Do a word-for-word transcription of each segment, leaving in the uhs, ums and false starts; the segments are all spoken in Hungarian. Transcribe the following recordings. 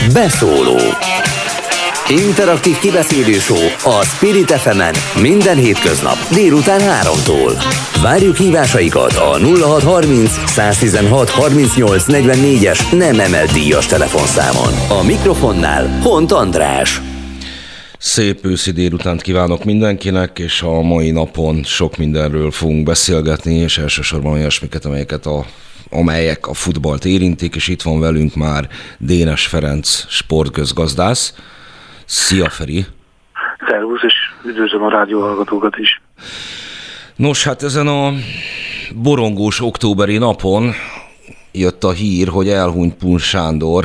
Beszóló. Interaktív kibeszélő show a Spirit ef emen minden hétköznap délután háromtól. Várjuk hívásaikat a nulla hat harminc száztizenhat harmincnyolc negyvennégyes nem emelt díjas telefonszámon. A mikrofonnál Hont András. Szép őszi délutánt kívánok mindenkinek, és a mai napon sok mindenről fogunk beszélgetni, és elsősorban olyasmiket, amelyeket a amelyek a futballt érintik, és itt van velünk már Dénes Ferenc sportközgazdász. Szia, Feri! Szervusz, és üdvözlöm a rádióhallgatókat is. Nos, hát ezen a borongós októberi napon jött a hír, hogy elhunyt Pun Sándor,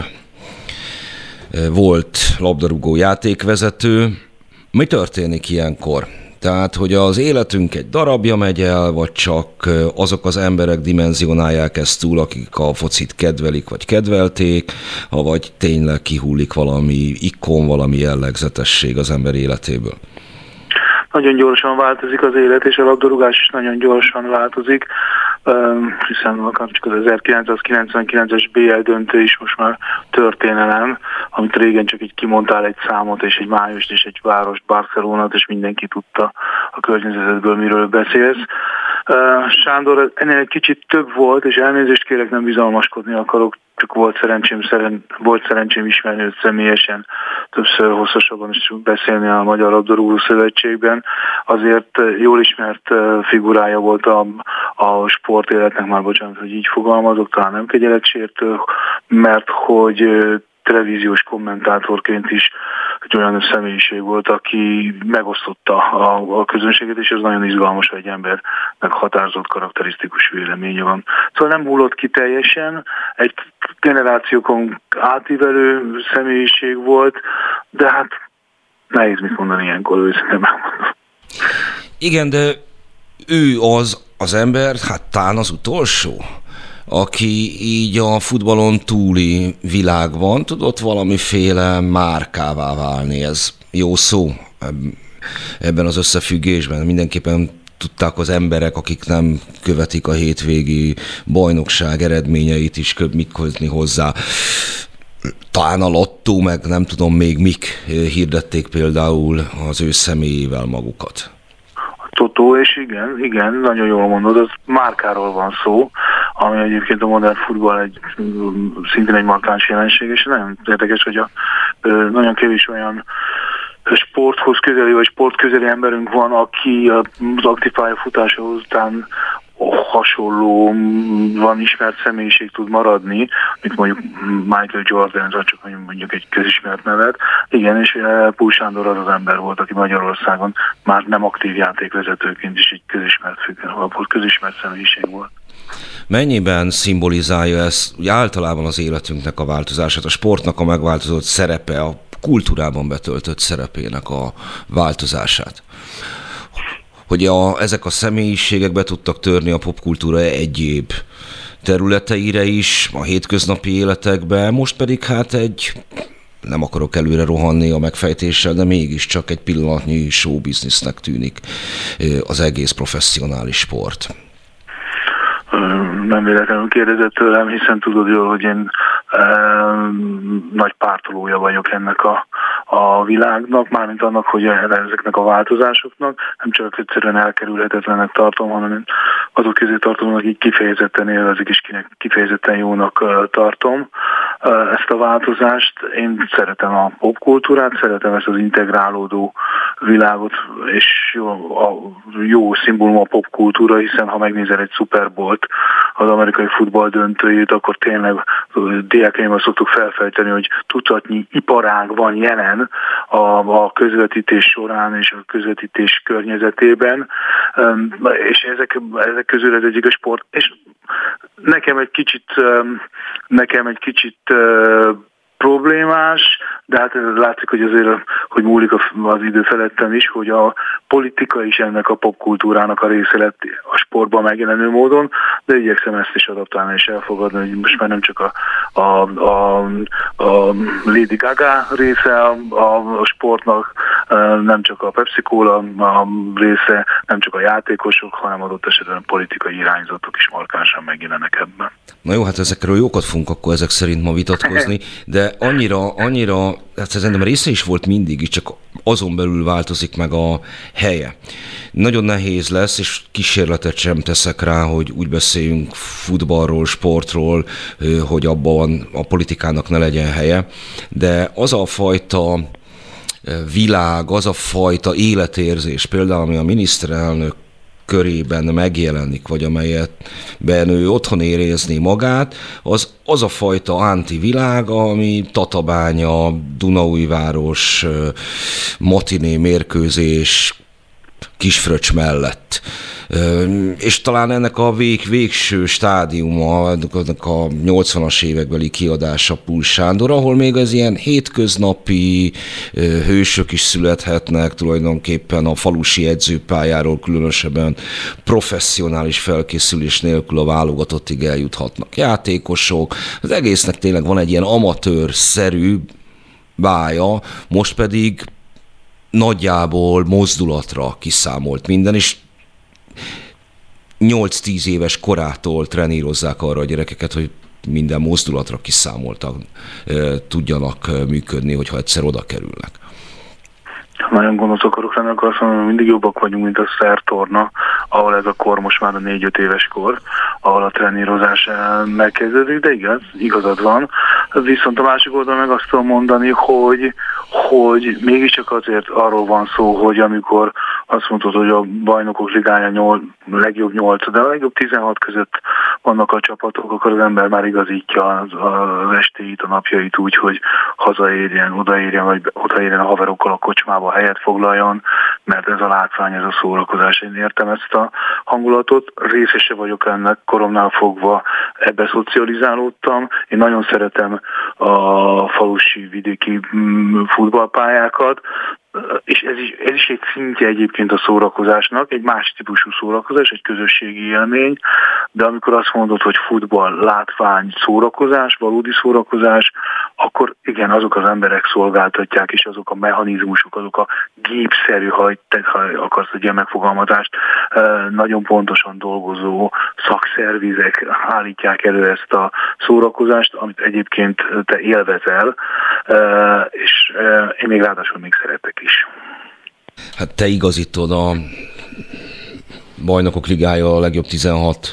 volt labdarúgó játékvezető. Mi történik ilyenkor? Tehát, hogy az életünk egy darabja megy el, vagy csak azok az emberek dimenzionálják ezt túl, akik a focit kedvelik, vagy kedvelték, vagy tényleg kihullik valami ikon, valami jellegzetesség az ember életéből? Nagyon gyorsan változik az élet, és a labdarúgás is nagyon gyorsan változik, hiszen akár csak az ezerkilencszázkilencvenkilences bé el döntő is most már történelem, amit régen csak így kimondtál egy számot, és egy májust, és egy várost, Barcelonát, és mindenki tudta a környezetedből, miről beszélsz. Sándor ennél egy kicsit több volt, és elnézést kérek, nem bizalmaskodni akarok, csak volt szerencsém, szeren, volt szerencsém ismerni őt személyesen, többször hosszasabban is beszélni a Magyar Labdarúgó Szövetségben. Azért jól ismert figurája volt a, a sportéletnek, már bocsánat, hogy így fogalmazok, talán nem kegyeletsértő, mert hogy televíziós kommentátorként is egy olyan személyiség volt, aki megosztotta a, a közönséget, és ez nagyon izgalmas, hogy egy embernek határozott, karakterisztikus véleménye van. Szóval nem hullott ki teljesen, egy generációkon átívelő személyiség volt, de hát nehéz mit mondani ilyenkor, őszintén megmondom. Igen, de ő az az ember, hát talán az utolsó, aki így a futballon túli világban tudott valamiféle márkává válni. Ez jó szó ebben az összefüggésben. Mindenképpen tudták az emberek, akik nem követik a hétvégi bajnokság eredményeit is kötni hozzá. Talán a lottó, meg nem tudom még mik hirdették például az ő személyével magukat. Totó, és igen, igen, nagyon jól mondod, az márkáról van szó, ami egyébként a modern futball egy, szintén egy markáns jelenség, és nagyon érdekes, hogy a, nagyon kevés olyan sporthoz közeli, vagy sportközeli emberünk van, aki az aktív pályafutása után hasonló van ismert személyiség tud maradni, mint mondjuk Michael Jordan, csak mondjuk egy közismert nevet. Igen, és Pun Sándor az az ember volt, aki Magyarországon már nem aktív játékvezetőként is egy közismert függő, közismert személyiség volt. Mennyiben szimbolizálja ez úgy általában az életünknek a változását, a sportnak a megváltozott szerepe, a kultúrában betöltött szerepének a változását? Hogy a, ezek a személyiségek be tudtak törni a popkultúra egyéb területeire is, a hétköznapi életekbe, most pedig hát egy, nem akarok előre rohanni a megfejtéssel, de mégiscsak egy pillanatnyi showbiznisznek tűnik az egész professzionális sport. Nem véletlenül kérdezett tőlem, hiszen tudod jól, hogy én e, nagy pártolója vagyok ennek a, a világnak, mármint annak, hogy ezeknek a változásoknak, nem csak egyszerűen elkerülhetetlenek tartom, hanem azok közé tartom, akik kifejezetten élvezik, és kinek kifejezetten jónak tartom ezt a változást. Én szeretem a popkultúrát, szeretem ezt az integrálódó világot, és jó, a jó szimbólum a popkultúra, hiszen ha megnézel egy Super Bowl-t, az amerikai futball döntőjét, akkor tényleg diákjaimmal szoktuk felfejteni, hogy tucatnyi iparág van jelen a, a közvetítés során és a közvetítés környezetében, és ezek, ezek közül ez egyik a sport. És nekem egy kicsit, nekem egy kicsit problémás, de hát látszik, hogy azért, hogy múlik az idő felettem is, hogy a politika is ennek a popkultúrának a része lett a sportban megjelenő módon, de igyekszem ezt is adaptálni és elfogadni, hogy most már nem csak a, a, a, a Lady Gaga része a, a, a sportnak, nem csak a Pepsi Cola a része, nem csak a játékosok, hanem adott esetben politikai irányzatok is markánsan megjelennek ebben. Na jó, hát ezekről jókat fogunk akkor ezek szerint ma vitatkozni, de annyira, annyira, hát szerintem része is volt mindig, csak azon belül változik meg a helye. Nagyon nehéz lesz, és kísérletet sem teszek rá, hogy úgy beszéljünk futballról, sportról, hogy abban a politikának ne legyen helye, de az a fajta világ, az a fajta életérzés, például ami a miniszterelnök körében megjelenik, vagy amelyetben ő otthon érezni magát, az az a fajta antivilág, ami Tatabánya, Dunaújváros, matiné mérkőzés, Kisfröccs mellett. És talán ennek a vég, végső stádiuma, ennek a nyolcvanas évekbeli kiadása Púls Sándor, ahol még az ilyen hétköznapi hősök is születhetnek, tulajdonképpen a falusi edzőpályáról különösebben professzionális felkészülés nélkül a válogatottig eljuthatnak játékosok. Az egésznek tényleg van egy ilyen amatőr-szerű bája, most pedig nagyjából mozdulatra kiszámolt minden, és nyolc-tíz éves korától trenírozzák arra a gyerekeket, hogy minden mozdulatra kiszámoltak tudjanak működni, hogyha egyszer oda kerülnek. Nagyon gonosz akarok lenni, akkor azt mondom, hogy mindig jobbak vagyunk, mint a szertorna, ahol ez a kor most már a négy-öt éves kor, ahol a trenírozás megkezdődik, de igaz, igazad van. Viszont a másik oldalon meg azt tudom mondani, hogy, hogy mégiscsak azért arról van szó, hogy amikor azt mondod, hogy a bajnokok ligája nyol, legjobb nyolc, de a legjobb tizenhat között vannak a csapatok, akkor az ember már igazítja az, az estéit, a napjait úgy, hogy hazaérjen, odaérjen, vagy odaérjen a haverokkal a kocsmába, helyet foglaljon, mert ez a látvány, ez a szórakozás. Én értem ezt a hangulatot, részese vagyok ennek, koromnál fogva ebbe szocializálódtam. Én nagyon szeretem a falusi vidéki futballpályákat, és ez is, ez is egy szintje egyébként a szórakozásnak, egy más típusú szórakozás, egy közösségi élmény, de amikor azt mondod, hogy futball, látvány, szórakozás, valódi szórakozás, akkor igen, azok az emberek szolgáltatják, és azok a mechanizmusok, azok a gépszerű, ha, ha akarsz egy ilyen megfogalmazást, nagyon pontosan dolgozó szakszervizek állítják elő ezt a szórakozást, amit egyébként te élvezel, és én még ráadásul még szeretek is. Hát te igazítod a Bajnokok Ligája a legjobb tizenhat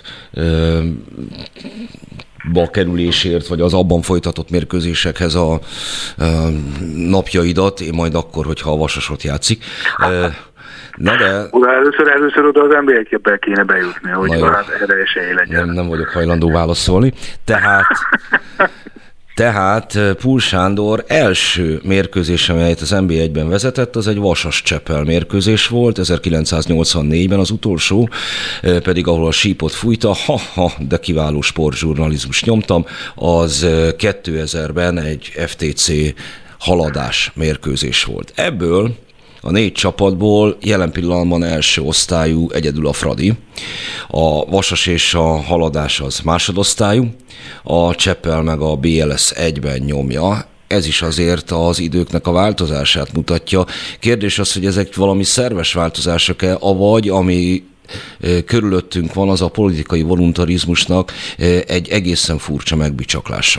ba kerülésért, vagy az abban folytatott mérkőzésekhez a, a napjaidat, én majd akkor, hogyha a Vasasot játszik. Na de... Oda először, először oda az en bé egy-be kéne bejutni, hogy hát erre esély legyen. Nem, nem vagyok hajlandó válaszolni. Tehát... Tehát Púls Sándor első mérkőzés, amelyet az en bé egyben vezetett, az egy Vasas-Csepel mérkőzés volt, ezerkilencszáznyolcvannégyben az utolsó, pedig ahol a sípot fújta, ha-ha, de kiváló sportzsurnalizmus nyomtam, az kétezerben egy ef té cé haladás mérkőzés volt. Ebből a négy csapatból jelen pillanatban első osztályú egyedül a Fradi. A Vasas és a Haladás az másodosztályú, a Csepel meg a bé el es egyben nyomja. Ez is azért az időknek a változását mutatja. Kérdés az, hogy ezek valami szerves változások-e, avagy ami körülöttünk van, az a politikai voluntarizmusnak egy egészen furcsa megbicsaklása.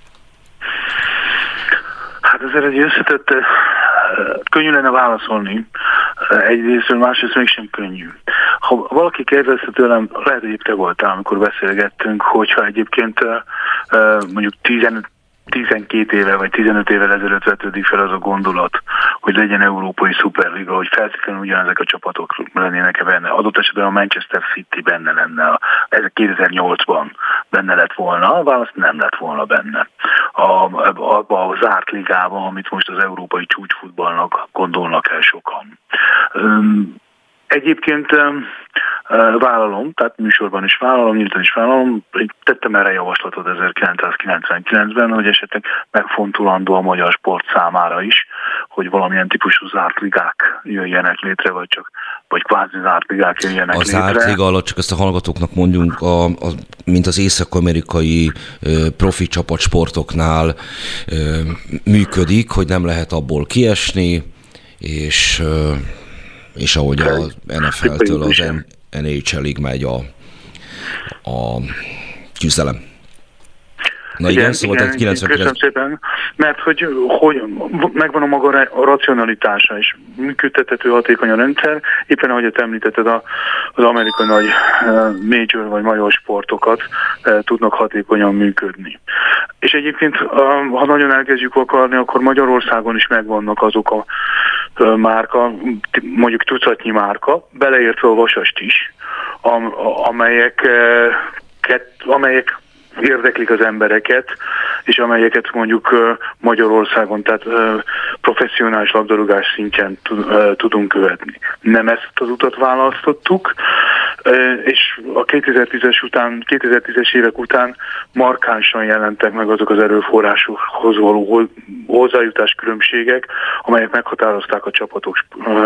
Hát ezért egy összetett, könnyű lenne válaszolni, egyrésztről, másrészt mégsem könnyű. Ha valaki kérdezte tőlem, lehet, hogy te voltál, amikor beszélgettünk, hogyha egyébként mondjuk tizenöt tizenkét éve vagy tizenöt évvel ezelőtt vetődik fel az a gondolat, hogy legyen európai szuperliga, hogy feltétlenül ugyanezek a csapatok lennének-e benne. Adott esetben a Manchester City benne lenne, ez kétezer-nyolcban benne lett volna, a válasz nem lett volna benne. Abba a zárt ligában, amit most az európai csúcsfutballnak gondolnak el sokan. Egyébként vállalom, tehát műsorban is vállalom, nyíltan is vállalom, tettem erre javaslatot ezerkilencszázkilencvenkilencben, hogy esetleg megfontolandó a magyar sport számára is, hogy valamilyen típusú zárt ligák jöjjenek létre, vagy csak vagy kvázi zárt ligák jöjjenek a létre. A zárt liga alatt csak ezt a hallgatóknak mondjunk, a, a, mint az észak-amerikai e, profi csapatsportoknál e, működik, hogy nem lehet abból kiesni, és, és ahogy az en ef el-től az en há el-ig megy a, a küzdelem. Na igen, igen, szóval igen, kilencvenkilenc... Köszönöm szépen, mert hogy, hogy megvan a maga a racionalitása, és működtethető hatékony a rendszer, éppen ahogy te említetted, az amerikai nagy major vagy major sportokat tudnak hatékonyan működni. És egyébként, ha nagyon elkezdjük akarni, akkor Magyarországon is megvannak azok a márka, mondjuk tucatnyi márka, beleértve a Vasast is, amelyek, amelyek érdeklik az embereket, és amelyeket mondjuk Magyarországon, tehát professzionális labdarúgás szintjén tudunk követni. Nem ezt az utat választottuk, és a kétezer-tízes után, kétezer-tízes évek után markánsan jelentek meg azok az erőforrásokhoz való hozzájutás különbségek, amelyek meghatározták a csapatok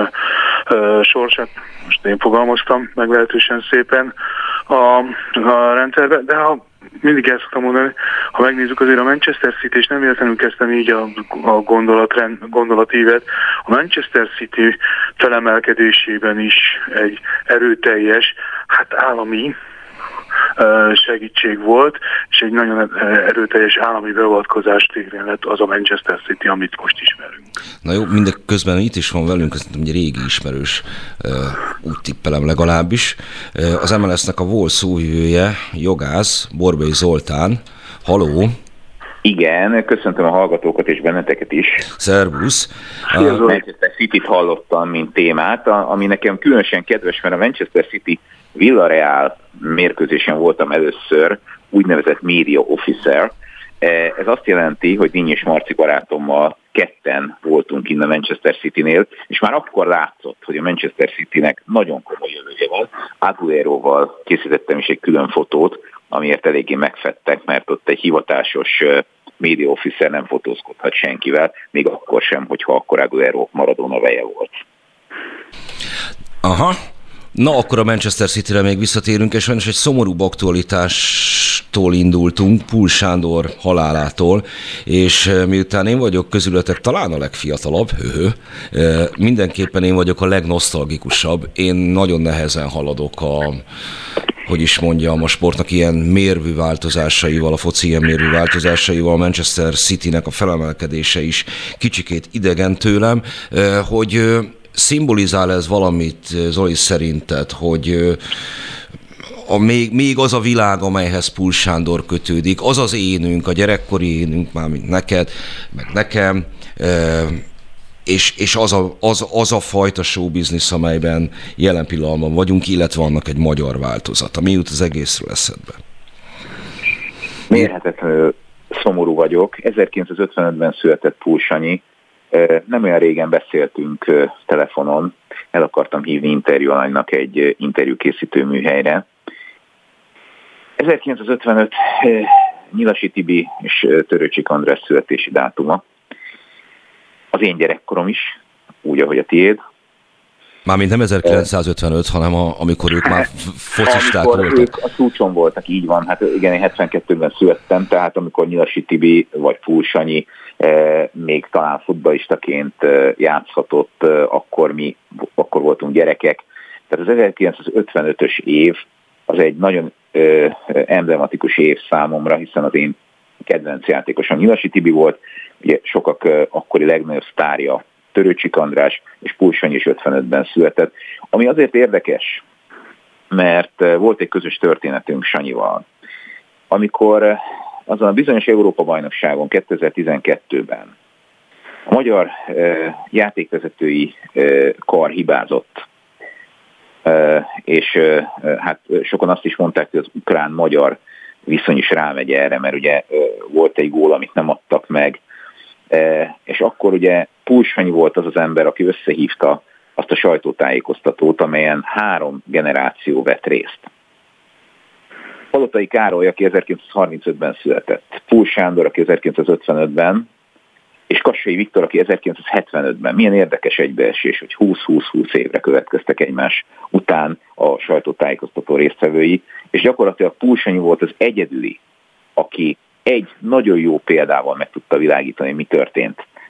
sorsát. Most én fogalmaztam meglehetősen szépen a, a rendszerbe, de ha mindig el szoktam mondani, ha megnézzük azért a Manchester City, és nem véletlenül kezdtem így a, a gondolatrend, gondolatívet, a Manchester City felemelkedésében is egy erőteljes, hát állami segítség volt, és egy nagyon erőteljes állami beavatkozás tévén lett az a Manchester City, amit most ismerünk. Na jó, mindeközben itt is van velünk, ez egy régi ismerős, úgy tippelem legalábbis. Az em el es-nek a volt szóvivője, jogász, Borbély Zoltán. Haló! Igen, köszöntöm a hallgatókat és benneteket is. Szervusz! A Manchester City-t hallottam, mint témát, ami nekem különösen kedves, mert a Manchester City Villarreal mérkőzésen voltam először, úgynevezett media officer. Ez azt jelenti, hogy Dinny és Marci barátommal ketten voltunk innen a Manchester Citynél, és már akkor látszott, hogy a Manchester Citynek nagyon komoly jövője van. Agueroval készítettem is egy külön fotót, amiért eléggé megfettek, mert ott egy hivatásos media officer nem fotózkodhat senkivel, még akkor sem, hogyha akkor Aguero Maradona veje volt. Aha. Na, akkor a Manchester Cityre még visszatérünk, és sajnos egy szomorúbb aktualitástól indultunk, Pul Sándor halálától, és miután én vagyok közületek talán a legfiatalabb, höhö, mindenképpen én vagyok a legnosztalgikusabb. Én nagyon nehezen haladok a, hogy is mondjam, a sportnak ilyen mérvű változásaival, a foci ilyen mérvű változásaival, a Manchester Citynek a felemelkedése is kicsikét idegen tőlem, hogy szimbolizál ez valamit, Zoli, szerinted, hogy a, még, még az a világ, amelyhez Pul Sándor kötődik, az az énünk, a gyerekkori énünk, mármint neked, meg nekem, és, és az, a, az, az a fajta showbiznisz, amelyben jelen pillanatban vagyunk, illetve annak egy magyar változata. Mi jut az egészről eszedbe? Mérhetetlenül szomorú vagyok. ezerkilencszázötvenötben született Pul Sanyi. Nem olyan régen beszéltünk telefonon, el akartam hívni interjú alanynak egy interjúkészítő műhelyre. ezerkilencszázötvenöt Nyilasi Tibi és Törőcsik András születési dátuma. Az én gyerekkorom is, úgy, ahogy a tiéd. Mármint nem ezerkilencszázötvenöt, hanem a, amikor ők már focisták amikor voltak. Ők a csúcson voltak, így van. Hát igen, én hetvenkettőben születtem, tehát amikor Nyilasi Tibi vagy Pul Sanyi eh, még talán futballistaként eh, játszhatott, eh, akkor mi akkor voltunk gyerekek. Tehát az ezerkilencszázötvenötös év az egy nagyon eh, emblematikus év számomra, hiszen az én kedvenc játékosom Nyilasi Tibi volt, ugye sokak eh, akkori legnagyobb sztárja Törőcsik András, és Pul Sanyi is ötvenötben született. Ami azért érdekes, mert volt egy közös történetünk Sanyival. Amikor azon a bizonyos Európa-bajnokságon kétezer-tizenkettőben a magyar eh, játékvezetői eh, kar hibázott, eh, és eh, hát sokan azt is mondták, hogy az ukrán-magyar viszony is rámegy erre, mert ugye eh, volt egy gól, amit nem adtak meg, E, és akkor ugye Pul Sanyi volt az az ember, aki összehívta azt a sajtótájékoztatót, amelyen három generáció vett részt. Palotai Károly, aki ezerkilencszázharmincötben született, Pul Sándor, aki ezerkilencszázötvenötben, és Kassai Viktor, aki ezerkilencszázhetvenötben. Milyen érdekes egybeesés, hogy húsz-húsz-húsz évre következtek egymás után a sajtótájékoztató résztvevői, és gyakorlatilag Pul Sanyi volt az egyedüli, aki egy nagyon jó példával meg tudta világítani, mi történt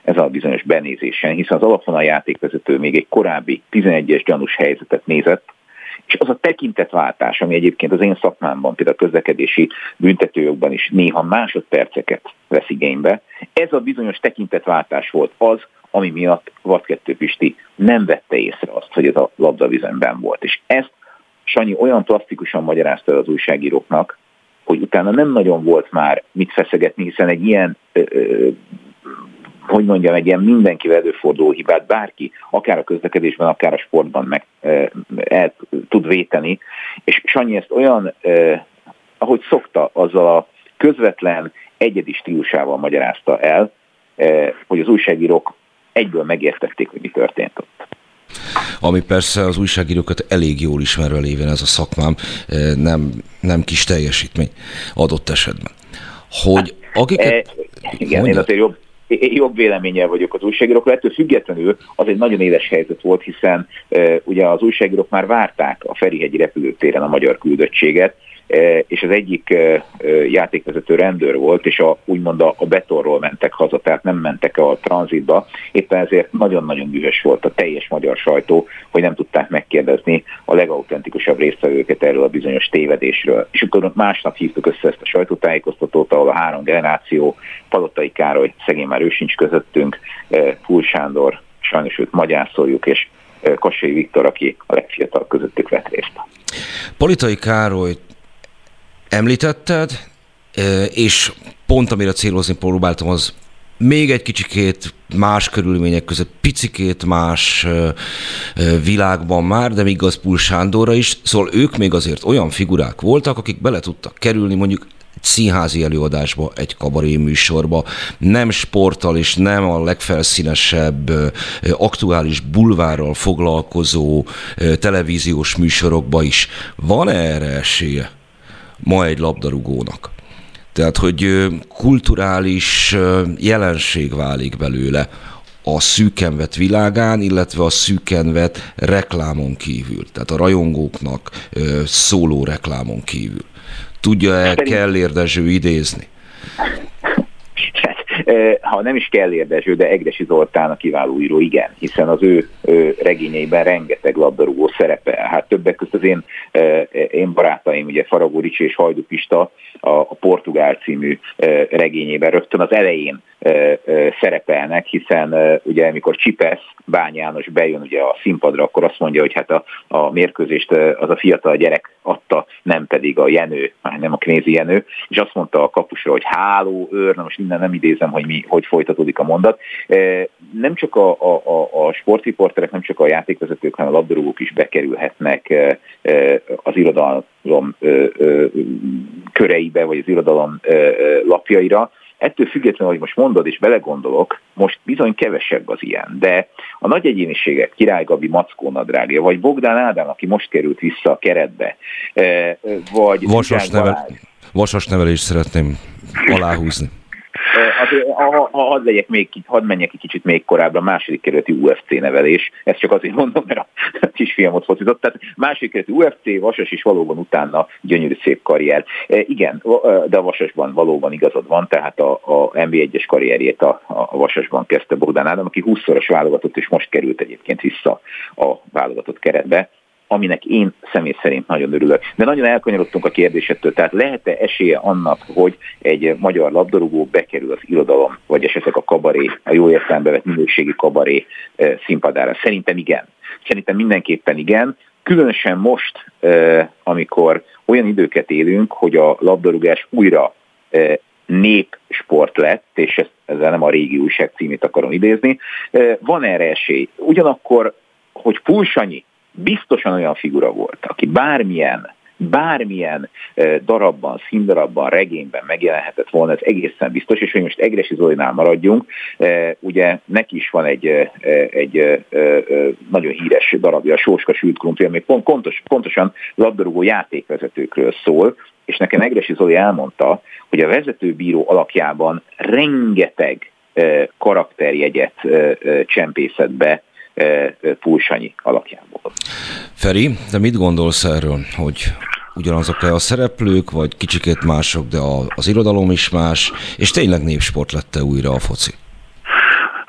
ez a bizonyos benézésen, hiszen az alapvonal játékvezető még egy korábbi tizenegyes gyanús helyzetet nézett, és az a tekintetváltás, ami egyébként az én szakmámban, például a közlekedési büntetőjogban is néha másodperceket vesz igénybe, ez a bizonyos tekintetváltás volt az, ami miatt Vadkettő Pisti nem vette észre azt, hogy ez a labdavízben volt. És ezt Sanyi olyan plastikusan magyarázta el az újságíróknak, hogy utána nem nagyon volt már mit feszegetni, hiszen egy ilyen, ö, ö, hogy mondjam, egy ilyen mindenkivel előforduló hibát bárki, akár a közlekedésben, akár a sportban meg ö, el tud véteni, és Sanyi ezt olyan, ö, ahogy szokta, azzal a közvetlen, egyedi stílusával magyarázta el, ö, hogy az újságírók egyből megértették, hogy mi történt ott. Ami persze az újságírókat elég jól ismerve lévén ez a szakmám, nem, nem kis teljesítmény adott esetben. Hogy akiket... E, igen, mondjad? Én azért jobb, jobb véleménnyel vagyok az újságírókról. Ettől függetlenül az egy nagyon éles helyzet volt, hiszen e, ugye az újságírók már várták a Ferihegyi repülőtéren a magyar küldöttséget, és az egyik játékvezető rendőr volt, és a, úgymond a, a betonról mentek haza, tehát nem mentek a tranzitba. Éppen ezért nagyon-nagyon dühös volt a teljes magyar sajtó, hogy nem tudták megkérdezni a legautentikusabb résztvevőket erről a bizonyos tévedésről. És akkor másnap hívtuk össze ezt a sajtótájékoztatót, ahol a három generáció, Palotai Károly, szegény már ő sincs közöttünk, Púl Sándor, sajnos őt magyászoljuk, és Kassai Viktor, aki a legfiatalabb közöttük vett részt. Palotai Károly említetted, és pont amire célozni próbáltam, az még egy kicsikét más körülmények között, picikét más világban már, de igaz Púl Sándorra is, szóval ők még azért olyan figurák voltak, akik bele tudtak kerülni mondjuk egy színházi előadásba, egy kabaré műsorba, nem sporttal és nem a legfelszínesebb aktuális bulvárral foglalkozó televíziós műsorokba is. Van erre esélye ma egy labdarúgónak? Tehát, hogy kulturális jelenség válik belőle a szűken vett világán, illetve a szűken vett reklámon kívül. Tehát a rajongóknak szóló reklámon kívül. Tudja-e Kellér Dezső idézni? Ha nem is Kellér Dezső, de Egressy Zoltán a kiváló író, igen, hiszen az ő, ő regényeiben rengeteg labdarúgó szerepel. Hát többek között az én, én barátaim, ugye Faragó Ricsi és Hajdú Pista a, a Portugál című regényében rögtön az elején szerepelnek, hiszen ugye amikor Csipesz, Bány János bejön ugye a színpadra, akkor azt mondja, hogy hát a, a mérkőzést az a fiatal gyerek adta, nem pedig a Jenő, nem a Knézi Jenő, és azt mondta a kapusra, hogy háló, őr, na most innen nem idézem, hogy mi, hogy folytatódik a mondat. Nem csak a, a, a sportriporterek, nem csak a játékvezetők, hanem a labdarúgók is bekerülhetnek az irodalom köreibe, vagy az irodalom lapjaira. Ettől függetlenül, hogy most mondod és belegondolok, most bizony kevesebb az ilyen, de a nagy egyéniségek, Király Gabi Mackó nadrágja, vagy Bogdán Ádám, aki most került vissza a keretbe, vagy... Vasas, nevel, vasas nevelést szeretném aláhúzni. Azért, ha, ha hadd, legyek még, hadd menjek egy kicsit még korábbra, második kerületi u ef cé nevelés, ezt csak azért mondom, mert a kisfiam ott focizott, tehát második kerületi u ef cé, Vasas is valóban utána gyönyörű szép karrier. E, igen, de a Vasasban valóban igazad van, tehát a, a en bé egyes karrierjét a, a Vasasban kezdte Bogdán Ádám, aki húszszoros válogatott, és most került egyébként vissza a válogatott keretbe, aminek én személy szerint nagyon örülök. De nagyon elkanyarodtunk a kérdésettől, tehát lehet-e esélye annak, hogy egy magyar labdarúgó bekerül az irodalom, vagy esetleg a kabaré, a jó értelembe vett minőségi kabaré színpadára? Szerintem igen. Szerintem mindenképpen igen. Különösen most, amikor olyan időket élünk, hogy a labdarúgás újra népsport lett, és ezzel nem a régi újság címét akarom idézni, van erre esély. Ugyanakkor, hogy Púl Sanyi biztosan olyan figura volt, aki bármilyen, bármilyen darabban, színdarabban, regényben megjelenhetett volna, ez egészen biztos, és hogy most Egressy Zolinál maradjunk, ugye neki is van egy, egy nagyon híres darabja, a Sóska sült krumpli, ami pontos, pontosan labdarúgó játékvezetőkről szól, és nekem Egressy Zoli elmondta, hogy a vezetőbíró alakjában rengeteg karakterjegyet csempészett be Púl Sanyi alakjából. Feri, de mit gondolsz erről, hogy ugyanazok-e a szereplők, vagy kicsikét mások, de az irodalom is más, és tényleg népsport lett-e újra a foci?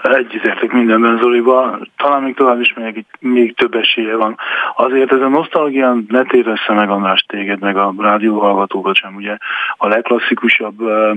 Egyetértek mindenben Zolival, talán még tovább is megyek, még több esélye van. Azért ez a nosztalgia ne tévessze meg, András, téged, meg a rádióhallgatókat sem, ugye a legklasszikusabb uh,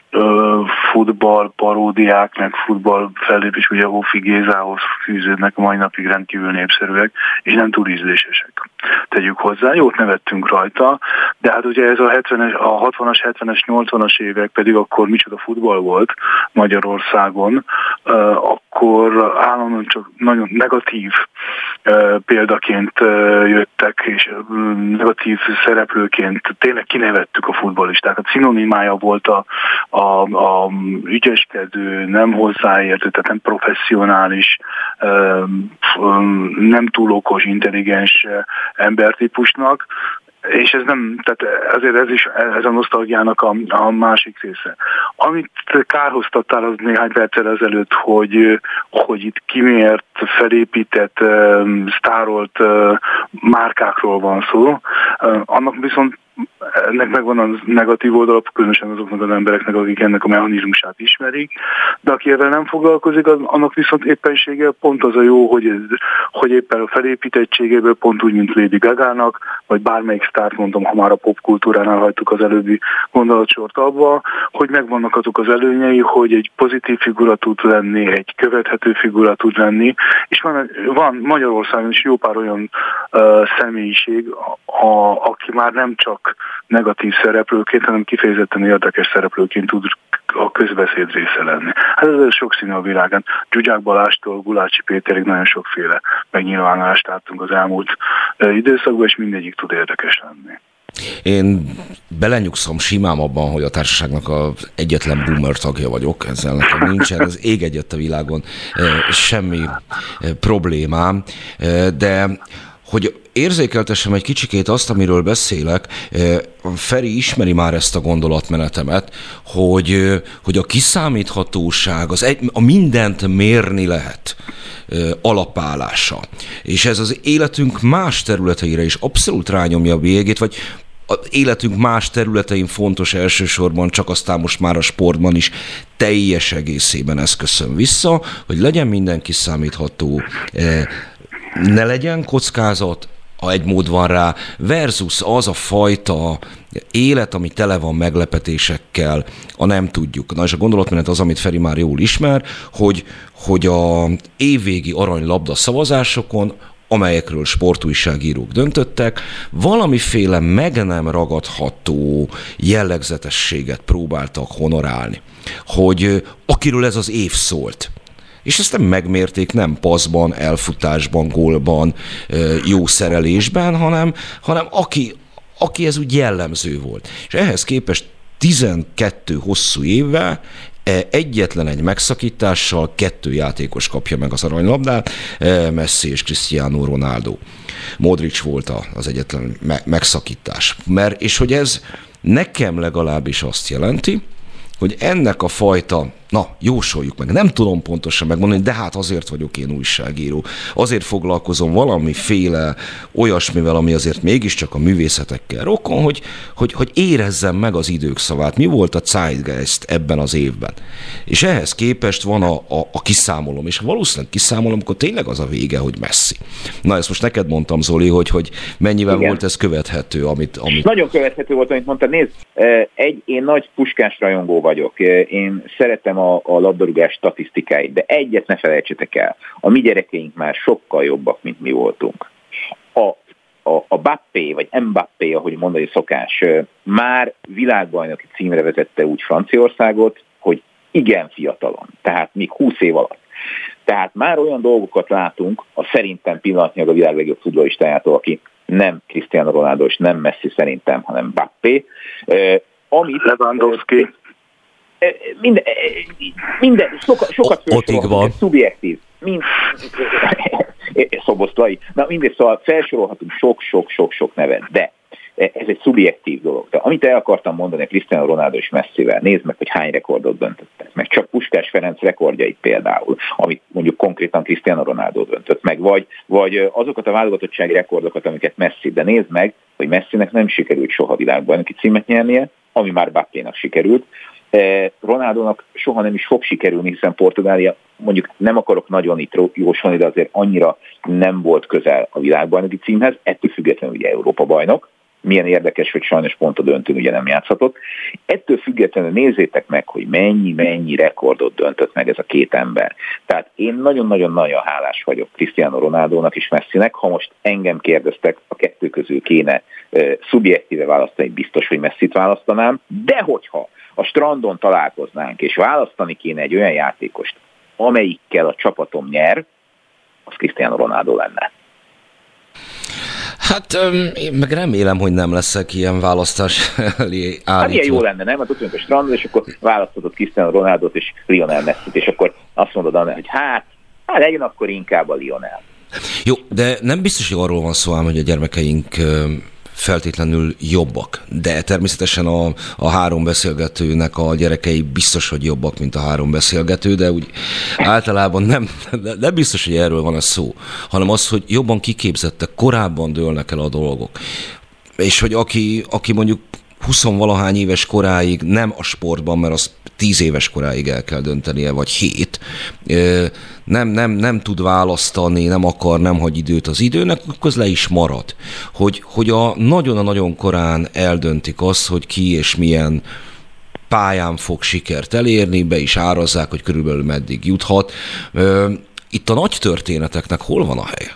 uh, futball paródiák, meg futball fellépés, ugye a Hofi Gézához fűződnek, a mai napig rendkívül népszerűek, és nem túl ízlésesek. Tegyük hozzá, jót nevettünk rajta, de hát ugye ez a, hetvenes, a hatvanas, hetvenes, nyolcvanas évek pedig akkor micsoda futball volt Magyarországon, uh, akkor állandóan csak nagyon negatív uh, példaként uh, jöttek, és uh, negatív szereplőként tényleg kinevettük a futballistákat. Szinonimája volt a, a, a ügyeskedő, nem hozzáértő, tehát nem professzionális, uh, um, nem túl okos, intelligens embertípusnak, és ez nem, tehát azért ez is, ez a nosztalgiának a, a másik része. Amit kárhoztattál az néhány perccel ezelőtt, hogy, hogy itt kimért, felépített, sztárolt márkákról van szó, annak viszont ennek megvan a negatív oldala, különösen azoknak az embereknek, akik ennek a mechanizmusát ismerik, de aki ezzel nem foglalkozik, annak viszont éppenséggel pont az a jó, hogy, ez, hogy éppen a felépítettségéből pont úgy, mint Lady Gagának, vagy bármelyik sztárt mondom, ha már a popkultúránál hagytuk az előbbi gondolatsort abba, hogy megvannak azok az előnyei, hogy egy pozitív figura tud lenni, egy követhető figura tud lenni, és van, van Magyarországon is jó pár olyan uh, személyiség, a, aki már nem csak negatív szereplőként, hanem kifejezetten érdekes szereplőként tud a közbeszéd része lenni. Hát ez sokszínű a világán. Zsuzsák Balástól Gulácsi Péterig nagyon sokféle megnyilvánulást láttunk az elmúlt időszakban, és mindegyik tud érdekes lenni. Én belenyugszom simán abban, hogy a társaságnak az egyetlen boomer tagja vagyok, ezzel nekem nincsen az ég egyet a világon semmi problémám, de hogy érzékeltessem egy kicsikét azt, amiről beszélek, Feri ismeri már ezt a gondolatmenetemet, hogy, hogy a kiszámíthatóság, az egy, a mindent mérni lehet alapállása. És ez az életünk más területeire is abszolút rányomja a bélyegét, vagy az életünk más területein fontos elsősorban, csak aztán most már a sportban is teljes egészében ezt köszön vissza, hogy legyen minden kiszámítható, ne legyen kockázat, ha egy mód van rá, versus az a fajta élet, ami tele van meglepetésekkel, a nem tudjuk. Na és a gondolatmenet az, amit Feri már jól ismer, hogy, hogy a évvégi aranylabda szavazásokon, amelyekről sportújságírók döntöttek, valamiféle meg nem ragadható jellegzetességet próbáltak honorálni. Hogy akiről ez az év szólt. És ezt nem megmérték, nem passzban, elfutásban, gólban, jó szerelésben, hanem, hanem aki, aki ez úgy jellemző volt. És ehhez képest tizenkettő hosszú évvel egyetlen egy megszakítással kettő játékos kapja meg az aranylabdát, Messi és Cristiano Ronaldo. Modric volt az egyetlen megszakítás. Mert, és hogy ez nekem legalábbis azt jelenti, hogy ennek a fajta, na, jósoljuk meg, nem tudom pontosan megmondani, de hát azért vagyok én újságíró. Azért foglalkozom valamiféle olyasmivel, ami azért mégiscsak a művészetekkel rokon, hogy, hogy, hogy érezzem meg az idők szavát. Mi volt a zeitgeist ebben az évben? És ehhez képest van a, a, a kiszámolom, és valószínűleg kiszámolom, akkor tényleg az a vége, hogy Messi. Na, ezt most neked mondtam, Zoli, hogy, hogy mennyivel Igen. volt ez követhető, amit, amit... Nagyon követhető volt, amit mondtad. Nézd, egy, én nagy Puskás rajongó vagyok. Én szeretem a, a labdarúgás statisztikáit, de egyet ne felejtsetek el. A mi gyerekeink már sokkal jobbak, mint mi voltunk. A, a, a Bappé, vagy Mbappé, ahogy mondani szokás, már világbajnoki címre vezette úgy Franciaországot, hogy igen fiatalon, tehát még húsz év alatt. Tehát már olyan dolgokat látunk, a szerintem pillanatnyilag a világ legjobb futballistájától, aki nem Cristiano Ronaldo és nem Messi szerintem, hanem Bappé. Amit Lewandowski. Minden, minden sokat, sokat felsorolhatunk, ez szubjektív. Mind, Szoboszlai. Na mindegy, szóval felsorolhatunk sok-sok-sok-sok nevet, de ez egy szubjektív dolog. De amit el akartam mondani a Cristiano Ronaldo és Messivel, nézd meg, hogy hány rekordot döntöttek meg. Csak Puskás Ferenc rekordjait például, amit mondjuk konkrétan Cristiano Ronaldo döntött meg, vagy, vagy azokat a válogatottsági rekordokat, amiket Messi, de nézd meg, hogy Messinek nem sikerült soha világbajnoki címet nyernie, ami már Bappénak sikerült. Ronaldónak soha nem is fog sikerülni, hiszen Portugália, mondjuk nem akarok nagyon itt jósolni, de azért annyira nem volt közel a világbajnoki címhez, ettől függetlenül ugye Európa bajnok. Milyen érdekes, hogy sajnos pont a döntőn ugye nem játszhatott. Ettől függetlenül nézzétek meg, hogy mennyi-mennyi rekordot döntött meg ez a két ember. Tehát én nagyon-nagyon-nagyon hálás vagyok Cristiano Ronaldónak és Messinek. Ha most engem kérdeztek, a kettő közül kéne uh, szubjektíve választani, biztos, hogy Messit választanám, de hogyha a strandon találkoznánk, és választani kéne egy olyan játékost, amelyikkel a csapatom nyer, az Cristiano Ronaldo lenne. Hát én meg remélem, hogy nem leszek ilyen választás elé állítva. Hát ilyen jó lenne, nem? Hát ott a strandon, és akkor választhatod Cristiano Ronaldot és Lionel Messit, és akkor azt mondod annak, hogy hát, hát legyen akkor inkább a Lionel. Jó, de nem biztos, hogy arról van szó, hogy a gyermekeink feltétlenül jobbak, de természetesen a, a három beszélgetőnek a gyerekei biztos, hogy jobbak, mint a három beszélgető, de úgy általában nem, nem biztos, hogy erről van a szó, hanem az, hogy jobban kiképzettek, korábban dőlnek el a dolgok. És hogy aki, aki mondjuk huszonvalahány éves koráig nem a sportban, mert az tíz éves koráig el kell döntenie, vagy hét, nem, nem, nem tud választani, nem akar, nem hagy időt az időnek, akkor az le is marad. Hogy, hogy a nagyon-nagyon korán eldöntik azt, hogy ki és milyen pályán fog sikert elérni, be is árazzák, hogy körülbelül meddig juthat. Itt a nagy történeteknek hol van a helye?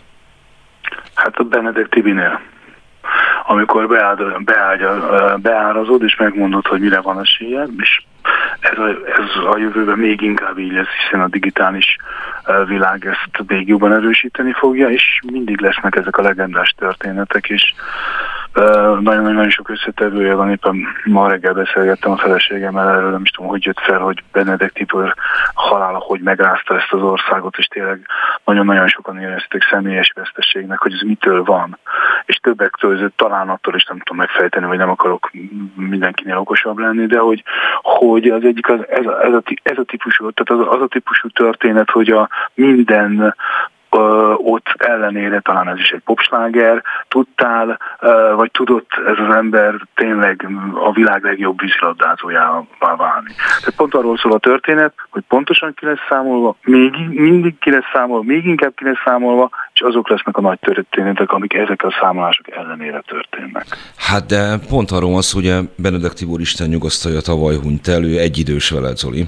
Hát a Benedek Tibinél. Amikor beáll, beáll, beárazod, és megmondod, hogy mire van esélyed, és ez a, ez a jövőben még inkább így lesz, hiszen a digitális világ ezt még jobban erősíteni fogja, és mindig lesznek ezek a legendás történetek, és nagyon-nagyon sok összetevője van. Éppen ma reggel beszélgettem a feleségemmel erről, nem is tudom, hogy jött fel, hogy Benedek Tibor halála, hogy megrázta ezt az országot, és tényleg nagyon-nagyon sokan érezték személyes veszteségnek, hogy ez mitől van. És többek között talán attól is nem tudom megfejteni, vagy nem akarok mindenkinél okosabb lenni, de hogy, hogy az egyik az, ez, a, ez, a, ez a típusú, tehát az, az a típusú történet, hogy a minden Ö, ott ellenére, talán ez is egy popsláger, tudtál, ö, vagy tudott ez az ember tényleg a világ legjobb vízilabdázójává válni. Tehát pont arról szól a történet, hogy pontosan ki lesz számolva, még mindig ki lesz számolva, még inkább ki lesz számolva, és azok lesznek a nagy történetek, amik ezek a számolások ellenére történnek. Hát de pont arról van szó, ugye Benedek Tibor Isten nyugasztalja tavaly hunyt el, ő egyidős veled, Zoli.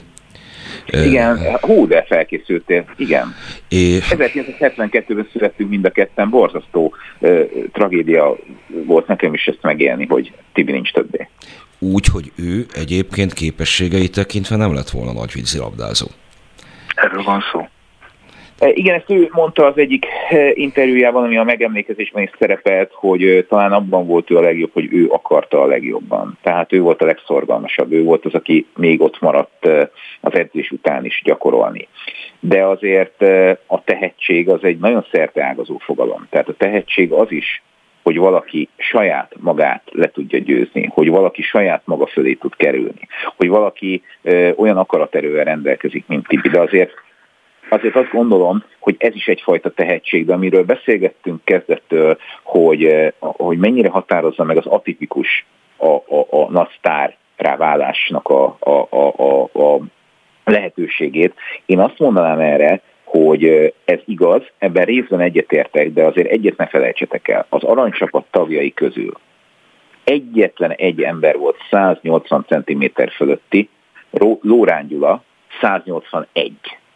Igen, hú, de felkészültél, igen. É... ezerkilencszázhetvenkettőben születtünk mind a ketten, borzasztó uh, tragédia volt nekem is ezt megélni, hogy Tibi nincs többé. Úgy, hogy ő egyébként képességei tekintve nem lett volna nagy vízilabdázó. Erről van szó. Igen, ezt ő mondta az egyik interjújában, ami a megemlékezésben is szerepelt, hogy talán abban volt ő a legjobb, hogy ő akarta a legjobban. Tehát ő volt a legszorgalmasabb, ő volt az, aki még ott maradt az edzés után is gyakorolni. De azért a tehetség az egy nagyon szerteágazó fogalom. Tehát a tehetség az is, hogy valaki saját magát le tudja győzni, hogy valaki saját maga fölé tud kerülni, hogy valaki olyan akaraterővel rendelkezik, mint Tibi, de azért Azért azt gondolom, hogy ez is egyfajta tehetség, de amiről beszélgettünk kezdettől, hogy, hogy mennyire határozza meg az atipikus a, a, a nagy sztárrá válásnak a, a, a, a lehetőségét. Én azt mondanám erre, hogy ez igaz, ebben részben egyetértek, de azért egyet ne felejtsetek el. Az aranycsapat tagjai közül egyetlen egy ember volt száznyolcvan centiméter fölötti, Lórán Gyula száznyolcvanegy.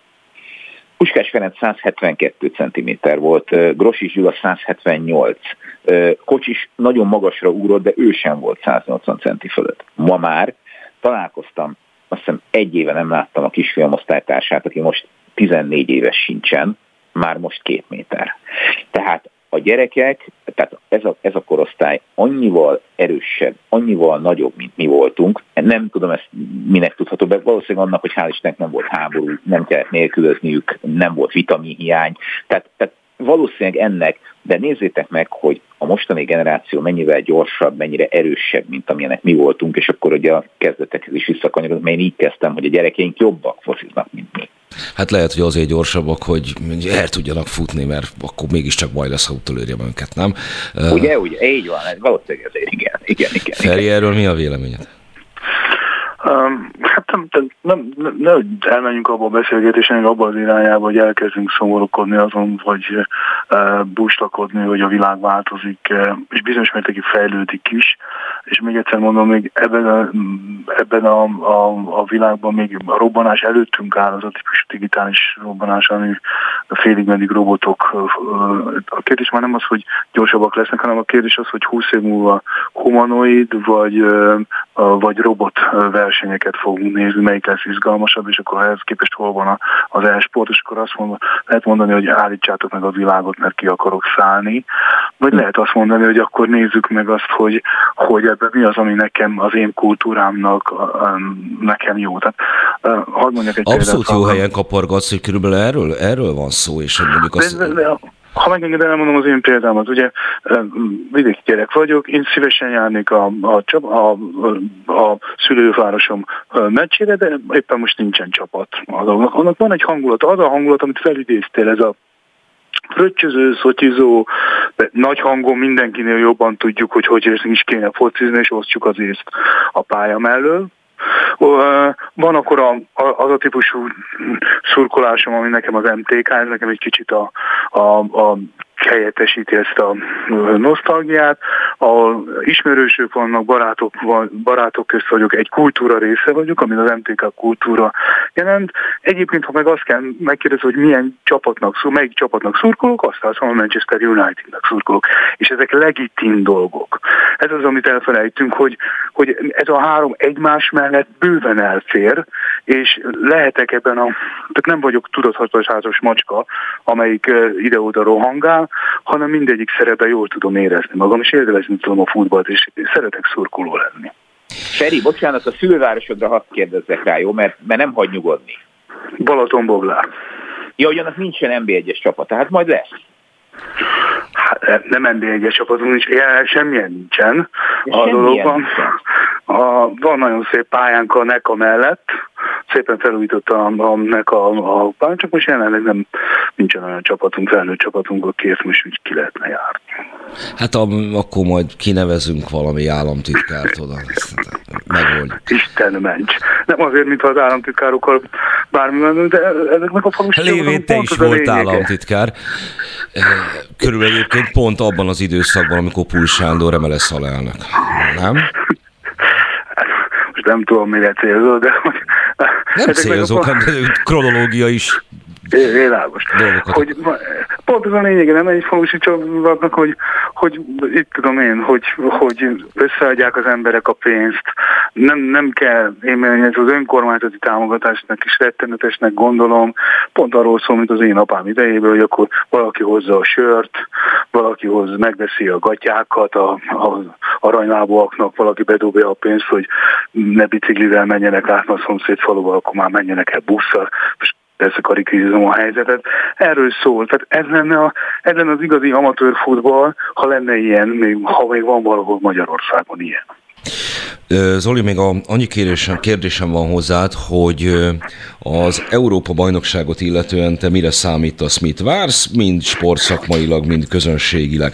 Puskás Ferenc százhetvenkettő centiméter volt, Grosics Gyula százhetvennyolc, Kocsis nagyon magasra ugrott, de ő sem volt száznyolcvan centi fölött. Ma már találkoztam, azt hiszem egy éve nem láttam a kisfiam osztálytársát, aki most tizennégy éves sincsen, már most két méter. Tehát a gyerekek, tehát ez a, ez a korosztály annyival erősebb, annyival nagyobb, mint mi voltunk. Nem tudom ezt minek tudható be, valószínűleg annak, hogy hál' Istennek nem volt háború, nem kellett nélkülözniük, nem volt vitaminhiány. Tehát, tehát valószínűleg ennek, de nézzétek meg, hogy a mostani generáció mennyivel gyorsabb, mennyire erősebb, mint amilyenek mi voltunk, és akkor ugye a kezdetekhez is visszakanyarodunk, mert én így kezdtem, hogy a gyerekeink jobbak fociznak, mint mi. Hát lehet, hogy azért gyorsabbak, hogy el tudjanak futni, mert akkor mégiscsak baj lesz, ha utolérjem önket, nem? Ugye, ugye, így van, valószínűleg ezért, igen, igen, igen. Feri, erről mi a véleményed? Um, hát nem, nem, nem, nem elmenjünk abba a beszélgetésnek abba az irányába, hogy elkezdünk szomorúkodni azon, vagy uh, búslakodni, hogy a világ változik, uh, és bizonyos mértékig fejlődik is, és még egyszer mondom, még ebben a, ebben a, a, a világban még a robbanás előttünk áll, az a típusú digitális robbanás, ami félig meddig robotok. Uh, a kérdés már nem az, hogy gyorsabbak lesznek, hanem a kérdés az, hogy húsz év múlva humanoid, vagy, uh, vagy robot versenyeket fogunk nézni, melyik lesz izgalmasabb, és akkor ehhez képest hol van az e-sport, és akkor azt mondom, lehet mondani, hogy állítsátok meg a világot, mert ki akarok szállni, vagy lehet azt mondani, hogy akkor nézzük meg azt, hogy, hogy ebben mi az, ami nekem, az én kultúrámnak nekem jó. Tehát hadd mondjak egy Abszolút példát, jó helyen kapargatsz, hogy körülbelül erről, erről van szó, és mondjuk azt... De, de, de, ha megenged, elmondom az én példámat, ugye vidéki gyerek vagyok, én szívesen járnék a, a, a, a szülővárosom meccsére, de éppen most nincsen csapat. Annak, annak van egy hangulat, az a hangulat, amit felidéztél, ez a fröccsöző, szotyizó, nagy hangon mindenkinél jobban tudjuk, hogy hogy is kéne focizni, és osztjuk az észt a pálya mellől. Van akkor a, az a típusú szurkolásom, ami nekem az em té ká, ez nekem egy kicsit a, a, a helyettesíti ezt a nosztalgiát, ahol ismerősök vannak, barátok, barátok közt vagyok, egy kultúra része vagyok, amit az em té ká kultúra jelent. Egyébként, ha meg azt kell megkérdezni, hogy milyen csapatnak, melyik csapatnak szurkolok, azt hiszem, a Manchester Unitednek szurkolok. És ezek legitim dolgok. Ez az, amit elfelejtünk, hogy, hogy ez a három egymás mellett bőven elfér, és lehetek ebben a, tehát nem vagyok tudathatóságos macska, amelyik ide-oda rohangál, hanem mindegyik szerepben jól tudom érezni magam, és élvezni tudom a futballt, és szeretek szurkoló lenni. Feri, bocsánat, a szülővárosodra hadd kérdezzek rá, jó? Mert, mert nem hagy nyugodni. Balatonboglár. Ja, hogy annak nincsen en bé egyes csapat, tehát majd lesz. Hát nem en bé egyes csapatunk nincs, semmilyen nincsen a semmilyen dologban. Nincsen. A, van nagyon szép pályánk a NECA mellett, szépen felújította a, a NECA a, a pályán, csak most jelenleg nem nincsen olyan csapatunk, felnőtt csapatunk, akiért most úgy ki lehetne járni. Hát a, akkor majd kinevezünk valami államtitkárt oda, megoldjuk. Isten ments. Nem azért, mintha az államtitkárokkal bármi van, de ezeknek a falusiaknak lévén te is volt államtitkár. Körülbelül egyébként pont abban az időszakban, amikor Púl Sándor em el es alelnök. Nem? Most nem tudom, mire célzol, de... Nem célzok, a... kronológia is. Világos. Hogy pont az a lényege, nem egy falusi csapatnak, hogy, hogy itt tudom én, hogy, hogy összeadják az emberek a pénzt. Nem, nem kell, én ez az önkormányzati támogatásnak is rettenetesnek gondolom. Pont arról szól, mint az én apám idejéből, hogy akkor valaki hozza a sört, valaki hoz, megveszi a gatyákat a, a aranylábúaknak, valaki bedobja a pénzt, hogy ne biciklivel menjenek át a szomszéd faluba, akkor már menjenek el busszal. Persze karikizom a helyzetet. Erről szól. Tehát ez lenne, a, ez lenne az igazi amatőr futball, ha lenne ilyen, még, ha még van valahol Magyarországon ilyen. Zoli, még a, annyi kérdésem, kérdésem van hozzád, hogy az Európa-bajnokságot illetően te mire számítasz, mit vársz, mind sportszakmailag, mind közönségileg?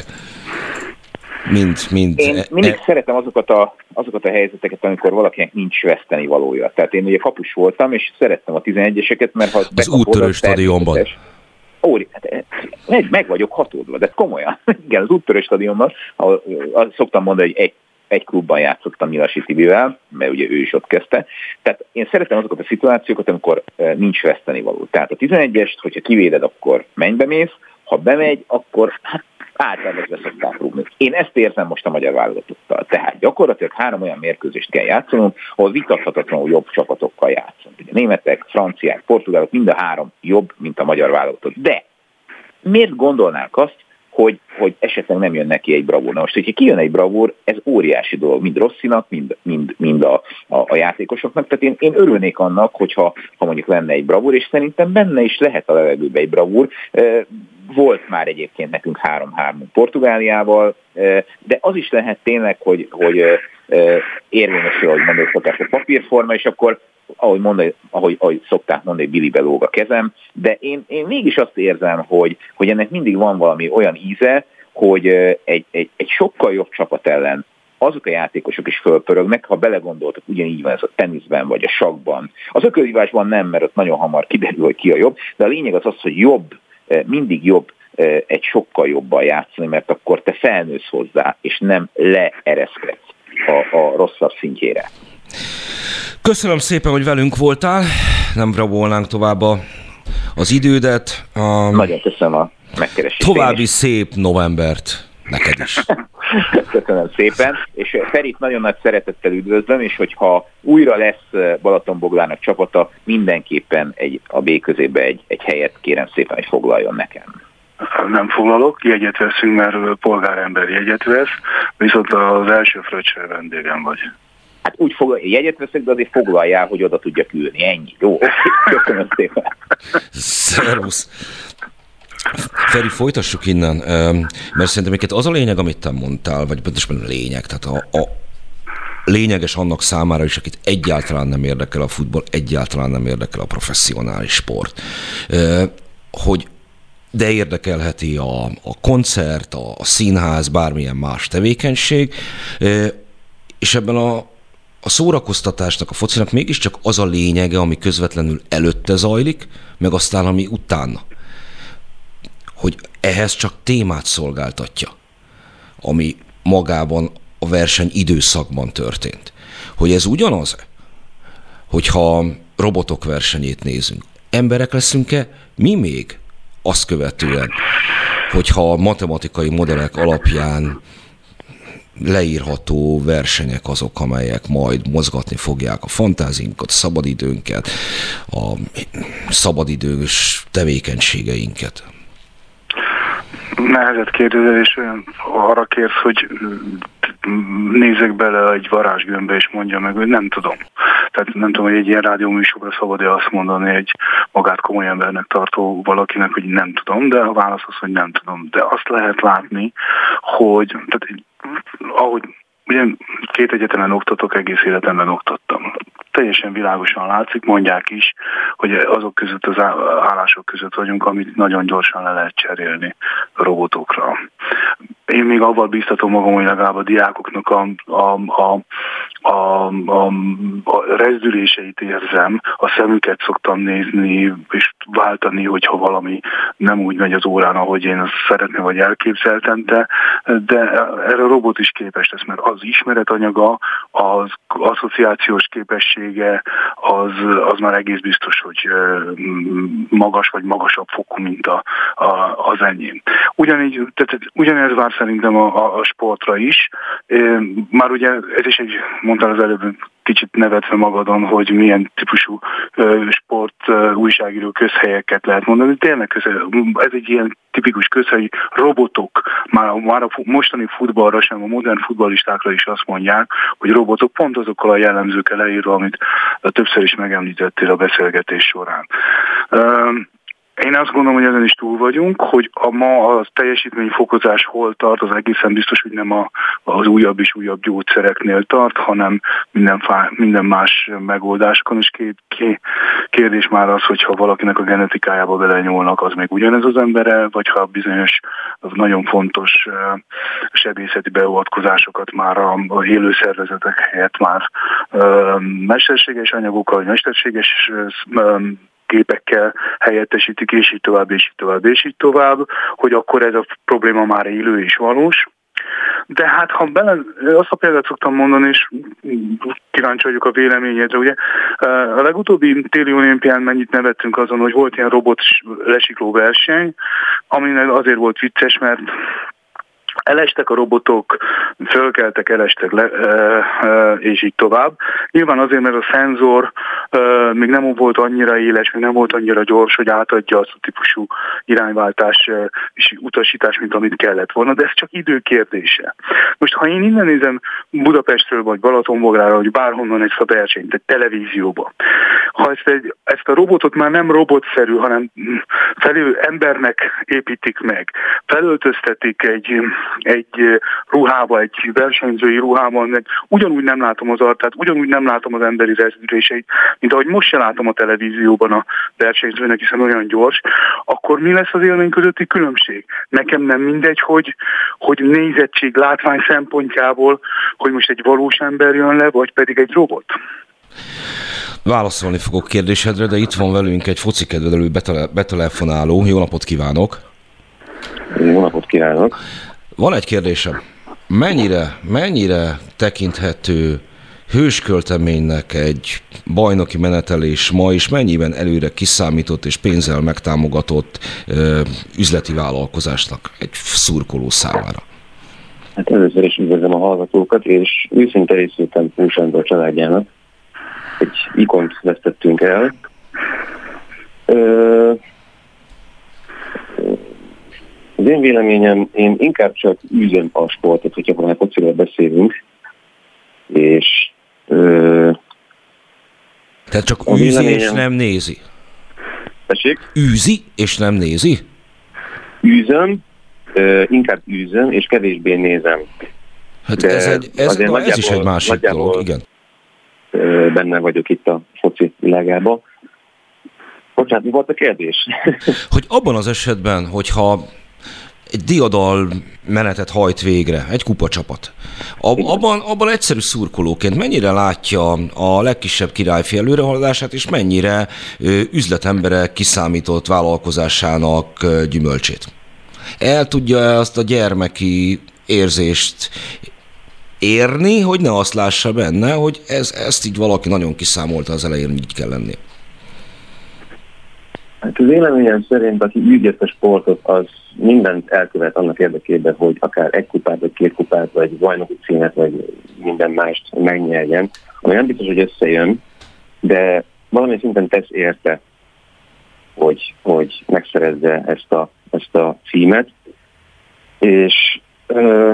Mind, mind én mindig e- szeretem azokat a, azokat a helyzeteket, amikor valakinek nincs veszteni valója. Tehát én ugye kapus voltam, és szerettem a tizenegyeseket, mert ha... Az úttörő stadionban. Ó, hát, meg, meg vagyok hatódva, de komolyan. Igen, az úttörő stadionban, ahol azt szoktam mondani, hogy egy, egy klubban játszottam Nyilasi Tibivel, mert ugye ő is ott kezdte. Tehát én szeretem azokat a szituációkat, amikor nincs veszteni való. Tehát a tizenegyest, hogyha kivéded, akkor mennybe mész, ha bemegy, akkor hát általában szokták rúgni. Én ezt érzem most a magyar válogatottal. Tehát gyakorlatilag három olyan mérkőzést kell játszanunk, ahol vitathatatlanul jobb csapatokkal játszunk. Ugye németek, franciák, portugálok, mind a három jobb, mint a magyar válogatott. De miért gondolnák azt, hogy, hogy esetleg nem jön neki egy bravúr? Na most, hogyha kijön egy bravúr, ez óriási dolog, mind Rosszinak, mind, mind, mind a, a, a játékosoknak. Tehát én, én örülnék annak, hogyha ha mondjuk lenne egy bravúr, és szerintem benne is lehet a levegőbe egy bravúr. Volt már egyébként nekünk három-három Portugáliával, de az is lehet tényleg, hogy, hogy érvényesül, ahogy mondod, szokás a papírforma, és akkor, ahogy, mondani, ahogy, ahogy szokták mondani, bilibe lóg a kezem, de én, én mégis azt érzem, hogy, hogy ennek mindig van valami olyan íze, hogy egy, egy, egy sokkal jobb csapat ellen azok a játékosok is fölpörögnek, ha belegondoltak, ugyanígy van ez a teniszben, vagy a sakkban. Az ökölhívásban nem, mert ott nagyon hamar kiderül, hogy ki a jobb, de a lényeg az az, hogy jobb, mindig jobb egy sokkal jobban játszani, mert akkor te felnősz hozzá, és nem leereszkedsz a, a rosszabb szintjére. Köszönöm szépen, hogy velünk voltál, nem rabolnánk tovább az idődet. Um, Nagyon köszönöm a megkeresést. További szép novembert neked is. Köszönöm szépen, és Ferit nagyon nagy szeretettel üdvözlöm, és hogyha újra lesz Balatonboglának csapata, mindenképpen egy, a B közébe egy, egy helyet kérem szépen, hogy foglaljon nekem. Nem foglalok, jegyet veszünk, mert polgárember jegyet vesz, viszont az első fröccsre vendégem vagy. Hát úgy foglal, jegyet veszek, de azért foglaljál, hogy oda tudjak ülni. Ennyi. Jó, oké, köszönöm szépen. Szervusz. Feri, folytassuk innen, mert szerintem az a lényeg, amit te mondtál, vagy pontosan a lényeg, tehát a, a lényeges annak számára is, akit egyáltalán nem érdekel a futball, egyáltalán nem érdekel a professzionális sport, hogy de érdekelheti a, a koncert, a, a színház, bármilyen más tevékenység, és ebben a, a szórakoztatásnak, a focinak mégiscsak az a lényege, ami közvetlenül előtte zajlik, meg aztán ami utána. Hogy ehhez csak témát szolgáltatja, ami magában a verseny időszakban történt. Hogy ez ugyanaz, hogyha robotok versenyét nézünk. Emberek leszünk-e? Mi még? Azt követően, hogyha a matematikai modellek alapján leírható versenyek azok, amelyek majd mozgatni fogják a fantáziunkat, a szabadidőnket, a szabadidős tevékenységeinket. Nehezet kérdezel, és olyan arra kérsz, hogy nézzek bele egy varázsgömbbe, és mondja meg, hogy nem tudom. Tehát nem tudom, hogy egy ilyen rádióműsorra szabad-e azt mondani egy magát komoly embernek tartó valakinek, hogy nem tudom, de a válasz az, hogy nem tudom. De azt lehet látni, hogy tehát, ahogy ugye két egyetemen oktatok, egész életemben oktattam. Teljesen világosan látszik, mondják is, hogy azok között az állások között vagyunk, amit nagyon gyorsan le lehet cserélni robotokra. Én még avval bíztatom magam, hogy legalább a diákoknak a, a, a, a, a, a rezdüléseit érzem, a szemüket szoktam nézni és váltani, hogyha valami nem úgy megy az órán, ahogy én azt szeretném, vagy elképzeltem, de, de erre a robot is képes lesz, mert az ismeretanyaga, az asszociációs képessége, az, az már egész biztos, hogy magas vagy magasabb fokú, mint a, a, az enyém. Ugyanígy, tehát ugyanez vár szerintem a, a, a sportra is. Már ugye ez is egy, mondtál az előbb, kicsit nevetve magadon, hogy milyen típusú sport újságíró közhelyeket lehet mondani. Tényleg ez egy ilyen tipikus közhely, robotok, már, már a mostani futballra sem, a modern futballistákra is azt mondják, hogy robotok pont azokkal a jellemzőkkel leírva, amit többször is megemlítettél a beszélgetés során. Én azt gondolom, hogy ezen is túl vagyunk, hogy a ma a teljesítményfokozás hol tart, az egészen biztos, hogy nem a, az újabb és újabb gyógyszereknél tart, hanem minden, fá, minden más megoldásokon, és két, két kérdés már az, hogyha valakinek a genetikájába belenyúlnak, az még ugyanez az embere, vagy ha bizonyos nagyon fontos uh, sebészeti beavatkozásokat már a, a élő szervezetek helyett már uh, mesterséges anyagokkal, vagy mesterséges uh, képekkel helyettesítik, és így tovább, és így tovább, és így tovább, hogy akkor ez a probléma már élő és valós. De hát, ha bele, azt a példát szoktam mondani, és kíváncsi vagyok a véleményedre, ugye a legutóbbi téli olimpián mennyit nevettünk azon, hogy volt ilyen robot lesikló verseny, aminek azért volt vicces, mert elestek a robotok, fölkeltek, elestek le, és így tovább. Nyilván azért, mert a szenzor még nem volt annyira éles, még nem volt annyira gyors, hogy átadja azt a típusú irányváltás és utasítás, mint amit kellett volna, de ez csak idő kérdése. Most, ha én innen nézem Budapestről, vagy Balatonbográra, vagy bárhonnan ezt a versenyt, egy televízióba, ha ezt, egy, ezt a robotot már nem robotszerű, hanem felül embernek építik meg, felöltöztetik egy egy ruhába, egy versenyzői ruhában, ugyanúgy nem látom az arcát, ugyanúgy nem látom az emberi rezdüléseit, mint ahogy most se látom a televízióban a versenyzőnek, hiszen olyan gyors, akkor mi lesz az élmény közötti különbség? Nekem nem mindegy, hogy, hogy nézettség, látvány szempontjából, hogy most egy valós ember jön le, vagy pedig egy robot. Válaszolni fogok kérdésedre, de itt van velünk egy foci kedvelő betele, betelefonáló. Jó napot kívánok! Jó napot kívánok! Van egy kérdésem. Mennyire, mennyire tekinthető hőskölteménynek egy bajnoki menetelés ma, és mennyiben előre kiszámított és pénzzel megtámogatott ö, üzleti vállalkozásnak egy szurkoló számára? Hát először is üdvözlöm a hallgatókat, és őszinte részültem Pús Sándor családjának. Egy ikont vesztettünk el. Ö, az én véleményem, én inkább csak űzöm a sportot, hogyha valami fociról beszélünk, és ö, tehát csak űzi és nem nézi? Tessék? Űzi és nem nézi? Űzöm, ö, inkább űzöm, és kevésbé nézem. Hát ez, egy, ez, na, ez is egy másik dolog, igen. Benne vagyok itt a foci világában. Bocsánat, mi volt a kérdés? Hogy abban az esetben, hogyha egy diadal menetet hajt végre, egy kupacsapat, ab, abban, abban egyszerű szurkolóként mennyire látja a legkisebb királyfi előrehaladását, és mennyire ö, üzletemberek kiszámított vállalkozásának ö, gyümölcsét? El tudja azt a gyermeki érzést érni, hogy ne azt lássa benne, hogy ez, ezt így valaki nagyon kiszámolta az elején, így kell lenni. Hát az véleményem szerint, aki ügyet a sportot, az mindent elkövet annak érdekében, hogy akár egy kupát, vagy két kupát, vagy bajnoki címet, vagy minden mást megnyerjen, ami nem biztos, hogy összejön, de valami szinten tesz érte, hogy, hogy megszerezze ezt a, ezt a címet, és ö,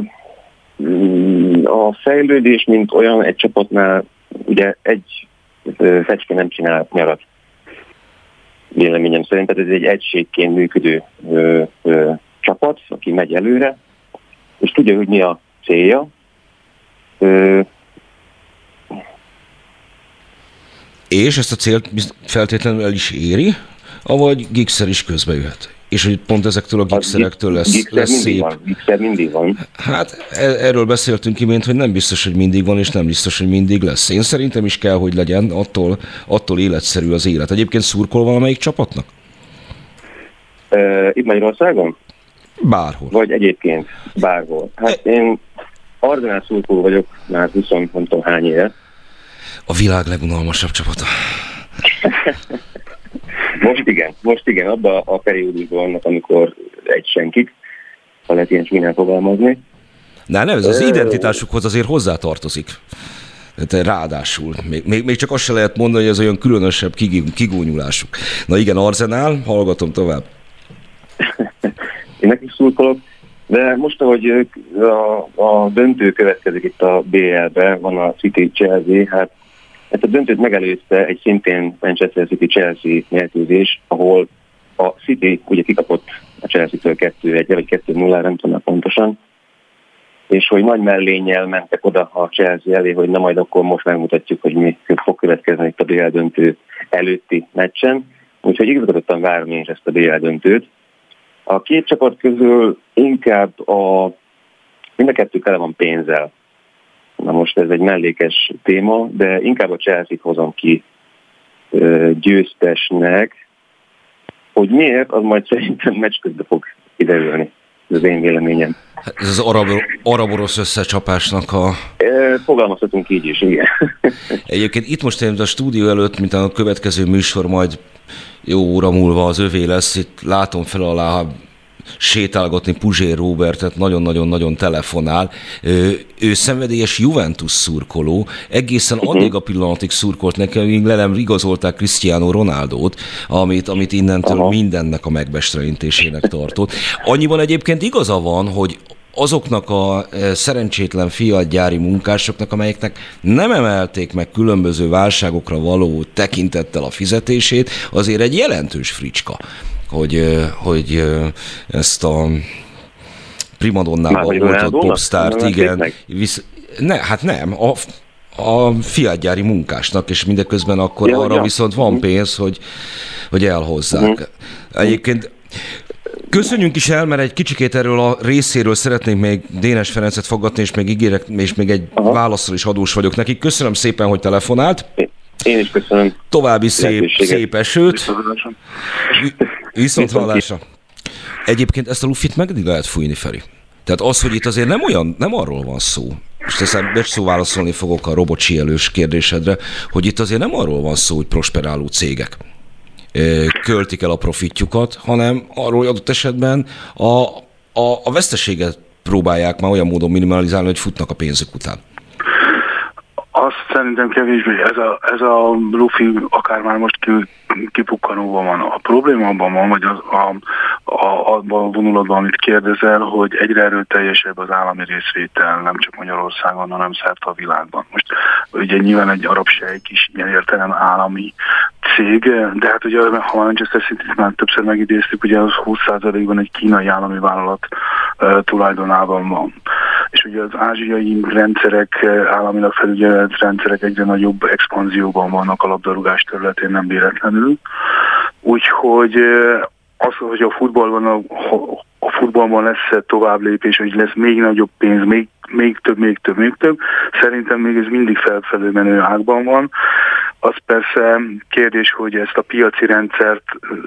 a fejlődés, mint olyan egy csapatnál, ugye egy fecske nem csinál nyarat. Véleményem szerint, tehát ez egy egységként működő ö, ö, csapat, aki megy előre, és tudja, hogy mi a célja. Ö, és ezt a célt feltétlenül el is éri, avagy gigszer is közbe jöhet. És hogy pont ezektől a gigszerektől lesz, lesz szép. Van, gigszer mindig van. Hát erről beszéltünk imént, hogy nem biztos, hogy mindig van, és nem biztos, hogy mindig lesz. Én szerintem is kell, hogy legyen, attól, attól életszerű az élet. Egyébként szurkol valamelyik csapatnak? Uh, itt Magyarországon? Bárhol. Vagy egyébként bárhol. Hát e... én Arzenál szurkoló vagyok már húsz nem tudom hány éve. A világ legunalmasabb csapata. Most igen, most igen, abban a periódusban vannak, amikor egy senkik, ha lehet ilyen csúnyán fogalmazni. De nem, ez az identitásukhoz azért hozzátartozik. Ráadásul. Még, még, még csak azt se lehet mondani, hogy ez olyan különösebb kigúnyulásuk. Na igen, Arzenál, hallgatom tovább. Én nekik szurkolok, de most, ahogy a, a döntő következik itt a bé el-be, van a City Chelsea, hát ezt a döntőt megelőzte egy szintén Manchester City-Chelsea mérkőzés, ahol a City ugye kikapott a Chelsea-től kettő egy vagy kettő nulla, nem tudom pontosan, és hogy nagy mellénnyel mentek oda a Chelsea elé, hogy na majd akkor most megmutatjuk, hogy mi fog következni itt a bé el döntő előtti meccsen. Úgyhogy igazgatottan várom én is ezt a bé el döntőt. A két csapat közül inkább a mind a kettő tele van pénzzel. Na most ez egy mellékes téma, de inkább a Chelsea-t hozom ki ö, győztesnek, hogy miért, az majd szerintem meccs közben fog kiderülni. Ez az én véleményem. Ez az arab-orosz összecsapásnak a... E, fogalmazhatunk így is, igen. Egyébként itt most én a stúdió előtt, mint a következő műsor majd jó óra múlva az övé lesz, itt látom fel alá sétálgatni Puzsér Róbertet, nagyon-nagyon-nagyon telefonál. Ő, ő szenvedélyes Juventus szurkoló, egészen addig a pillanatig szurkolt nekem, míg le nem igazolták Cristiano Ronaldót, amit, amit innentől Aha. mindennek a megbestrelintésének tartott. Annyiban egyébként igaza van, hogy azoknak a szerencsétlen fiatgyári munkásoknak, amelyeknek nem emelték meg különböző válságokra való tekintettel a fizetését, azért egy jelentős fricska, hogy, hogy ezt a primadonnában oltott popstárt, igen. Visz, ne, hát nem, a, a Fiat-gyári munkásnak, és mindeközben akkor ja, arra ja. viszont van pénz, hogy, hogy elhozzák. Uh-huh. Egyébként köszönjünk is el, mert egy kicsikét erről a részéről szeretnénk még Dénes Ferencet fogadni, és még ígérek, és még egy Aha. válaszsal is adós vagyok nekik. Köszönöm szépen, hogy telefonált. Én is köszönöm. További szép, szép esőt. Viszont hallásra. Egyébként ezt a lufit meddig lehet fújni, Feri? Tehát az, hogy itt azért nem olyan, nem arról van szó, és teszem, szó válaszolni fogok a robotcsielős kérdésedre, hogy itt azért nem arról van szó, hogy prosperáló cégek költik el a profitjukat, hanem arról, hogy adott esetben a, a, a veszteséget próbálják már olyan módon minimalizálni, hogy futnak a pénzük után. Azt szerintem kevésbé, ez a, ez a lufi akár már most ki, kipukkanóban van. A probléma abban van, hogy az, a, a, abban a vonulatban, amit kérdezel, hogy egyre erőteljesebb az állami részvétel, nem csak Magyarországon, hanem szerte a világban. Most ugye nyilván egy arab sejk is ilyen értelem állami cég, de hát ugye, ha a Manchester City-t már többször megidéztük, ugye az húsz százalékban egy kínai állami vállalat uh, tulajdonában van. És ugye az ázsiai rendszerek, államilag felügyelt rendszerek egyre nagyobb expanzióban vannak a labdarúgás területén, nem véletlenül. Úgyhogy az, hogy a futballban, a, a futballban lesz tovább lépés, hogy lesz még nagyobb pénz, még, még több, még több, még több, szerintem még ez mindig felfelé menő ágban van. Az persze kérdés, hogy ezt a piaci rendszert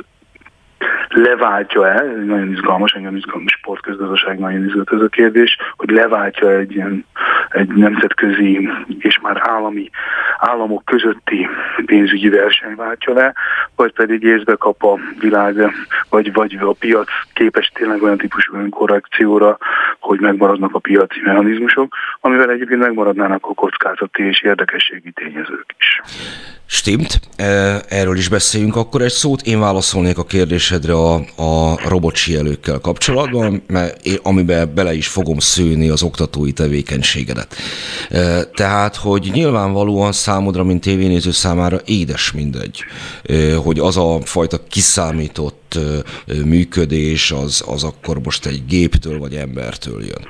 leváltja-e, nagyon izgalmas, nagyon izgalmas sportközgazdaság, nagyon izgalmas ez a kérdés, hogy leváltja egy ilyen egy nemzetközi és már állami államok közötti pénzügyi verseny váltja le, vagy pedig észbe kap a világ, vagy, vagy a piac képes tényleg olyan típusú önkorrekcióra, hogy megmaradnak a piaci mechanizmusok, amivel egyébként megmaradnának a kockázati és érdekességi tényezők is. Stimmt, erről is beszéljünk akkor egy szót. Én válaszolnék a kérdésedre a, a robotcsielőkkel kapcsolatban, mert én, amiben bele is fogom szőni az oktatói tevékenységedet. Tehát, hogy nyilvánvalóan számodra, mint tévénéző számára édes mindegy, hogy az a fajta kiszámított működés az, az akkor most egy géptől vagy embertől jön.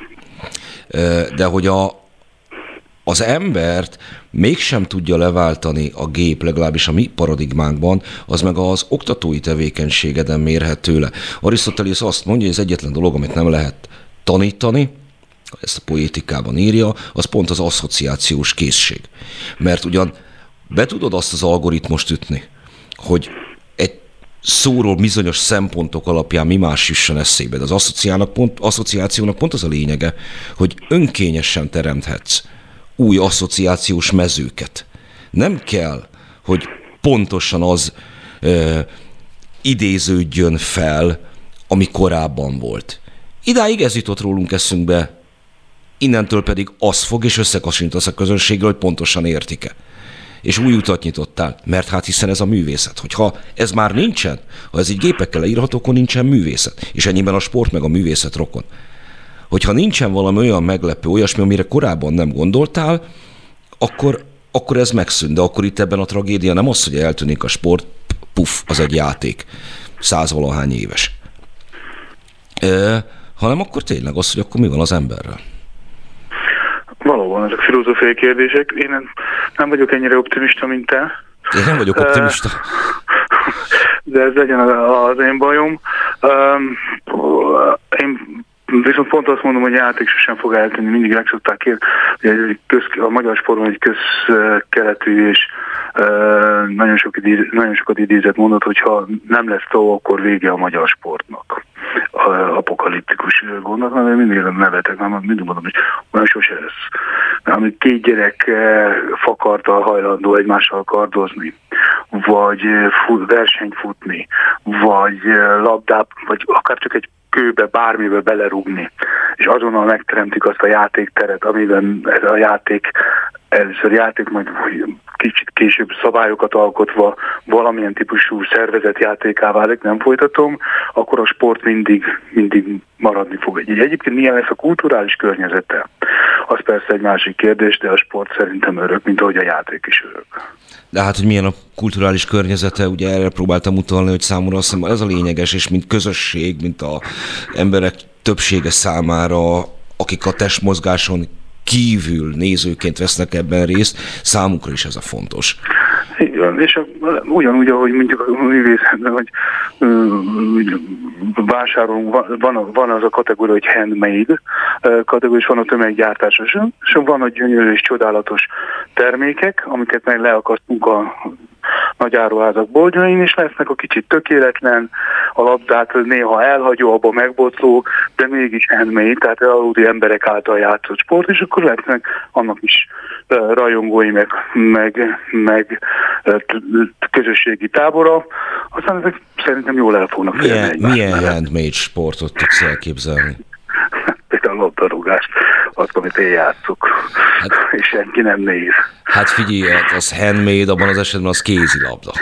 De hogy a az embert mégsem tudja leváltani a gép, legalábbis a mi paradigmánkban, az meg az oktatói tevékenységeden mérhető le. Arisztotelész azt mondja, hogy az egyetlen dolog, amit nem lehet tanítani, ezt a poétikában írja, az pont az asszociációs készség. Mert ugyan be tudod azt az algoritmust ütni, hogy egy szóról bizonyos szempontok alapján mi más jusson eszébe. De az asszociációnak pont, asszociációnak pont az a lényege, hogy önkényesen teremthetsz új asszociációs mezőket. Nem kell, hogy pontosan az ö, idéződjön fel, ami korábban volt. Idáig ez jutott rólunk eszünkbe, innentől pedig az fog, és összekasítasz a közönséggel, hogy pontosan értik-e. És új utat nyitottál, mert hát hiszen ez a művészet. Hogyha ez már nincsen, ha ez így gépekkel leírható, akkor nincsen művészet. És ennyiben a sport meg a művészet rokon. Hogyha nincsen valami olyan meglepő, olyasmi, amire korábban nem gondoltál, akkor, akkor ez megszűn. De akkor itt ebben a tragédia nem az, hogy eltűnik a sport, puff, az egy játék, százvalahány éves. E, hanem akkor tényleg az, hogy akkor mi van az emberrel. Valóban, ezek filozófiai kérdések. Én nem, nem vagyok ennyire optimista, mint te. Én nem vagyok optimista. De ez legyen az én bajom. Én viszont pont azt mondom, hogy a játék sosem fog eltűnni, mindig megszokták kérni, hogy egy köz, a magyar sportban egy közkeletű és uh, nagyon, sok idéz, nagyon sokat idézett mondat, hogyha nem lesz szó, akkor vége a magyar sportnak. Uh, apokaliptikus gondolat, mert mindig nevetek, mert mindig mondom, hogy olyan sose lesz. Mert amíg két gyerek uh, fakartal hajlandó egymással kardozni, vagy uh, fut, versenyt futni, vagy uh, labdát, vagy akár csak egy kőbe, bármibe belerúgni, és azonnal megteremtik azt a játékteret, amiben ez a játék, először játék, majd kicsit később szabályokat alkotva valamilyen típusú szervezett játéká válik, nem folytatom, akkor a sport mindig, mindig maradni fog. Egyébként milyen lesz a kulturális környezete? Az persze egy másik kérdés, de a sport szerintem örök, mint ahogy a játék is örök. De hát, hogy milyen a kulturális környezete, ugye erre próbáltam utalni, hogy számomra azt hiszem, ez a lényeges, és mint közösség, mint a emberek többsége számára, akik a testmozgáson kívül nézőként vesznek ebben részt, számukra is ez a fontos. Igen, és a, ugyanúgy, ahogy mondjuk a művészetben, hogy vásárolunk, van, van az a kategória, hogy handmade kategória, és van a tömeggyártás, és van a gyönyörű és csodálatos termékek, amiket meg leakasztunk a nagy áruházak boltjain, és lesznek a kicsit tökéletlen, a labdát néha elhagyó, abba megbotló, de mégis handmade, tehát aludi emberek által játszott sport, és akkor lesznek annak is rajongói, meg, meg, meg közösségi tábora. Aztán ezek szerintem jól el fognak férni. Milyen, milyen handmade sportot tudsz elképzelni? Például a labdarúgást, azt, amit én játszok, hát, és senki nem néz. Hát figyelj, az handmade, abban az esetben az kézilabda.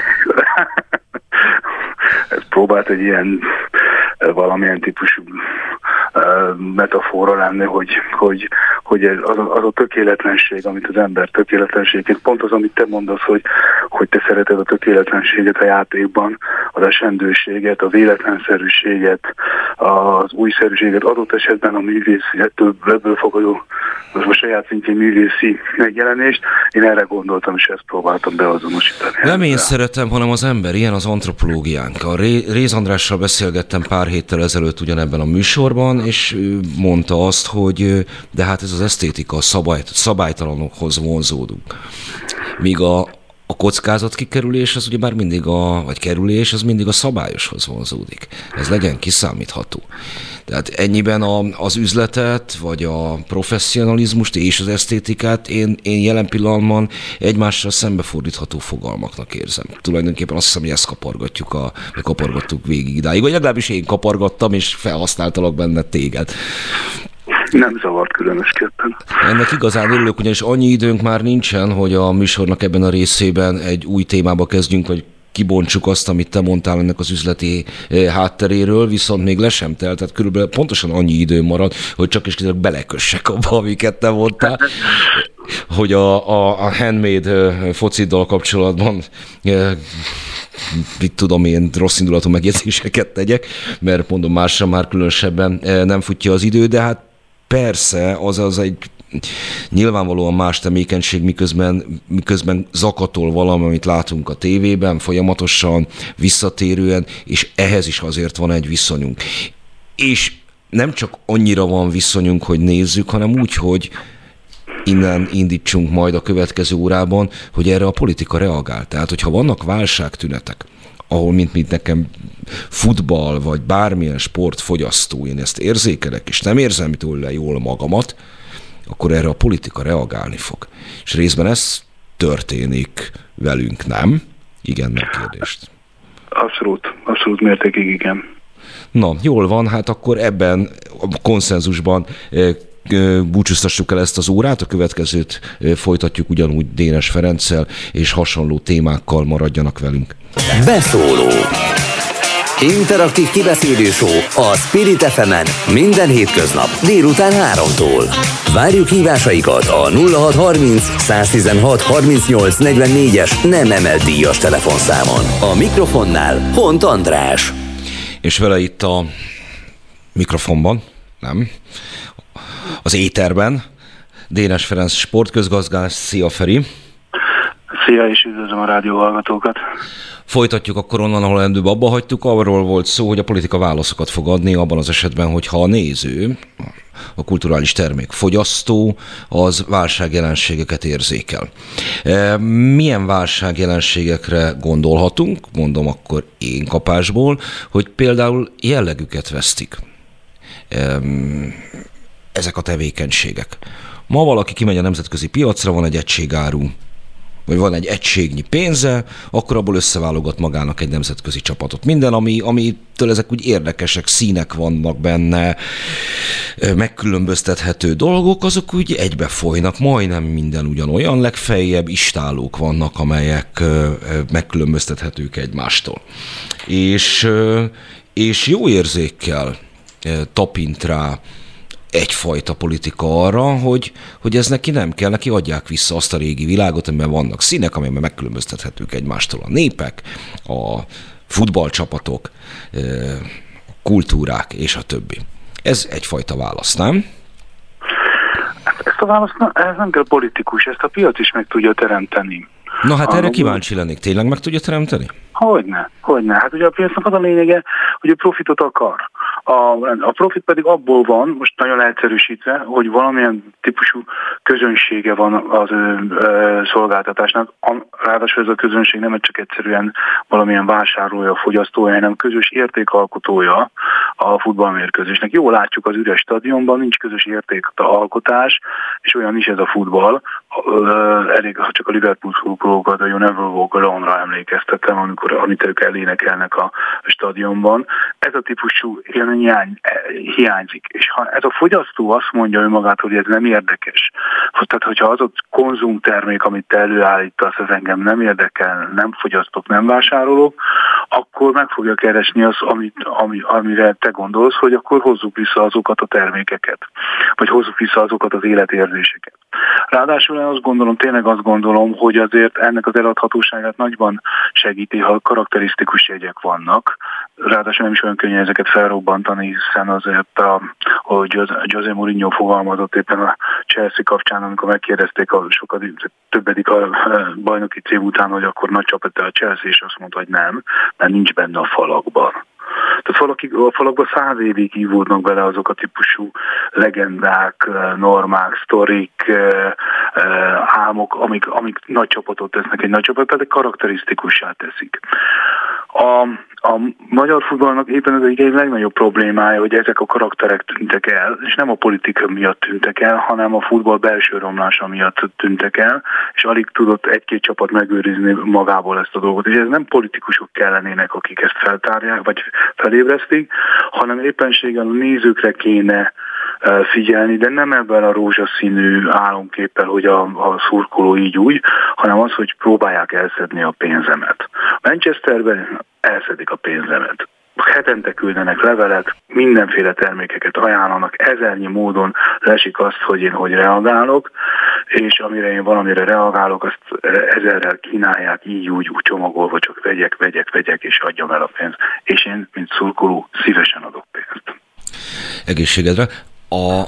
Ez próbált egy ilyen valamilyen típusú metafora lenni, hogy, hogy, hogy ez az, a, az a tökéletlenség, amit az ember tökéletlenségét, pont az, amit te mondasz, hogy, hogy te szereted a tökéletlenséget a játékban, az esendőséget, a véletlenszerűséget, az újszerűséget, adott esetben a művészi, ettől ebből fogadó, az a saját szintjén művészi megjelenést. Én erre gondoltam, és ezt próbáltam beazonosítani. Nem én szeretem, hanem az ember, ilyen az antropológiánk. A Réz Andrással beszélgettem pár héttel ezelőtt ugyanebben a műsorban, és ő mondta azt, hogy de hát ez az esztétika, a szabály, szabálytalanokhoz vonzódunk. Míg a, a kockázat kikerülés, az ugyebár mindig a, vagy kerülés, az mindig a szabályoshoz vonzódik. Ez legyen kiszámítható. Tehát ennyiben a, az üzletet, vagy a professzionalizmust és az esztétikát én, én jelen pillanatban egymással szembefordítható fogalmaknak érzem. Tulajdonképpen azt hiszem, hogy ezt kapargatjuk, a, kapargattuk végig idáig. Vagy legalábbis én kapargattam, és felhasználtalak benne téged. Nem zavart különösképpen. Ennek igazán örülök, ugyanis annyi időnk már nincsen, hogy a műsornak ebben a részében egy új témába kezdjünk, hogy kibontsuk azt, amit te mondtál ennek az üzleti hátteréről, viszont még le sem telt, tehát körülbelül pontosan annyi idő marad, hogy csak is kizárólag belekössek abba, amiket te mondtál, hogy a, a, a handmade fociddal kapcsolatban mit tudom én, rossz indulatú megjegyzéseket tegyek, mert mondom, másra már különösebben nem futja az idő, de hát persze, az az egy nyilvánvalóan más tevékenység, miközben, miközben zakatol valami, amit látunk a tévében, folyamatosan, visszatérően, és ehhez is azért van egy viszonyunk. És nem csak annyira van viszonyunk, hogy nézzük, hanem úgy, hogy innen indítsunk majd a következő órában, hogy erre a politika reagál. Tehát, hogyha vannak válságtünetek, ahol mint, mint nekem futball, vagy bármilyen sportfogyasztó, én ezt érzékelek, és nem érzem tőle jól magamat, akkor erre a politika reagálni fog. És részben ez történik velünk, nem? Igen, nem kérdést. Abszolút, abszolút mértékig igen. Na, jól van, hát akkor ebben a konszenzusban búcsúztassuk el ezt az órát, a következőt folytatjuk ugyanúgy Dénes Ferenccel, és hasonló témákkal maradjanak velünk. Beszóló. Interaktív kibeszélő show a Spirit ef emen minden hétköznap délután háromtól. Várjuk hívásaikat a nulla hat harminc száztizenhat harmincnyolc negyvennégyes nem emelt díjas telefonszámon. A mikrofonnál Hont András. És vele itt a mikrofonban, nem, az éterben, Dénes Ferenc sportközgazdász. Szia, Feri! Szia, és üdvözlöm a rádióhallgatókat! Folytatjuk akkor onnan, ahol előbb abba hagytuk. Arról volt szó, hogy a politika válaszokat fog adni abban az esetben, hogyha a néző, a kulturális termék fogyasztó, az válságjelenségeket érzékel. Milyen válságjelenségekre gondolhatunk? Mondom akkor én kapásból, hogy például jellegüket vesztik ezek a tevékenységek. Ma valaki kimegy a nemzetközi piacra, van egy egységáru, vagy van egy egységnyi pénze, akkor abból összeválogat magának egy nemzetközi csapatot. Minden, ami, amitől ezek úgy érdekesek, színek vannak benne, megkülönböztethető dolgok, azok úgy egybefolynak, majdnem minden ugyanolyan, legfeljebb istálók vannak, amelyek megkülönböztethetők egymástól. És, és jó érzékkel tapint rá egyfajta politika arra, hogy, hogy ez neki nem kell, neki adják vissza azt a régi világot, amiben vannak színek, amiben megkülönböztethetők egymástól a népek, a futballcsapatok, a kultúrák és a többi. Ez egyfajta válasz, nem? Ezt a választ, ez nem kell politikus, ezt a piac is meg tudja teremteni. Na hát erre kíváncsi lennék. Tényleg meg tudja teremteni? Hogyne, hogyne. Hát ugye a piacnak az a lényege, hogy a profitot akar. A, a profit pedig abból van, most nagyon egyszerűsítve, hogy valamilyen típusú közönsége van az ö, ö, szolgáltatásnak. A, ráadásul ez a közönség nem csak egyszerűen valamilyen vásárlója, fogyasztója, hanem közös értékalkotója a futballmérkőzésnek. Jól látjuk az üres stadionban, nincs közös értékalkotás, és olyan is ez a futball. Ö, elég, ha csak a Liverpool szurkolókat, a You Never Walk Alone-ra emlékeztetem, amikor, amit ők elénekelnek a stadionban. Ez a típusú élmény hiányzik. És ha ez a fogyasztó azt mondja önmagát, hogy ez nem érdekes, tehát hogyha az a konzumtermék, amit te előállítasz, ez engem nem érdekel, nem fogyasztok, nem vásárolok, akkor meg fogja keresni azt, amit, ami, amire te gondolsz, hogy akkor hozzuk vissza azokat a termékeket, vagy hozzuk vissza azokat az életérzéseket. Ráadásul én azt gondolom, tényleg azt gondolom, hogy azért ennek az eladhatóságát nagyban segíti, ha karakterisztikus jegyek vannak. Ráadásul nem is olyan könnyű ezeket felrobbantani, hiszen azért, a, hogy José Mourinho fogalmazott éppen a Chelsea kapcsán, amikor megkérdezték a sokat, többedik a bajnoki cím után, hogy akkor nagy csapat a Chelsea, és azt mondta, hogy nem, mert nincs benne a falakban. Tehát valaki, a falakban száz évig ívódnak bele azok a típusú legendák, normák, sztorik, álmok, amik, amik nagy csapatot tesznek egy nagy csapat, pedig karakterisztikussá teszik. A, a magyar futballnak éppen ez egy legnagyobb problémája, hogy ezek a karakterek tűntek el, és nem a politika miatt tűntek el, hanem a futball belső romlása miatt tűntek el, és alig tudott egy-két csapat megőrizni magából ezt a dolgot. És ez nem politikusok kellenének, akik ezt feltárják, vagy felébresztik, hanem éppenséggel a nézőkre kéne figyelni, de nem ebben a rózsaszínű álomképpel, hogy a, a szurkoló így úgy, hanem az, hogy próbálják elszedni a pénzemet. Manchesterben elszedik a pénzemet. Hetente küldenek levelet, mindenféle termékeket ajánlanak, ezernyi módon lesik azt, hogy én hogy reagálok, és amire én valamire reagálok, azt ezerrel kínálják, így úgy, úgy csomagolva, csak vegyek, vegyek, vegyek, és adjam el a pénzt. És én, mint szurkoló, szívesen adok pénzt. Egészségedre. A,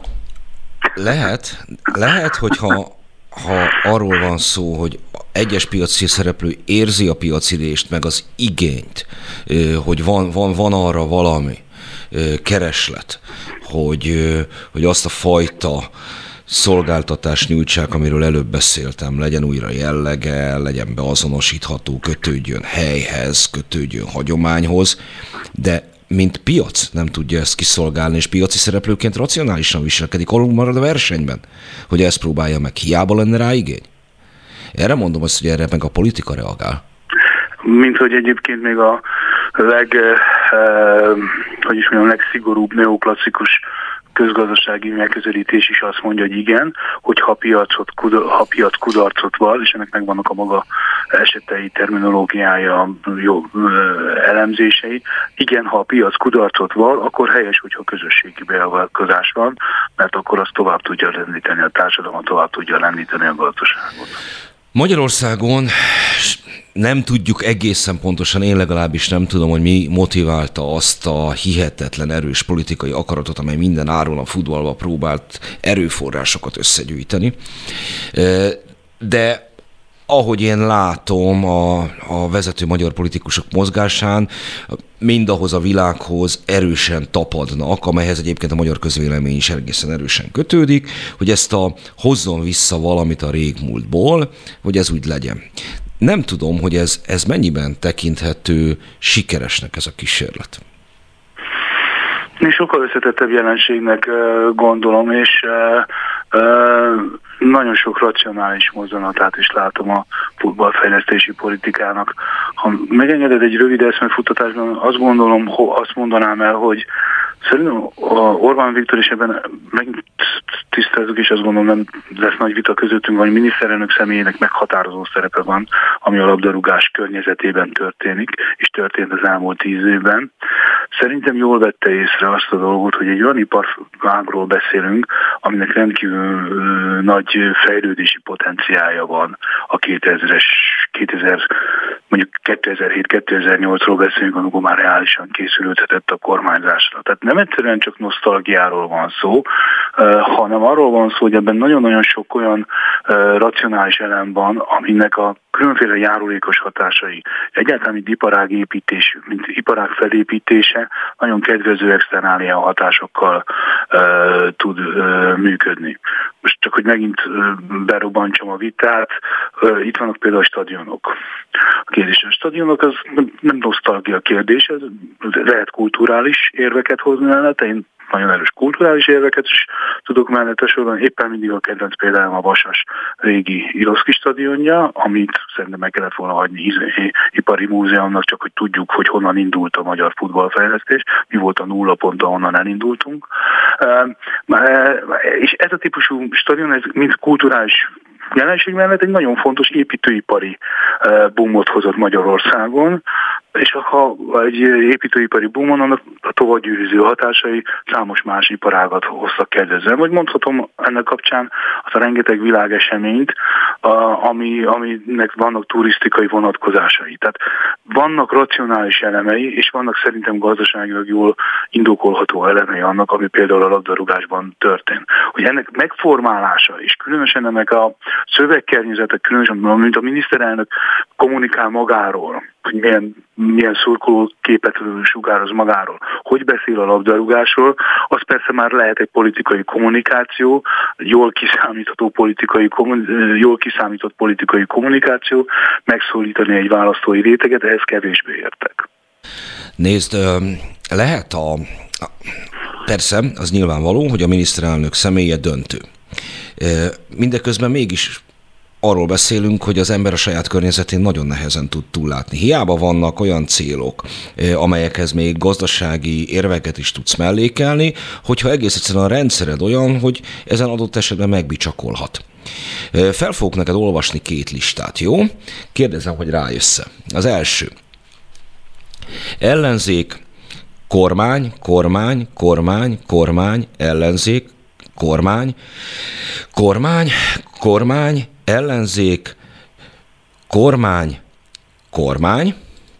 lehet, lehet, hogyha ha arról van szó, hogy egyes piaci szereplő érzi a piacirést, meg az igényt, hogy van, van, van arra valami kereslet, hogy, hogy azt a fajta szolgáltatást nyújtsák, amiről előbb beszéltem, legyen újra jellege, legyen beazonosítható, kötődjön helyhez, kötődjön hagyományhoz, de mint piac nem tudja ezt kiszolgálni, és piaci szereplőként racionálisan viselkedik, alul marad a versenyben, hogy ezt próbálja meg. Hiába lenne rá igény? Erre mondom azt, hogy erre meg a politika reagál. Mint hogy egyébként még a leg, eh, hogy is mondjam, legszigorúbb neoklasszikus közgazdasági megközelítés is azt mondja, hogy igen, hogyha a piacot, ha a piac kudarcot val, és ennek megvannak a maga esetei, terminológiája, jó elemzései. Igen, ha a piac kudarcot val, akkor helyes, hogyha közösségi beavatkozás van, mert akkor az tovább tudja lendíteni a társadalmat, tovább tudja lendíteni a gazdaságot. Magyarországon nem tudjuk egészen pontosan, én legalábbis nem tudom, hogy mi motiválta azt a hihetetlen erős politikai akaratot, amely minden áron a futballba próbált erőforrásokat összegyűjteni. De ahogy én látom a, a vezető magyar politikusok mozgásán, mindahhoz a világhoz erősen tapadnak, amelyhez egyébként a magyar közvélemény is egészen erősen kötődik, hogy ezt a hozzon vissza valamit a régmúltból, hogy ez úgy legyen. Nem tudom, hogy ez, ez mennyiben tekinthető sikeresnek ez a kísérlet. Én sokkal összetettebb jelenségnek gondolom, és nagyon sok racionális mozzanatát is látom a futballfejlesztési politikának. Ha megengeded egy rövid eszmefuttatásban, azt gondolom, azt mondanám el, hogy szerintem Orbán Viktor is ebben megint tisztázzuk, és azt gondolom nem lesz nagy vita közöttünk, hogy a miniszterelnök személyének meghatározó szerepe van, ami a labdarúgás környezetében történik, és történt az elmúlt tíz évben. Szerintem jól vette észre azt a dolgot, hogy egy olyan iparágról beszélünk, aminek rendkívül ö, nagy fejlődési potenciálja van a kétezres, kétezer, mondjuk kétezer-hét kétezer-nyolcról beszélünk, amikor már reálisan készülődhetett a kormányzásra. Tehát nem egyszerűen csak nosztalgiáról van szó, hanem arról van szó, hogy ebben nagyon-nagyon sok olyan racionális elem van, aminek a különféle járulékos hatásai, egyáltalán mint iparágépítés, mint iparág felépítése nagyon kedvező externália hatásokkal uh, tud uh, működni. Most csak, hogy megint uh, berobbantsam a vitát, uh, itt vannak például a stadionok. A kérdés, a stadionok az nem, nem nosztalgia kérdés, ez lehet kulturális érveket hozni mellette, én nagyon erős kulturális érveket is tudok mellette sorolni. Éppen mindig a kedvenc például a Vasas régi Iroszki stadionja, amit szerintem meg kellett volna hagyni ipari múzeumnak, csak hogy tudjuk, hogy honnan indult a magyar futballfejlesztés, mi volt a nulla pont, ahonnan elindultunk. És ez a típusú stadion, ez mind kulturális jelenség mellett egy nagyon fontos építőipari boomot hozott Magyarországon, és ha egy építőipari boomon, annak a továbbgyűrűző hatásai számos más iparágat hoztak kedvezően. Vagy mondhatom ennek kapcsán azt a rengeteg világeseményt, ami, aminek vannak turisztikai vonatkozásai. Tehát vannak racionális elemei, és vannak szerintem gazdaságilag jól indokolható elemei annak, ami például a labdarúgásban történt. Hogy ennek megformálása, és különösen ennek a szövegkörnyezetek, különösen, mint a miniszterelnök kommunikál magáról, hogy milyen, milyen szurkoló képet sugároz magáról, hogy beszél a labdarúgásról, az persze már lehet egy politikai kommunikáció, jól kiszámítható politikai, jól kiszámított politikai kommunikáció, megszólítani egy választói réteget, ehhez kevésbé értek. Nézd, lehet a... Persze, az nyilvánvaló, hogy a miniszterelnök személye döntő. Mindeközben mégis arról beszélünk, hogy az ember a saját környezetén nagyon nehezen tud túllátni. Hiába vannak olyan célok, amelyekhez még gazdasági érveket is tudsz mellékelni, hogyha egész egyszerűen a rendszered olyan, hogy ezen adott esetben megbicsakolhat. Fel fogok neked olvasni két listát, jó? Kérdezem, hogy rájössz-e. Az első. Ellenzék, kormány, kormány, kormány, kormány, ellenzék, kormány, kormány, kormány, ellenzék, kormány, kormány,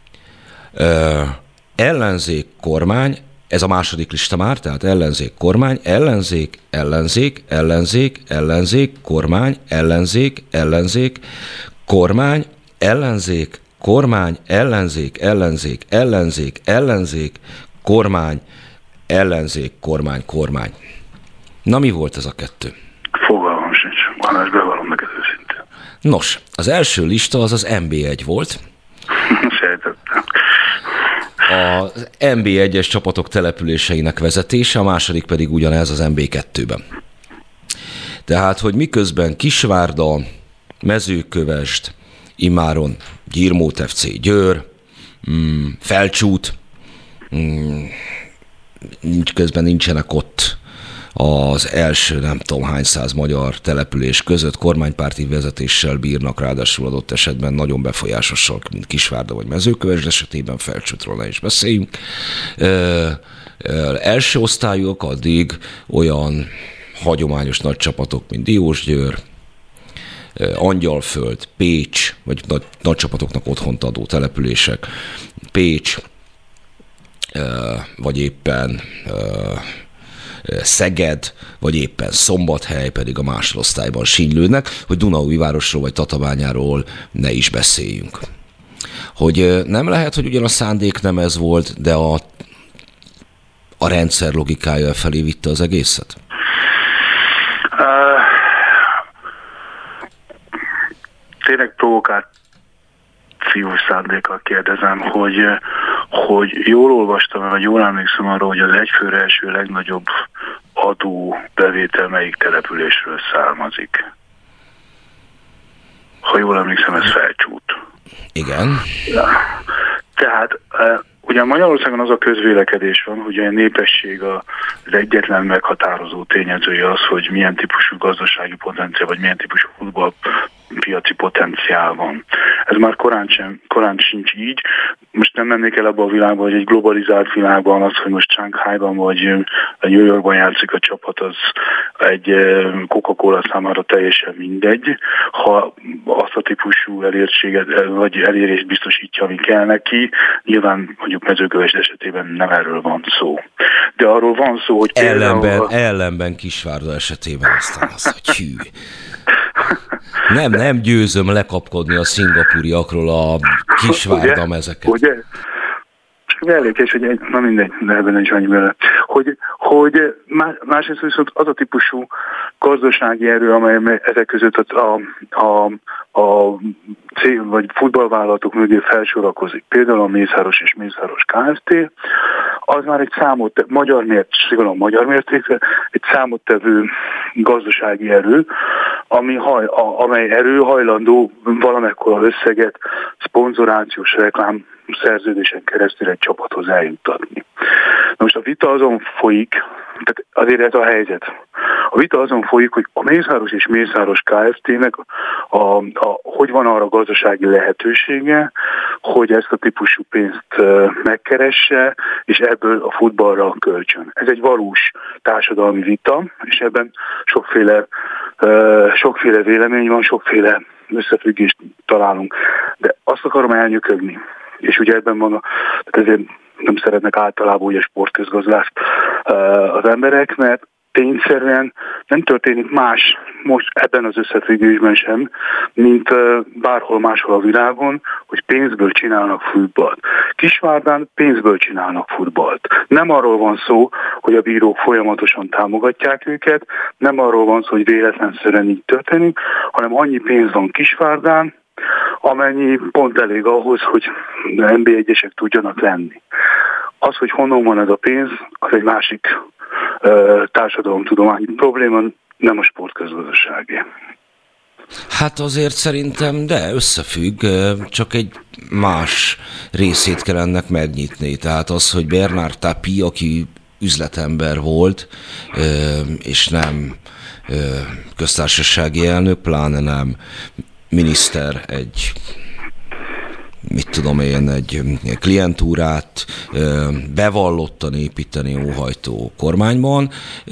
ö, ellenzék, kormány, ez a második lista már, tehát ellenzék, kormány, ellenzék, ellenzék, ellenzék, ellenzék, kormány, ellenzék, ellenzék, kormány, ellenzék, kormány, ellenzék, ellenzék, ellenzék, ellenzék, kormány, ellenzék, kormány, kormány. Na, mi volt ez a kettő? Fogalmam sincs. Annál bevallom neked őszintén. Nos, az első lista az az en bé egy volt. Sejtettem. Az en bé egyes csapatok településeinek vezetése, a második pedig ugyanez az en bé kettőben. Tehát, hogy miközben Kisvárda, Mezőkövesd, immáron Gyirmót ef cé Győr, mm, Felcsút, mm, közben nincsenek ott az első nem tudom hány száz magyar település között kormánypárti vezetéssel bírnak, ráadásul adott esetben nagyon befolyásosak, mint Kisvárda vagy Mezőkövesd esetében, Felcsútról ne is beszéljünk. Ö, ö, első osztályúak addig olyan hagyományos nagy csapatok, mint Diósgyőr, Angyalföld, Pécs, vagy nagy, nagy csapatoknak otthont adó települések, Pécs, vagy éppen Szeged, vagy éppen Szombathely pedig a másodosztályban sínylődnek, hogy Dunaújvárosról vagy Tatabányáról ne is beszéljünk. Hogy nem lehet, hogy ugyan a szándék nem ez volt, de a, a rendszer logikája felé vitte az egészet? Uh, tényleg provokációs szándékkal kérdezem, hogy, hogy jól olvastam, vagy jól emlékszem arra, hogy az egyfőre első legnagyobb adó bevétel melyik településről származik. Ha jól emlékszem, ez Felcsút. Igen. Ja. Tehát Ugye Magyarországon az a közvélekedés van, hogy a népesség az egyetlen meghatározó tényezője az, hogy milyen típusú gazdasági potenciál, vagy milyen típusú futballpiaci potenciál van. Ez már korán, sem, korán sincs így. Most nem mennék el abba a világba, hogy egy globalizált világban az, hogy most Shanghaiban vagy New Yorkban játszik a csapat, az egy Coca-Cola számára teljesen mindegy. Ha azt a típusú elértséget, vagy elérést biztosítja, ami kell neki, nyilván mondjuk Mezőkövesd esetében nem erről van szó. De arról van szó, hogy ellenben, például... Ellenben Kisvárda esetében aztán az, hogy hű. Nem, nem győzöm lekapkodni a szingapúriakról a Kisvárda mezeket. Ugye? Csak mellékes, hogy egy, na mindegy, de ebben nincs annyi bele. Hogy, hogy másrészt viszont az a típusú gazdasági erő, amely ezek között a, a, a cég vagy futballvállalatok mögé felsorakozik, például a Mészáros és Mészáros Kft., az már egy számot, magyar mértékben, magyar mértékben, egy számottevő gazdasági erő, ami haj, a, amely erő hajlandó valamekkora összeget szponzorációs reklám szerződésen keresztül egy csapathoz eljuttatni. Na most a vita azon folyik, tehát azért ez a helyzet. A vita azon folyik, hogy a Mészáros és Mészáros Kft-nek a, a, hogy van arra gazdasági lehetősége, hogy ezt a típusú pénzt megkeresse, és ebből a futballra kölcsön. Ez egy valós társadalmi vita, és ebben sokféle, sokféle vélemény van, sokféle összefüggést találunk. De azt akarom elnyökögni, és ugye ebben van, tehát ezért nem szeretnek általában ugye sportközgazdást az emberek, mert tényszerűen nem történik más most ebben az összefüggésben sem, mint bárhol máshol a világon, hogy pénzből csinálnak futballt. Kisvárdán pénzből csinálnak futballt. Nem arról van szó, hogy a bírók folyamatosan támogatják őket, nem arról van szó, hogy véletlenszerűen így történik, hanem annyi pénz van Kisvárdán, amennyi pont elég ahhoz, hogy en bé egyesek tudjanak lenni. Az, hogy honnan van ez a pénz, az egy másik uh, társadalomtudományi probléma, nem a sportközgazdaságé. Hát azért szerintem, de összefügg, csak egy más részét kell ennek megnyitni. Tehát az, hogy Bernard Tapie, aki üzletember volt, és nem köztársasági elnök, pláne nem miniszter, egy mit tudom én, egy klientúrát bevallottan építeni óhajtó kormányban,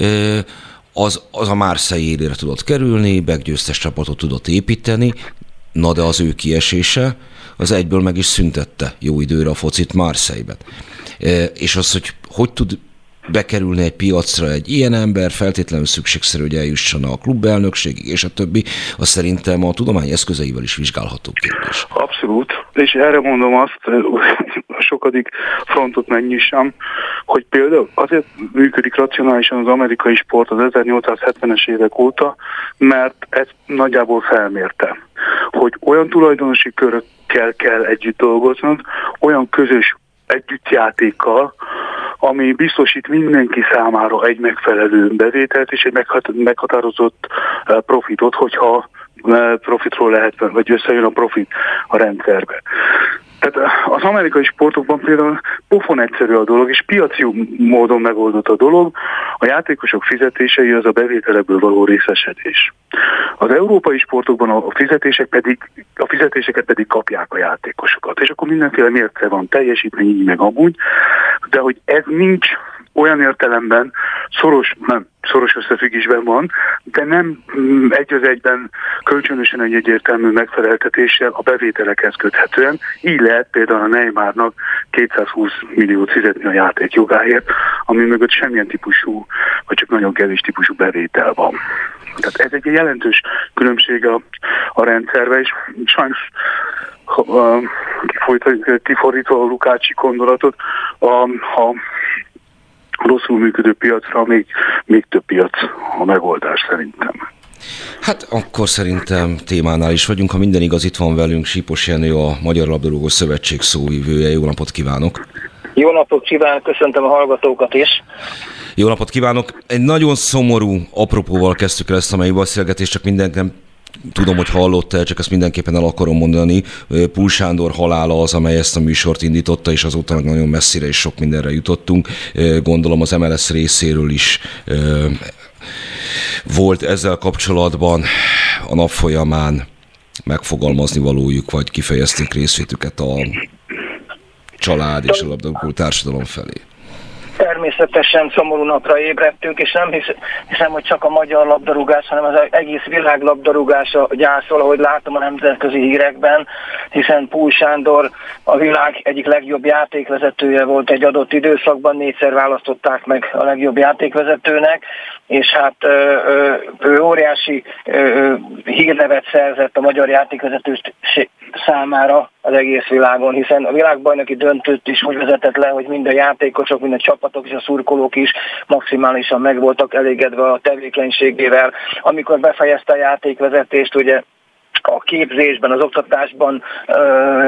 az, az a Marseille élére tudott kerülni, meggyőztes csapatot tudott építeni, na de az ő kiesése, az egyből meg is szüntette jó időre a focit Marseille-ben. És az, hogy hogy tud bekerülni egy piacra egy ilyen ember, feltétlenül szükségszerű, hogy eljusson a klubelnökségig, és a többi, az szerintem a tudomány eszközeivel is vizsgálható kérdés. Abszolút, és erre mondom azt, a sokadik frontot megnyissam, hogy például azért működik racionálisan az amerikai sport az ezernyolcszázhetvenes évek óta, mert ezt nagyjából felmérte, hogy olyan tulajdonosi körökkel kell együtt dolgoznod, olyan közös együttjátékkal, ami biztosít mindenki számára egy megfelelő bevételt és egy meghatározott profitot, hogyha profitról lehet, vagy összejön a profit a rendszerbe. Tehát az amerikai sportokban például pofon egyszerű a dolog, és piaci módon megoldott a dolog, a játékosok fizetései az a bevételekből való részesedés. Az európai sportokban a fizetések pedig, a fizetéseket pedig kapják a játékosokat, és akkor mindenféle mérce van, teljesítmény így meg amúgy, de hogy ez nincs olyan értelemben szoros, nem, szoros összefüggésben van, de nem egy az egyben kölcsönösen egy egyértelmű megfeleltetéssel a bevételekhez köthetően. Így lehet például a Neymarnak kétszázhúsz milliót fizetni a játékjogáért, ami mögött semmilyen típusú, vagy csak nagyon kevés típusú bevétel van. Tehát ez egy jelentős különbség a, a rendszerben, és sajnos kifordítva a Lukácsi gondolatot, a, a rosszul működő piacra még, még több piac a megoldás szerintem. Hát akkor szerintem témánál is vagyunk. Ha minden igaz, itt van velünk Sípos Jenő, a Magyar Labdarúgó Szövetség szóvivője. Jó napot kívánok! Jó napot kívánok, köszöntöm a hallgatókat is! Jó napot kívánok! Egy nagyon szomorú apropóval kezdtük el ezt a mai beszélgetést, csak mindenkem tudom, hogy hallottál, csak ezt mindenképpen el akarom mondani. Pul Sándor halála az, amely ezt a műsort indította, és azóta nagyon messzire és sok mindenre jutottunk. Gondolom az em el es részéről is volt ezzel kapcsolatban a nap folyamán megfogalmazni valójuk, vagy kifejezték részvétüket a család és a labdarúgó társadalom felé. Természetesen szomorú napra ébredtünk, és nem hisz, hiszem, hogy csak a magyar labdarúgás, hanem az egész világ labdarúgása gyászol, ahogy látom a nemzetközi hírekben, hiszen Pul Sándor a világ egyik legjobb játékvezetője volt egy adott időszakban, négyszer választották meg a legjobb játékvezetőnek, és hát ő, ő óriási hírnevet szerzett a magyar játékvezető számára az egész világon, hiszen a világbajnoki döntőt is úgy vezetett le, hogy mind a játékosok, mind a csapatok és a szurkolók is maximálisan meg voltak elégedve a tevékenységével. Amikor befejezte a játékvezetést, ugye a képzésben, az oktatásban ö,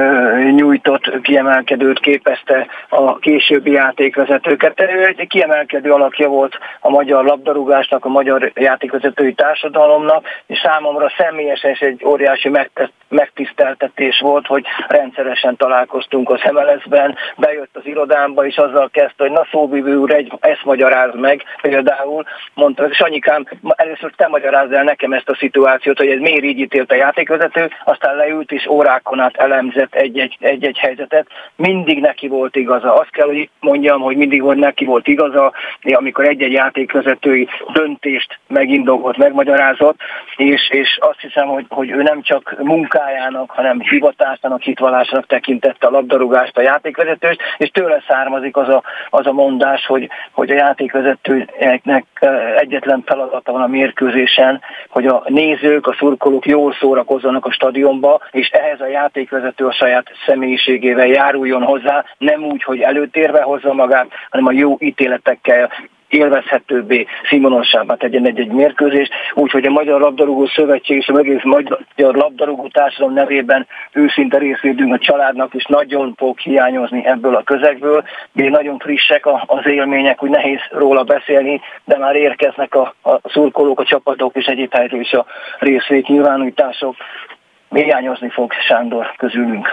nyújtott kiemelkedőt képezte a későbbi játékvezetőket. Ő egy kiemelkedő alakja volt a magyar labdarúgásnak, a magyar játékvezetői társadalomnak, és számomra személyesen is egy óriási megtiszteltetés volt, hogy rendszeresen találkoztunk az em el es-ben, bejött az irodámba, és azzal kezdte, hogy na szóvivő úr, egy, ezt magyarázd meg, például mondta, és anyikám, először te magyarázd el nekem ezt a szituációt, hogy ez miért így ítélt a játékvezető, aztán leült és órákon át elemzett egy-egy, egy-egy helyzetet. Mindig neki volt igaza. Azt kell, hogy mondjam, hogy mindig volt neki volt igaza, amikor egy-egy játékvezetői döntést megindokolt, megmagyarázott, és, és azt hiszem, hogy, hogy ő nem csak munkájának, hanem hivatásának, hitvallásának tekintette a labdarúgást, a játékvezetőst, és tőle származik az a, az a mondás, hogy, hogy a játékvezetőnek egyetlen feladata van a mérkőzésen, hogy a nézők, a szurkolók jól szórakozzanak a stadionba, és ehhez a játékvezető a saját személyiségével járuljon hozzá, nem úgy, hogy előtérbe hozza magát, hanem a jó ítéletekkel élvezhetőbbé, színvonalsabbá tegyen egy-egy mérkőzést, úgyhogy a Magyar Labdarúgó Szövetség és az egész Magyar Labdarúgó Társadalom nevében őszinte részvédünk a családnak, és nagyon fog hiányozni ebből a közegből. Még nagyon frissek az élmények, úgy nehéz róla beszélni, de már érkeznek a, a szurkolók, a csapatok és egyéb helyről is a részvét nyilvánítások. Hiányozni fog Sándor közülünk.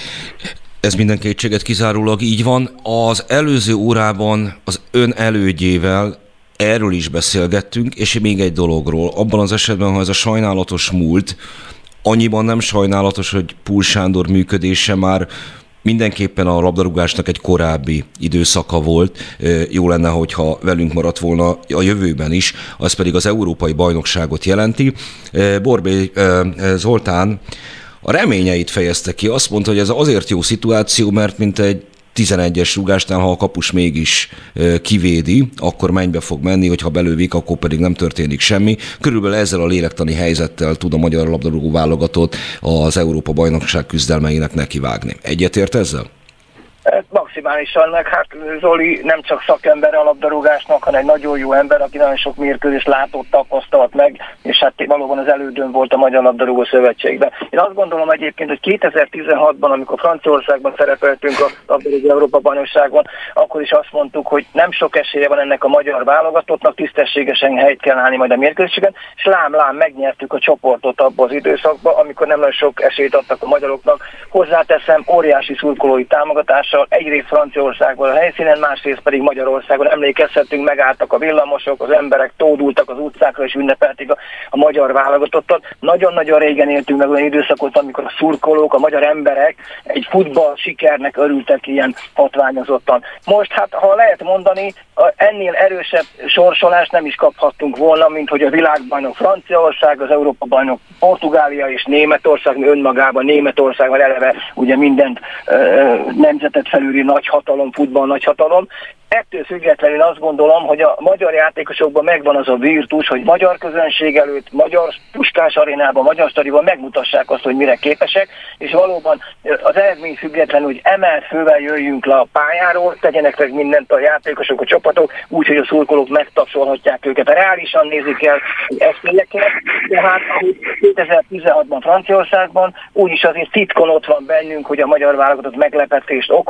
Ez minden kétséget kizárólag így van. Az előző órában az ön elődjével erről is beszélgettünk, és még egy dologról. Abban az esetben, ha ez a sajnálatos múlt, annyiban nem sajnálatos, hogy Pul Sándor működése már mindenképpen a labdarúgásnak egy korábbi időszaka volt. Jó lenne, hogyha velünk maradt volna a jövőben is, az pedig az európai bajnokságot jelenti. Borbély Zoltán a reményeit fejezte ki, azt mondta, hogy ez azért jó szituáció, mert mint egy tizenegyes rúgásnál, ha a kapus mégis kivédi, akkor mennybe fog menni, hogyha belővik, akkor pedig nem történik semmi. Körülbelül ezzel a lélektani helyzettel tud a magyar labdarúgó válogatott az Európa bajnokság küzdelmeinek nekivágni. Egyetért ezzel? Maximálisan, meg hát Zoli nem csak szakember a labdarúgásnak, hanem egy nagyon jó ember, aki nagyon sok mérkőzést látott, tapasztalt meg, és hát valóban az elődön volt a Magyar Labdarúgó Szövetségben. Én azt gondolom egyébként, hogy kétezer-tizenhatban, amikor Franciaországban szerepeltünk a labdarúgó Európa bajnokságon, akkor is azt mondtuk, hogy nem sok esélye van ennek a magyar válogatottnak, tisztességesen helyt kell állni majd a mérkőzésen, és lám-lám megnyertük a csoportot abban az időszakban, amikor nem nagyon sok esélyt adtak a magyaroknak. Hozzáteszem, óriási szurkolói támogatással, egyrészt Franciaországban a helyszínen, másrészt pedig Magyarországon. Emlékezhetünk, megálltak a villamosok, az emberek tódultak az utcákra és ünnepelték a, a magyar válogatottat. Nagyon-nagyon régen éltünk meg olyan időszakot, amikor a szurkolók, a magyar emberek egy futball sikernek örültek ilyen hatványozottan. Most hát, ha lehet mondani, ennél erősebb sorsolást nem is kaphattunk volna, mint hogy a világbajnok Franciaország, az Európa bajnok Portugália és Németország, önmagában Németországban eleve ugye mindent ö, nemzetet felüli nagyhatalom, futball nagyhatalom. Ettől függetlenül azt gondolom, hogy a magyar játékosokban megvan az a virtus, hogy magyar közönség előtt, magyar Puskás arénában, magyar stadionban megmutassák azt, hogy mire képesek, és valóban az eredmény függetlenül, hogy emelt fővel jöjjünk le a pályáról, tegyenek meg mindent a játékosok, a csapatok, úgyhogy a szurkolók megtapsolhatják őket. Reálisan nézik el eszmélyeket, de hát ahogy kétezer-tizenhatban Franciaországban, úgyis azért titkon ott van bennünk, hogy a magyar válogatott meglepetést okoz,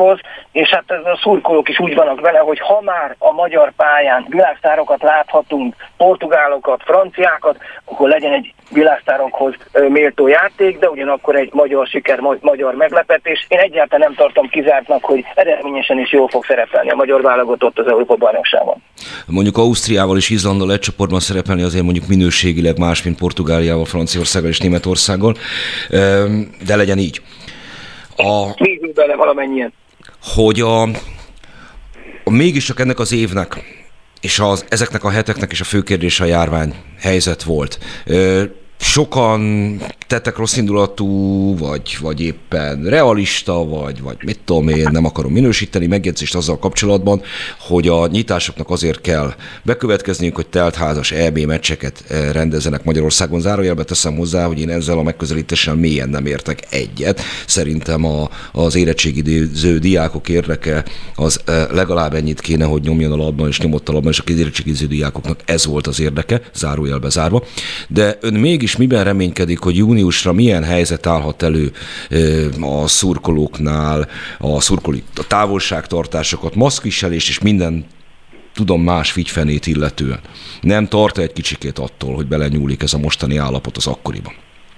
és hát a szurkolók is úgy vannak vele, hogy ha már a magyar pályán világsztárokat láthatunk, portugálokat, franciákat, akkor legyen egy világsztárokhoz méltó játék, de ugyanakkor egy magyar siker, magyar meglepetés. Én egyáltalán nem tartom kizártnak, hogy eredményesen is jól fog szerepelni a magyar válogatott az Európa-bajnokságban. Mondjuk Ausztriával és Izlanddal egy csoportban szerepelni azért mondjuk minőségileg más, mint Portugáliával, Franciaországgal és Németországgal, de legyen így. A... Nézzünk bele valamennyien. Hogy a, a mégiscsak ennek az évnek, és az, ezeknek a heteknek is a fő kérdése a járvány helyzet volt. Sokan tettek rosszindulatú, vagy, vagy éppen realista, vagy, vagy mit tudom én, nem akarom minősíteni, megjegyzést azzal kapcsolatban, hogy a nyitásoknak azért kell bekövetkezniük, hogy teltházas é bé meccseket rendezzenek Magyarországon. Zárójelbe teszem hozzá, hogy én ezzel a megközelítéssel mélyen nem értek egyet. Szerintem a, az érettségiző diákok érdeke az legalább ennyit kéne, hogy nyomjon a labban, és nyomott a labban, és a érettségiző diákoknak ez volt az érdeke, zárójelbe zárva. De ön mégis miben reménykedik, hogy júniusra milyen helyzet állhat elő a szurkolóknál, a szurkolói a távolságtartásokat, maszkviselést és minden tudom más figyfenét illetően? Nem tart egy kicsikét attól, hogy belenyúlik ez a mostani állapot az akkoriban?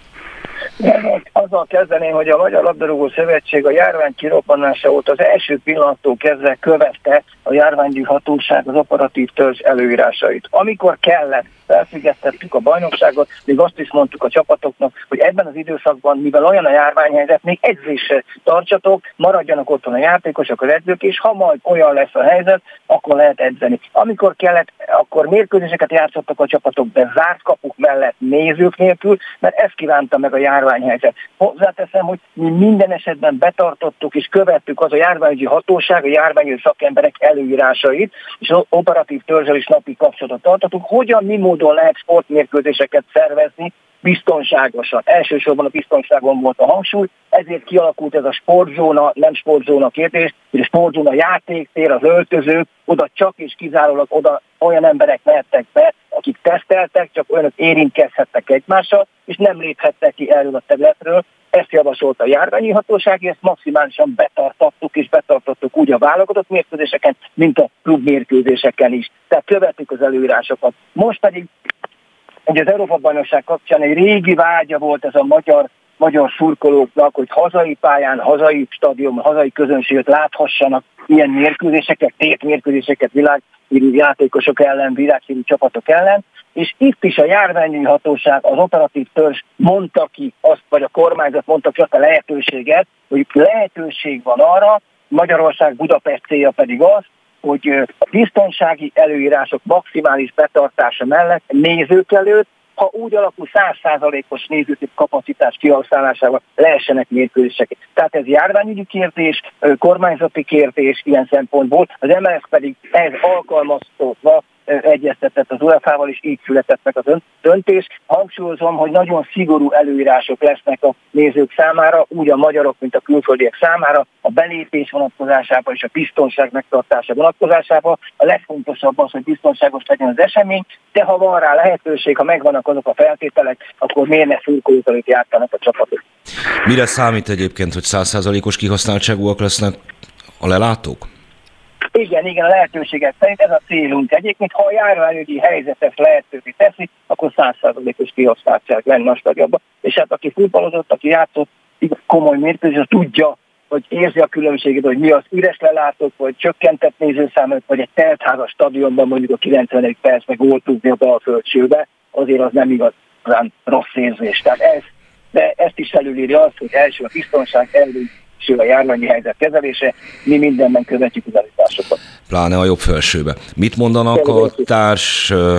Azzal kezdeném, hogy a Magyar Labdarúgó Szövetség a járvány kirobbanása óta az első pillanattól kezdve követte a járványügyi hatóság az operatív törzs előírásait. Amikor kellett, felfüggesztettük a bajnokságot, még azt is mondtuk a csapatoknak, hogy ebben az időszakban, mivel olyan a járványhelyzet, még edzésre tartsatok, maradjanak otthon a játékosok, az edzők, és ha majd olyan lesz a helyzet, akkor lehet edzeni. Amikor kellett, akkor mérkőzéseket játszottak a csapatok, de zárt kapuk mellett, nézők nélkül, mert ezt kívánta meg a járványhelyzet. Hozzáteszem, hogy mi minden esetben betartottuk és követtük az a járványügyi hatóság, a járványügyi szakemberek előírásait, és az operatív törzsel is napi kapcsolatot tartottunk, hogyan, mi módon lehet sportmérkőzéseket szervezni biztonságosan. Elsősorban a biztonságon volt a hangsúly, ezért kialakult ez a sportzóna, nem sportzóna kérdés, hogy a sportzóna játéktér, az öltözők, oda csak és kizárólag oda olyan emberek mehettek be, akik teszteltek, csak olyanok érintkezhettek egymással, és nem léphettek ki erről a területről. Ezt javasolta a járványi hatóság, és ezt maximálisan betartattuk, és betartottuk úgy a válogatott mérkőzéseken, mint a klubmérkőzéseken is. Tehát követtük az előírásokat. Most pedig ugye az Európa-bajnokság kapcsán egy régi vágya volt ez a magyar, magyar szurkolóknak, hogy hazai pályán, hazai stadionban, hazai közönséget láthassanak ilyen mérkőzéseket, tétmérkőzéseket világhírű játékosok ellen, világhírű csapatok ellen, és itt is a járványi hatóság, az operatív törzs mondta ki azt, vagy a kormányzat mondta ki azt a lehetőséget, hogy lehetőség van arra, Magyarország Budapest célja pedig az, hogy a biztonsági előírások maximális betartása mellett nézők előtt, ha úgy alakul száz százalékos nézőtép kapacitás kihasználásával lehessenek mérkőzések. Tehát ez járványügyi kérdés, kormányzati kérdés ilyen szempontból, az em el es pedig ez alkalmaztatva egyeztetett az u e fá-val, és így született meg a döntés. Hangsúlyozom, hogy nagyon szigorú előírások lesznek a nézők számára, úgy a magyarok, mint a külföldiek számára, a belépés vonatkozásában és a biztonság megtartása vonatkozásában. A legfontosabb az, hogy biztonságos legyen az esemény, de ha van rá lehetőség, ha megvannak azok a feltételek, akkor miért ne szurkolók előtt jártanak a csapatok. Mire számít egyébként, hogy száz százalékos kihasználtságúak lesznek a lelátók? Igen, igen, a lehetőséget szerint ez a célunk. Egyébként, ha a járványügyi helyzet ezt lehetővé teszi, akkor száz százalékos kihasználtság lenne a stadionban. És hát aki futballozott, aki játszott komoly mérkőzés, tudja, hogy érzi a különbséget, hogy mi az üres lelátók, vagy csökkentett nézőszámot, vagy egy teltházas stadionban mondjuk a kilencvenedik percben gólt tudni a balföldsőbe, azért az nem igazán rossz érzés. Tehát ez, de ezt is felülírja azt, hogy első a biztonság, elő a járványi helyzet kezelése, mi mindenben követjük az állításokat. Pláne a jobb felsőbe. Mit mondanak a társ uh,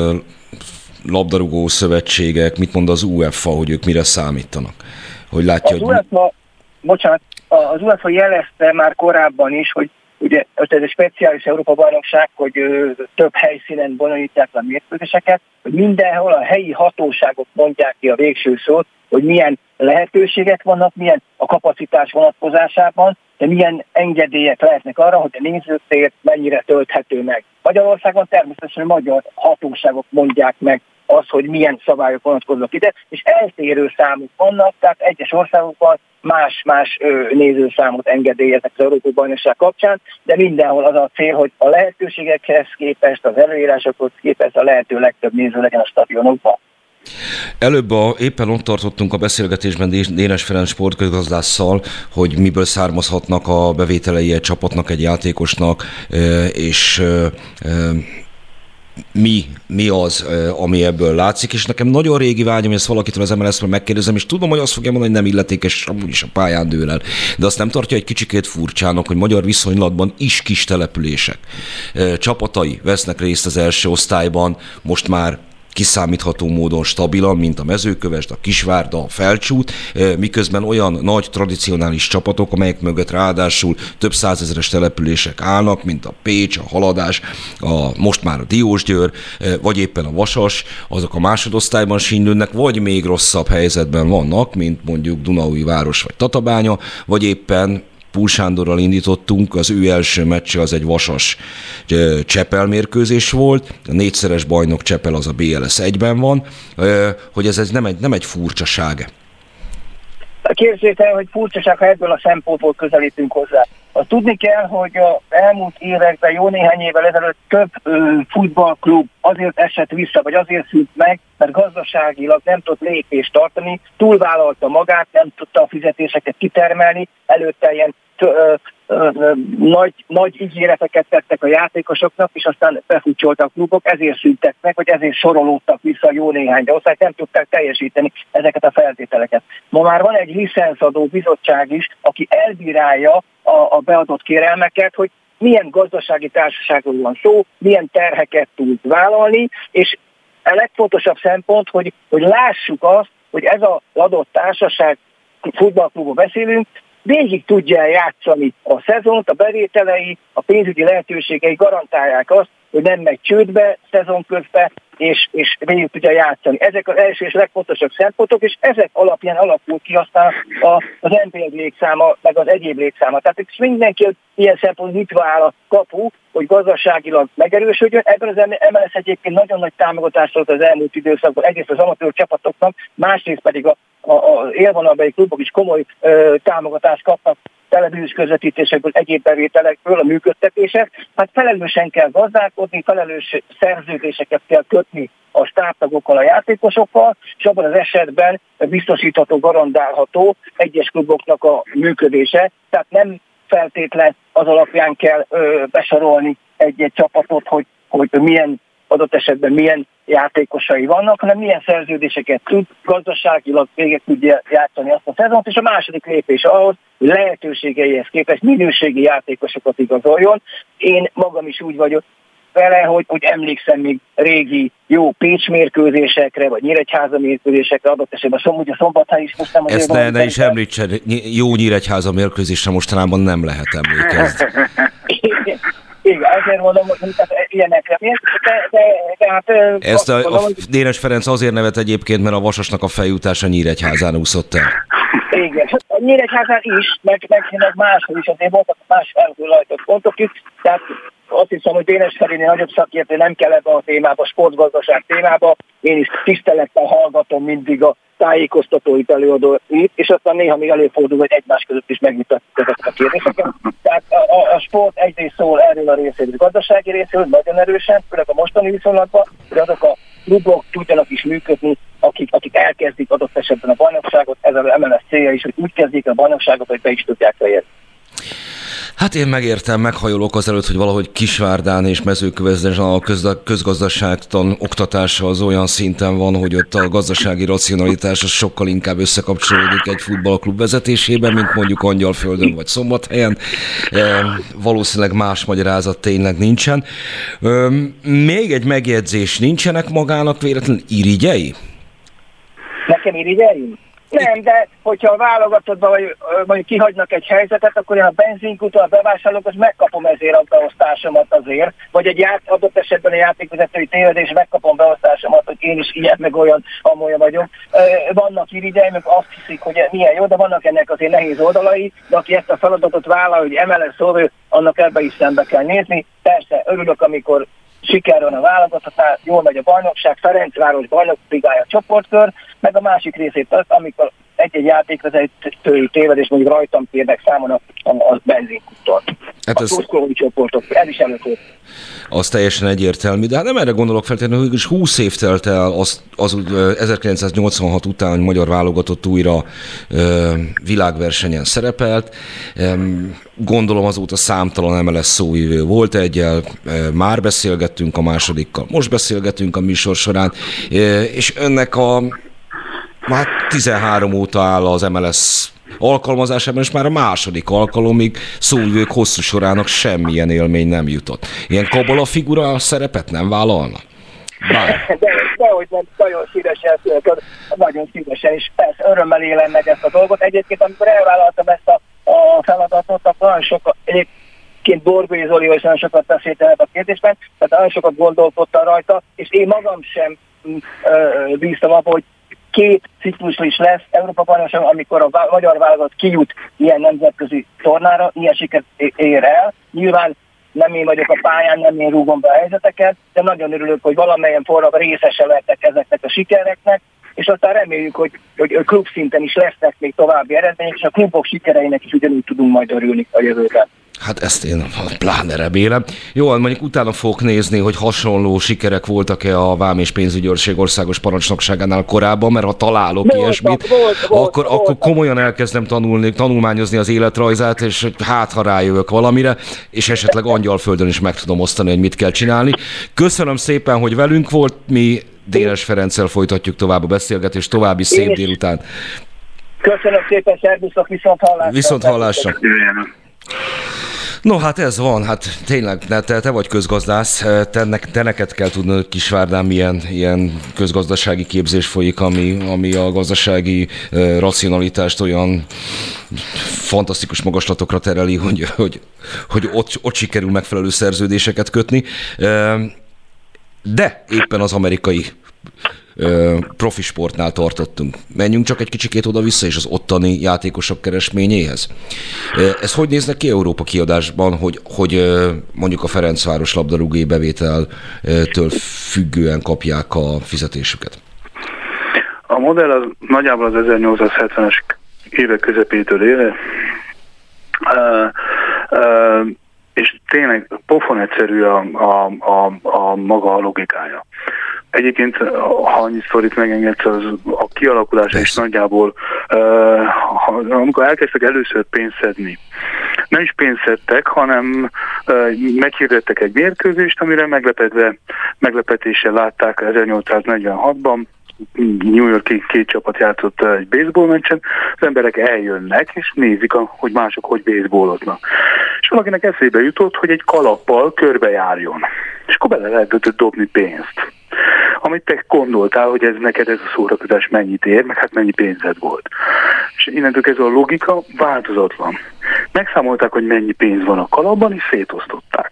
labdarúgó szövetségek, mit mond az u e fá, hogy ők mire számítanak? Hogy látja, az hogy... u e fá, bocsánat, az u e fá jelezte már korábban is, hogy ugye ez egy speciális Európa-bajnokság, hogy ö, több helyszínen bonyolítják a mérkőzéseket, hogy mindenhol a helyi hatóságok mondják ki a végső szót, hogy milyen lehetőségek vannak, milyen a kapacitás vonatkozásában, de milyen engedélyek lehetnek arra, hogy a nézőtér mennyire tölthető meg. Magyarországon természetesen magyar hatóságok mondják meg az, hogy milyen szabályok vonatkoznak ide, és eltérő számok vannak, tehát egyes országokban más-más nézőszámot engedélyeznek az Európai Bajnokság kapcsán, de mindenhol az a cél, hogy a lehetőségekhez képest, az előírásokhoz képest a lehető legtöbb néző legyen a stadionokban. Előbb a, éppen ott tartottunk a beszélgetésben Dénes Ferenc sportközgazdásszal, hogy miből származhatnak a bevételei egy csapatnak, egy játékosnak, és mi, mi az, ami ebből látszik, és nekem nagyon régi vágyam, hogy ezt valakitől az em el es-ről megkérdezem, és tudom, hogy azt fogja mondani, hogy nem illetékes, amúgy is a pályán dől el. De azt nem tartja egy kicsikét furcsának, hogy magyar viszonylatban is kis települések csapatai vesznek részt az első osztályban, most már kiszámítható módon stabilan, mint a Mezőkövesd, a Kisvárda, a Felcsút, miközben olyan nagy tradicionális csapatok, amelyek mögött ráadásul több százezeres települések állnak, mint a Pécs, a Haladás, a, most már a Diósgyőr, vagy éppen a Vasas, azok a másodosztályban sínlődnek, vagy még rosszabb helyzetben vannak, mint mondjuk Dunaújváros vagy Tatabánya, vagy éppen Púl Sándorral indítottunk, az ő első meccse az egy Vasas Csepel mérkőzés volt, a négyszeres bajnok Csepel az a bé el es egyben van, hogy ez, ez nem, egy, nem egy furcsaság. Képzeljétek, hogy furcsaság, ha ebből a szempontból közelítünk hozzá. Azt tudni kell, hogy az elmúlt években, jó néhány évvel ezelőtt több ö, futballklub azért esett vissza, vagy azért szűnt meg, mert gazdaságilag nem tudott lépést tartani, túlvállalta magát, nem tudta a fizetéseket kitermelni, előtte ilyen t- ö, ö, ö, nagy, nagy ígéreteket tettek a játékosoknak, és aztán befutcsoltak klubok, ezért szűntek meg, vagy ezért sorolódtak vissza jó néhány osztályt, nem tudták teljesíteni ezeket a feltételeket. Ma már van egy licenszadó bizottság is, aki elbírálja a, a beadott kérelmeket, hogy milyen gazdasági társaságról van szó, milyen terheket tud vállalni, és a legfontosabb szempont, hogy, hogy lássuk azt, hogy ez az adott társaság, futballklubról beszélünk, végig tudja játszani a szezont, a bevételei, a pénzügyi lehetőségei garantálják azt, hogy nem megy csődbe szezon közben, és, és végig tudja játszani. Ezek az első és legfontosabb szempontok, és ezek alapján alakul ki aztán a, az em pé egy létszáma, meg az egyéb létszáma. Tehát mindenki ilyen szempontból nyitva áll a kapu, hogy gazdaságilag megerősödjön. Ebben az em el es egyébként nagyon nagy támogatást adott az elmúlt időszakban, egyrészt az amatőr csapatoknak, másrészt pedig a, a, a élvonalbeli klubok is komoly ö, támogatást kapnak televíziós közvetítésekből, egyéb bevételekből, a működtetések. Hát felelősen kell gazdálkodni, felelős szerződéseket kell kötni a stábtagokkal, a játékosokkal, és abban az esetben biztosítható, garantálható egyes kluboknak a működése. Tehát nem feltétlen az alapján kell ö, besorolni egy-egy csapatot, hogy, hogy milyen adott esetben milyen játékosai vannak, hanem milyen szerződéseket tud, gazdaságilag végig tudja játszani azt a szezont, és a második lépés ahhoz, hogy lehetőségeihez képest minőségi játékosokat igazoljon. Én magam is úgy vagyok vele, hogy, hogy emlékszem még régi jó Pécs mérkőzésekre, vagy Nyíregyháza mérkőzésekre, adott esetben Szom, ugye Szombathely is most nem... Ezt ne, ne is említsen, jó Nyíregyháza mérkőzésre mostanában nem lehet emlékezni. Igen, ezért mondom, hogy ilyenekre miért, de, de, de hát... Ezt a, mondom, a Dénes Ferenc azért nevet egyébként, mert a Vasasnak a feljutása Nyíregyházán úszott el. Igen, a Nyíregyházán is, meg, meg, meg máshol is, azért voltak más elhulajtott pontok is, tehát azt hiszem, hogy Dénes Ferénél nagyobb szakértő nem kell ebbe a témába, a sportgazdaság témába, én is tisztelettel hallgatom mindig a tájékoztatóit, előadóit, és aztán néha még előfordul, hogy egymás között is megvitatjuk ezeket a kérdéseket. Tehát a, a, a sport egyrészt szól erről a részéről, a gazdasági részéről nagyon erősen, főleg a mostani viszonylatban, hogy azok a klubok tudjanak is működni, akik, akik elkezdik adott esetben a bajnokságot, ez az em el es célja is, hogy úgy kezdjék a bajnokságot, hogy be is tudják fejezni. Hát én megértem, meghajolok azelőtt, hogy valahogy Kisvárdán és Mezőkövesden a közgazdaságtan oktatása az olyan szinten van, hogy ott a gazdasági racionalitás az sokkal inkább összekapcsolódik egy futballklub vezetésében, mint mondjuk Angyalföldön vagy Szombathelyen. E, valószínűleg más magyarázat tényleg nincsen. E, még egy megjegyzés, nincsenek magának véletlenül irigyei? Nekem irigyeim? Nem, de hogyha a válogatottban vagy, vagy kihagynak egy helyzetet, akkor én a benzinkúton, a bevásárlókat megkapom ezért a beosztásomat azért, vagy egy ját, adott esetben a játékvezetői tévedés, megkapom beosztásomat, hogy én is ilyen meg olyan amolyan vagyok. Vannak irigyeim, azt hiszik, hogy milyen jó, de vannak ennek azért nehéz oldalai, de aki ezt a feladatot vállal, hogy em el es szóló, annak ebbe is szembe kell nézni. Persze, örülök, amikor siker van a válogatottal, jól megy a bajnokság, Ferencváros bajnokligája csoportkör, meg a másik részét az, amikor egy-egy játékvezetői téved, és mondjuk rajtam kérnek számon a, a, a benzinkuton. Hát a szurkolói csoportok, ez is előtt. Az teljesen egyértelmű, de hát nem erre gondolok feltétlenül, hogy húsz év telt el az, az ezerkilencszáznyolcvanhat után, hogy magyar válogatott újra ö, világversenyen szerepelt. Gondolom azóta számtalan em el es szóvivő volt egyel, már beszélgettünk a másodikkal, most beszélgetünk a műsor során, és önnek a már tizenhárom óta áll az em el es alkalmazásában, és már a második alkalomig szóvivők hosszú sorának semmilyen élmény nem jutott. Ilyen kabala figura szerepet nem vállalna? Bár. De, dehogy nem, nagyon szívesen, nagyon szívesen, és persze örömmel élem meg ezt a dolgot. Egyébként, amikor elvállaltam ezt a, a feladatot, akkor nagyon sokat, egyébként Borbély Zoli is nagyon sokat beszélt el a kérdésben, tehát nagyon sokat gondolkodtam rajta, és én magam sem ö, bíztam abba, hogy két ciklus is lesz Európa-bajnokság, amikor a magyar válogatott kijut ilyen nemzetközi tornára, ilyen sikert ér el. Nyilván nem én vagyok a pályán, nem én rúgom be a helyzeteket, de nagyon örülök, hogy valamelyen forrában részese lettek ezeknek a sikereknek, és aztán reméljük, hogy, hogy klub szinten is lesznek még további eredmények, és a klubok sikereinek is ugyanúgy tudunk majd örülni a jövőben. Hát ezt én pláne remélem. Jó, mondjuk utána fogok nézni, hogy hasonló sikerek voltak-e a Vám és Pénzügyőrség országos parancsnokságánál korábban, mert ha találok volt, ilyesmit, volt, volt, akkor, volt, akkor komolyan elkezdem tanulni, tanulmányozni az életrajzát, és hát ha rájövök valamire, és esetleg Angyalföldön is meg tudom osztani, hogy mit kell csinálni. Köszönöm szépen, hogy velünk volt, mi Dénes Ferenccel folytatjuk tovább a beszélgetést, további szép és délután. Köszönöm szépen, szervuszok, viszont hallásra. Viszont hallásra. No, hát ez van, hát tényleg, te, te vagy közgazdász, te, ne, te neked kell tudnod, Kisvárdán, milyen ilyen közgazdasági képzés folyik, ami, ami a gazdasági uh, racionalitást olyan fantasztikus magaslatokra tereli, hogy, hogy, hogy ott, ott sikerül megfelelő szerződéseket kötni. Uh, de éppen az amerikai profi sportnál tartottunk. Menjünk csak egy kicsikét oda-vissza, és az ottani játékosok keresményéhez. Ez hogy néz ki Európa kiadásban, hogy, hogy mondjuk a Ferencváros labdarúgói bevételtől függően kapják a fizetésüket? A modell az nagyjából az ezernyolcszázhetvenes évek közepétől éle, uh, uh, és tényleg pofon egyszerű a, a, a, a maga a logikája. Egyébként, ha annyi sztorit megengedsz, az a kialakulása is nagyjából, uh, ha, amikor elkezdtek először pénzt szedni, nem is pénzt szedtek, hanem uh, meghirdettek egy mérkőzést, amire meglepetve, meglepetéssel látták ezernyolcszáznegyvenhatban, New York-i két csapat játszott egy baseball meccsen, az emberek eljönnek, és nézik, hogy mások hogy baseballoznak. És valakinek eszébe jutott, hogy egy kalappal körbejárjon. És akkor bele lehetett dobni pénzt. Amit te gondoltál, hogy ez neked ez a szórakozás mennyit ér, meg hát mennyi pénzed volt. És innentől ez a logika változatlan. Megszámolták, hogy mennyi pénz van a kalapban, és szétosztották.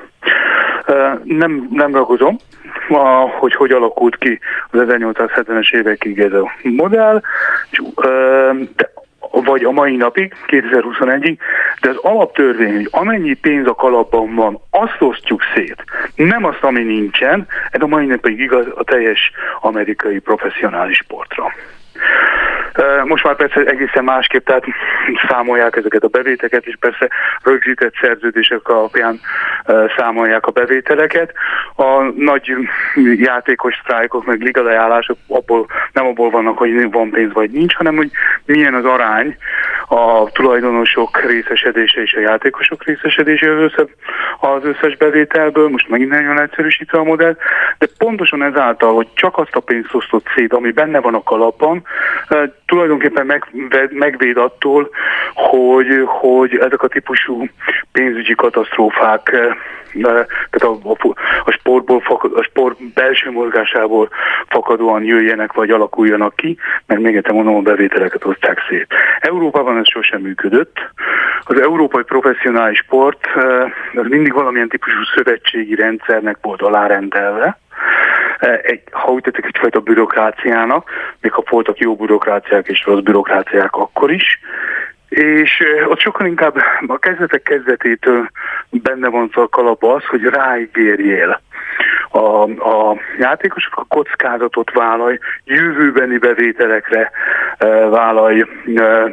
Nem, nem ragozom, hogy hogy alakult ki az ezernyolcszázhetvenes évekig ez a modell, de vagy a mai napig, kétezer-huszonegyig, de az alaptörvény, hogy amennyi pénz a kalapban van, azt osztjuk szét. Nem azt, ami nincsen, ez a mai napig igaz a teljes amerikai professzionális sportra. Most már persze egészen másképp, tehát számolják ezeket a bevételeket, és persze rögzített szerződések alapján számolják a bevételeket. A nagy játékos sztrájkok, meg ligalejálások abból, nem abból vannak, hogy van pénz vagy nincs, hanem hogy milyen az arány a tulajdonosok részesedése és a játékosok részesedése az összes, az összes bevételből. Most megint nagyon egyszerűsítve a modell, de pontosan ezáltal, hogy csak azt a pénzt osztott szét, ami benne van a kalapban, tulajdonképpen meg, megvéd attól, hogy, hogy ezek a típusú pénzügyi katasztrófák, tehát a, a, a, sportból, a sport belső mozgásából fakadóan jöjjenek, vagy alakuljanak ki, meg még egyszer mondom, a bevételeket osztják szét. Európában ez sosem működött. Az európai professzionális sport az mindig valamilyen típusú szövetségi rendszernek volt alárendelve, Egy, ha úgy tetszik, egyfajta bürokráciának, még ha voltak jó bürokráciák és rossz bürokráciák akkor is, és ott sokkal inkább a kezdetek kezdetétől benne van a kalapba az, hogy ráígérjél. a, a játékosok a kockázatot vállalj, jövőbeni bevételekre uh, vállalj uh,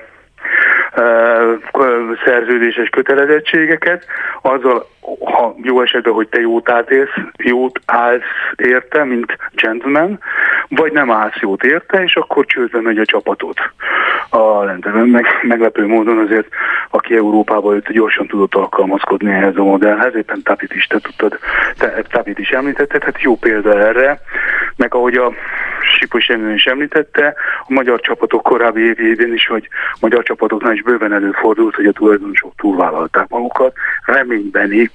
szerződéses kötelezettségeket, azzal, ha jó esetben, hogy te jót átélsz, jót állsz érte, mint gentleman, vagy nem állsz jót érte, és akkor csődbe megy a csapatot a rendben. Meg, meglepő módon azért, aki Európába jött, gyorsan tudott alkalmazkodni ehhez a modellhez, éppen Tapit is, te tudtad, te, Tapit is említetted, hát jó példa erre, meg ahogy a Sipos Jenő is említette, a magyar csapatok korábbi évében is, hogy a magyar csapatoknál is bőven előfordult, hogy a tulajdonosok túlvállalták magukat, reménybeni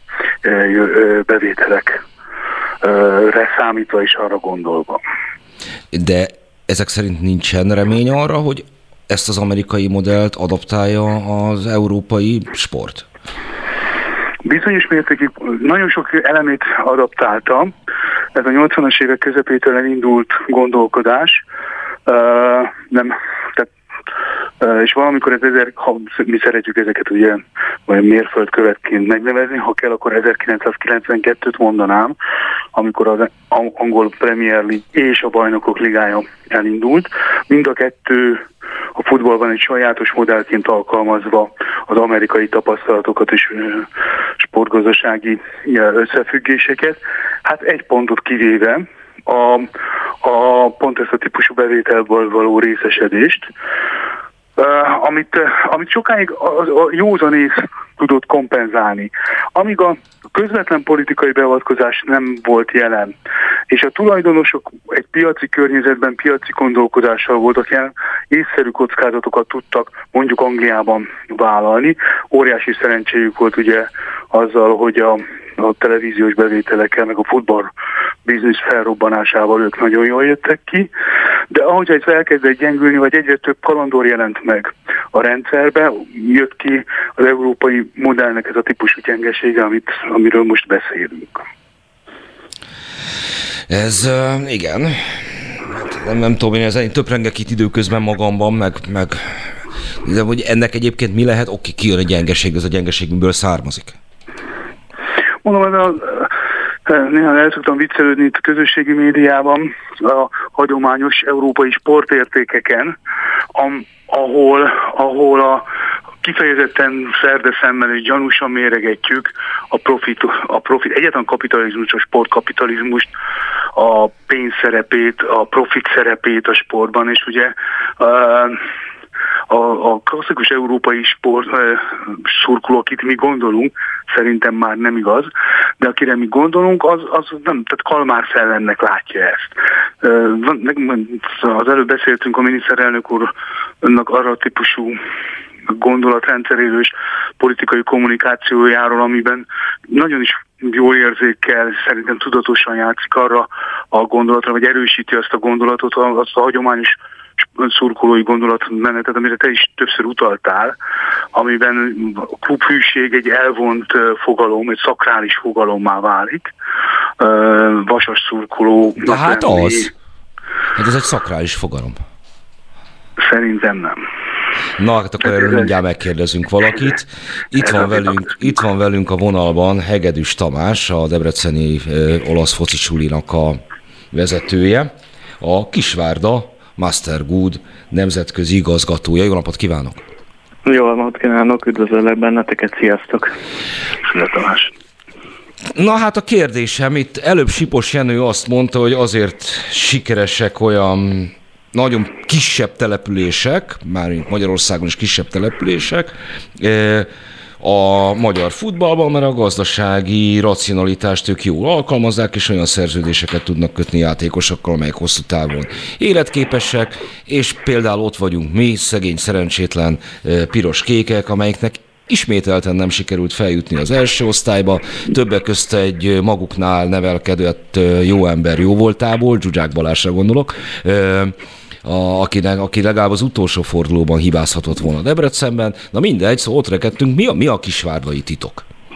bevételekre számítva és arra gondolva. De ezek szerint nincsen remény arra, hogy ezt az amerikai modellt adaptálja az európai sport? Bizonyos mértékig nagyon sok elemét adaptáltam. Ez a nyolcvanas évek közepétől elindult gondolkodás. Uh, nem, tehát, uh, és valamikor ez ezer, ha mi szeretjük ezeket ugye vagy mérföldkövetként megnevezni, ha kell, akkor ezerkilencszázkilencvenkettőt mondanám, amikor az angol Premier League és a Bajnokok Ligája elindult. Mind a kettő a futballban egy sajátos modellként alkalmazva az amerikai tapasztalatokat és sportgazdasági összefüggéseket. Hát egy pontot kivéve a, a pont ezt a típusú bevételből való részesedést, Uh, amit, uh, amit sokáig a, a józanész tudott kompenzálni. Amíg a közvetlen politikai beavatkozás nem volt jelen, és a tulajdonosok egy piaci környezetben, piaci gondolkodással voltak jelen, észszerű kockázatokat tudtak mondjuk Angliában vállalni. Óriási szerencséjük volt ugye azzal, hogy a a televíziós bevételekkel, meg a futball biznisz felrobbanásával ők nagyon jól jöttek ki, de ahogy ez elkezdett gyengülni, vagy egyre több kalandor jelent meg a rendszerbe, jött ki az európai modellnek ez a típusú gyengesége, amit, amiről most beszélünk. Ez uh, igen, nem, nem tudom, én ezen töprengek itt időközben magamban, meg, meg de hogy ennek egyébként mi lehet, oké, kijön a gyengeség, ez a gyengeségünkből származik. Mondom, ez a, néha el szoktam viccelődni itt a közösségi médiában a hagyományos európai sportértékeken, am, ahol, ahol a kifejezetten szerdeszemmel és gyanúsan méregetjük a profit, a profit, egyáltalán kapitalizmus, a sportkapitalizmust, a pénz szerepét, a profit szerepét a sportban, és ugye uh, A, a klasszikus európai sport e, szurkoló, akit mi gondolunk, szerintem már nem igaz, de akire mi gondolunk, az, az nem, tehát Kalmár szellemnek látja ezt. E, az előbb beszéltünk a miniszterelnök úrnak arra a típusú gondolatrendszeréről és politikai kommunikációjáról, amiben nagyon is jól érzékkel, szerintem tudatosan játszik arra a gondolatra, vagy erősíti azt a gondolatot, azt a hagyományos szurkolói gondolatmenetet, amire te is többször utaltál, amiben a klubhűség egy elvont fogalom, egy szakrális fogalommá válik. Vasas szurkoló. De hát lenni. Az. Hát ez egy szakrális fogalom. Szerintem nem. Na, hát akkor erről mindjárt megkérdezünk valakit. Itt van, velünk, itt van velünk a vonalban Hegedűs Tamás, a debreceni olasz foci sulinak a vezetője, a Kisvárda Master Good nemzetközi igazgatója. Jó napot kívánok! Jó napot kívánok, üdvözöllek benneteket, sziasztok! Szia Tamás! Na hát a kérdésem, itt előbb Sipos Jenő azt mondta, hogy azért sikeresek olyan nagyon kisebb települések, mármint Magyarországon is kisebb települések, a magyar futballban, mert a gazdasági racionalitást ők jól alkalmazzák, és olyan szerződéseket tudnak kötni játékosokkal, amelyek hosszú távon életképesek, és például ott vagyunk mi, szegény, szerencsétlen piros kékek, amelyeknek ismételten nem sikerült feljutni az első osztályba, többek közt egy maguknál nevelkedett jó ember jó voltából, Zsuzsák Balázsra gondolok, A, akinek, aki legalább az utolsó fordulóban hibázhatott volna Debrecenben. Na mindegy, szóval ott rekedtünk. Mi a, mi a kisvárdai titok?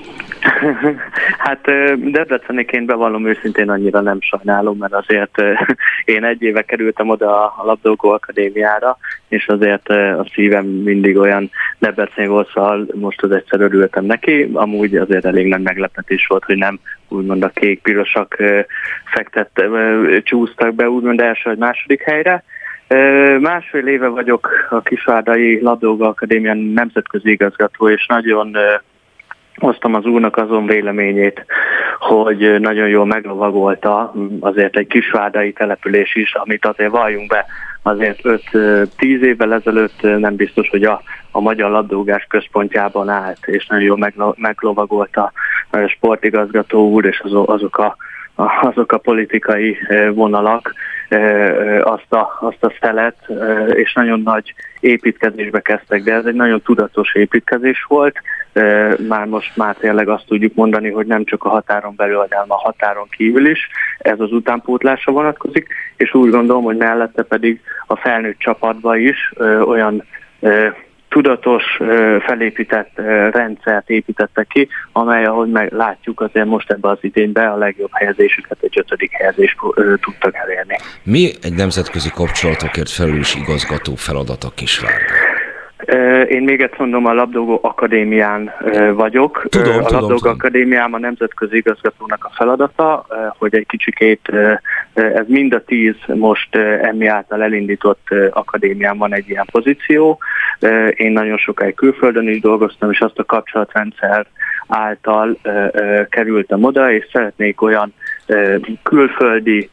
Hát Debreceniként bevallom őszintén annyira nem sajnálom, mert azért én egy éve kerültem oda a Labdarúgó Akadémiára, és azért a szívem mindig olyan Debrecen volt, szóval most az egyszer örültem neki. Amúgy azért elég nagy meglepetés volt, hogy nem úgymond a kék-pirosak fektet, csúsztak be úgymond első vagy második helyre. Másfél éve vagyok a Kisvárdai Labdarúgó Akadémián nemzetközi igazgató, és nagyon hoztam az úrnak azon véleményét, hogy nagyon jól meglovagolta azért egy kisvárdai település is, amit azért valljunk be, azért öt-tíz évvel ezelőtt nem biztos, hogy a, a magyar labdarúgás központjában állt, és nagyon jól meglo, meglovagolta a sportigazgató úr, és az, azok a azok a politikai vonalak, azt a, azt a szelet, és nagyon nagy építkezésbe kezdtek, de ez egy nagyon tudatos építkezés volt. Már most már tényleg azt tudjuk mondani, hogy nem csak a határon belül, hanem a határon kívül is ez az utánpótlásra vonatkozik, és úgy gondolom, hogy mellette pedig a felnőtt csapatban is olyan tudatos, felépített rendszert építettek ki, amely, ahogy meglátjuk, azért most ebben az idényben a legjobb helyezésüket, egy ötödik helyezést tudtak elérni. Mi egy nemzetközi kapcsolatokért felelős igazgató feladat a Kisvárdán? Én még egyszer mondom, a Labdarúgó Akadémián vagyok. Tudom, a tudom, Labdarúgó tudom. Akadémiám a nemzetközi igazgatónak a feladata, hogy egy kicsikét, ez mind a tíz most emmi által elindított akadémián van egy ilyen pozíció. Én nagyon sokáig külföldön is dolgoztam, és azt a kapcsolatrendszer által kerültem oda, és szeretnék olyan külföldi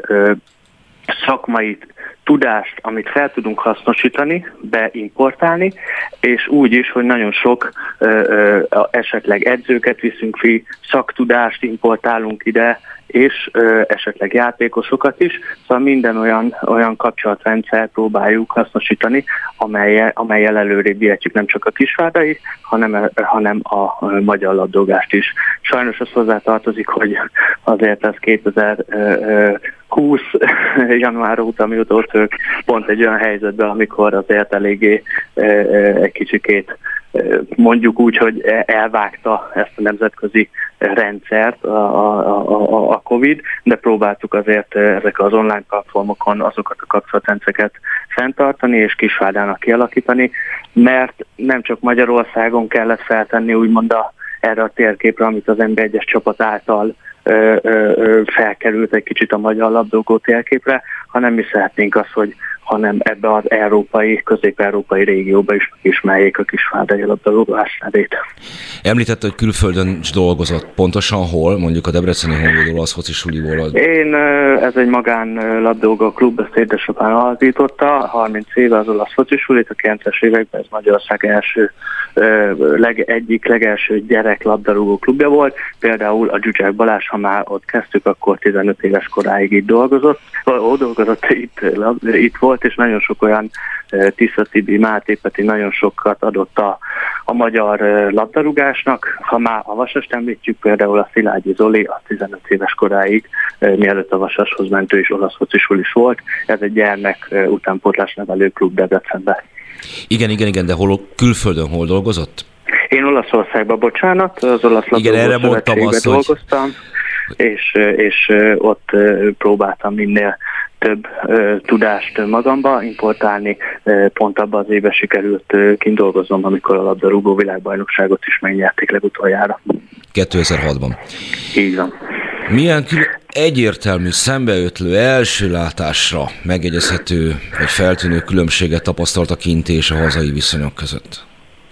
szakmai tudást, amit fel tudunk hasznosítani, beimportálni, és úgy is, hogy nagyon sok ö, ö, esetleg edzőket viszünk ki, szaktudást importálunk ide, és ö, esetleg játékosokat is, szóval minden olyan, olyan kapcsolatrendszer próbáljuk hasznosítani, amelyel, amelyel előrébb vihetjük nem csak a kisvárdai, hanem, hanem a magyar labdarúgást is. Sajnos az hozzátartozik, hogy azért ez kétezer-húsz január óta, mióta ott ők pont egy olyan helyzetben, amikor azért eléggé egy kicsikét mondjuk úgy, hogy elvágta ezt a nemzetközi rendszert a, a, a, a Covid, de próbáltuk azért ezek az online platformokon azokat a kapcsolatrendszereket fenntartani és Kisvárdának kialakítani, mert nem csak Magyarországon kellett feltenni úgymond a, erre a térképre, amit az en bé egyes csapat által ö, ö, felkerült egy kicsit a magyar labdarúgó térképre, hanem mi szeretnénk azt, hogy hanem ebbe az európai, közép-európai régióba is megismerjék a kisvárdai labdarúgás nevét. Említette, hogy külföldön is dolgozott. Pontosan hol? Mondjuk a Debreceni Honvédról, az foci suliból? Én, ez egy magán labdarúgó klub, ezt édesapám alapította, harminc éve az olasz foci sulit, a kilencvenes években ez Magyarország első, leg, egyik legelső gyerek labdarúgó klubja volt. Például a Gyugyák Balázs, ha már ott kezdtük, akkor tizenöt éves koráig itt dolgozott, ott dolgozott, itt, itt volt, és nagyon sok olyan Tisza Tibi, Máté Peti nagyon sokat adott a, a magyar labdarúgásnak. Ha már a Vasast említjük, például a Szilágyi Zoli, a tizenöt éves koráig, mielőtt a Vasashoz mentő is olasz focisul is volt. Ez egy gyermek utánpótlás nevelő klub Debrecenben. Igen, igen, igen, de hol, külföldön hol dolgozott? Én Olaszországban, bocsánat, az olasz labdarúgó szövetségben dolgoztam, hogy... és, és ott próbáltam minél több uh, tudást magamba importálni, uh, pont abban az évben sikerült uh, kint dolgoznom, amikor a labdarúgó világbajnokságot is megnyerték legutoljára. kétezer-hatban. Így van. Milyen kül- egyértelmű, szembeötlő, első látásra megjegyezhető, vagy feltűnő különbséget tapasztalt a kinti és a hazai viszonyok között?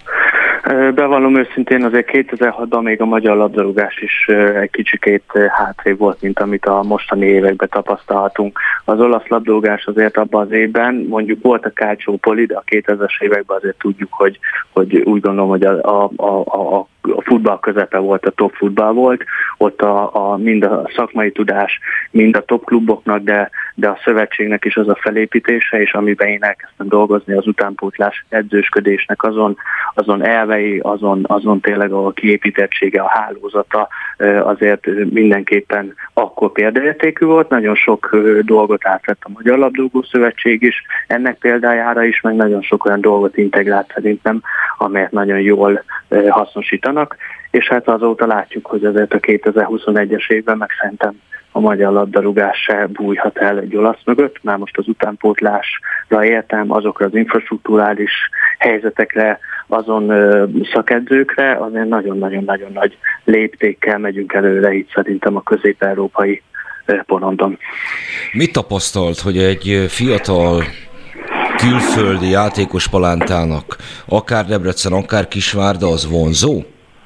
Bevallom őszintén, azért kétezer-hatban még a magyar labdarúgás is egy kicsikét hátrébb volt, mint amit a mostani években tapasztalhatunk. Az olasz labdarúgás azért abban az évben, mondjuk volt a Calcio Poli, de a kétezres években azért tudjuk, hogy, hogy úgy gondolom, hogy a, a, a, a a futball közepe volt, a top futball volt, ott a, a, mind a szakmai tudás, mind a top kluboknak, de, de a szövetségnek is az a felépítése, és amiben én elkezdtem dolgozni, az utánpótlás edzősködésnek azon, azon elvei, azon, azon tényleg a kiépítettsége, a hálózata azért mindenképpen akkor példaértékű volt, nagyon sok dolgot átvett a Magyar Labdarúgó Szövetség is, ennek példájára is, meg nagyon sok olyan dolgot integrált szerintem, amelyet nagyon jól hasznosítanak, és hát azóta látjuk, hogy azért a kétezer-huszonegyes évben meg szerintem a magyar labdarúgás se bújhat el egy olasz mögött, már most az utánpótlásra értem, azokra az infrastruktúrális helyzetekre, azon ö, szakedzőkre, azért nagyon-nagyon-nagyon nagy léptékkel megyünk előre itt szerintem a közép-európai ö, porondon. Mit tapasztalt, hogy egy fiatal külföldi játékos palántának akár Debrecen, akár Kisvárda az vonzó?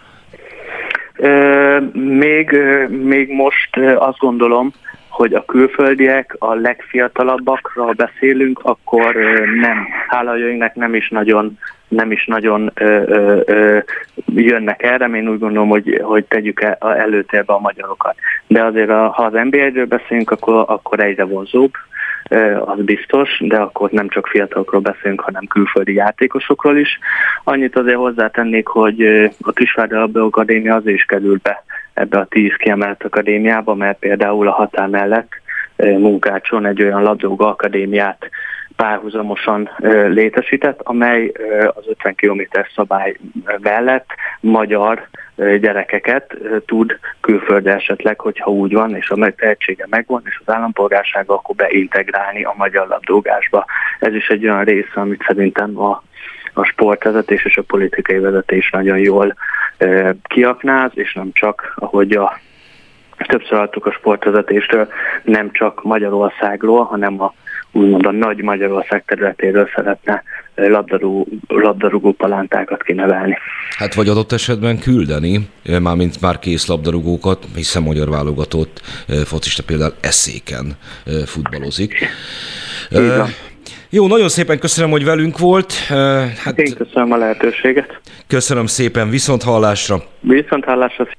Ö, még, még most azt gondolom, hogy a külföldiek, a legfiatalabbakról beszélünk, akkor nem, hála jöjjnek nem is nagyon, nem is nagyon ö, ö, ö, jönnek erre, én úgy gondolom, hogy, hogy tegyük előtérbe a magyarokat. De azért, ha az en bé egy-ről beszélünk, akkor, akkor egyre vonzóbb, az biztos, de akkor nem csak fiatalokról beszélünk, hanem külföldi játékosokról is. Annyit azért hozzátennék, hogy a Kisvárda Labdarúgó Akadémia azért is került be ebbe a tíz kiemelt akadémiába, mert például a határ mellett Munkácson egy olyan labdarúgó akadémiát párhuzamosan létesített, amely az ötven kilométer szabály mellett magyar gyerekeket tud külföldre esetleg, hogyha úgy van, és a tehetsége megvan, és az állampolgársága, akkor beintegrálni a magyar labdarúgásba. Ez is egy olyan része, amit szerintem a, a sportvezetés és a politikai vezetés nagyon jól e, kiaknáz, és nem csak, ahogy a többször hallottuk a sportvezetéstől, nem csak Magyarországról, hanem a úgymond a nagy Magyarország területéről szeretne labdarúgó, labdarúgó palántákat kinevelni. Hát vagy adott esetben küldeni, mármint már kész labdarúgókat, hiszen magyar válogatott focista például Eszéken futballozik. Igen. Jó, nagyon szépen köszönöm, hogy velünk volt. Hát, én köszönöm a lehetőséget. Köszönöm szépen, viszont hallásra. Viszont hallásra.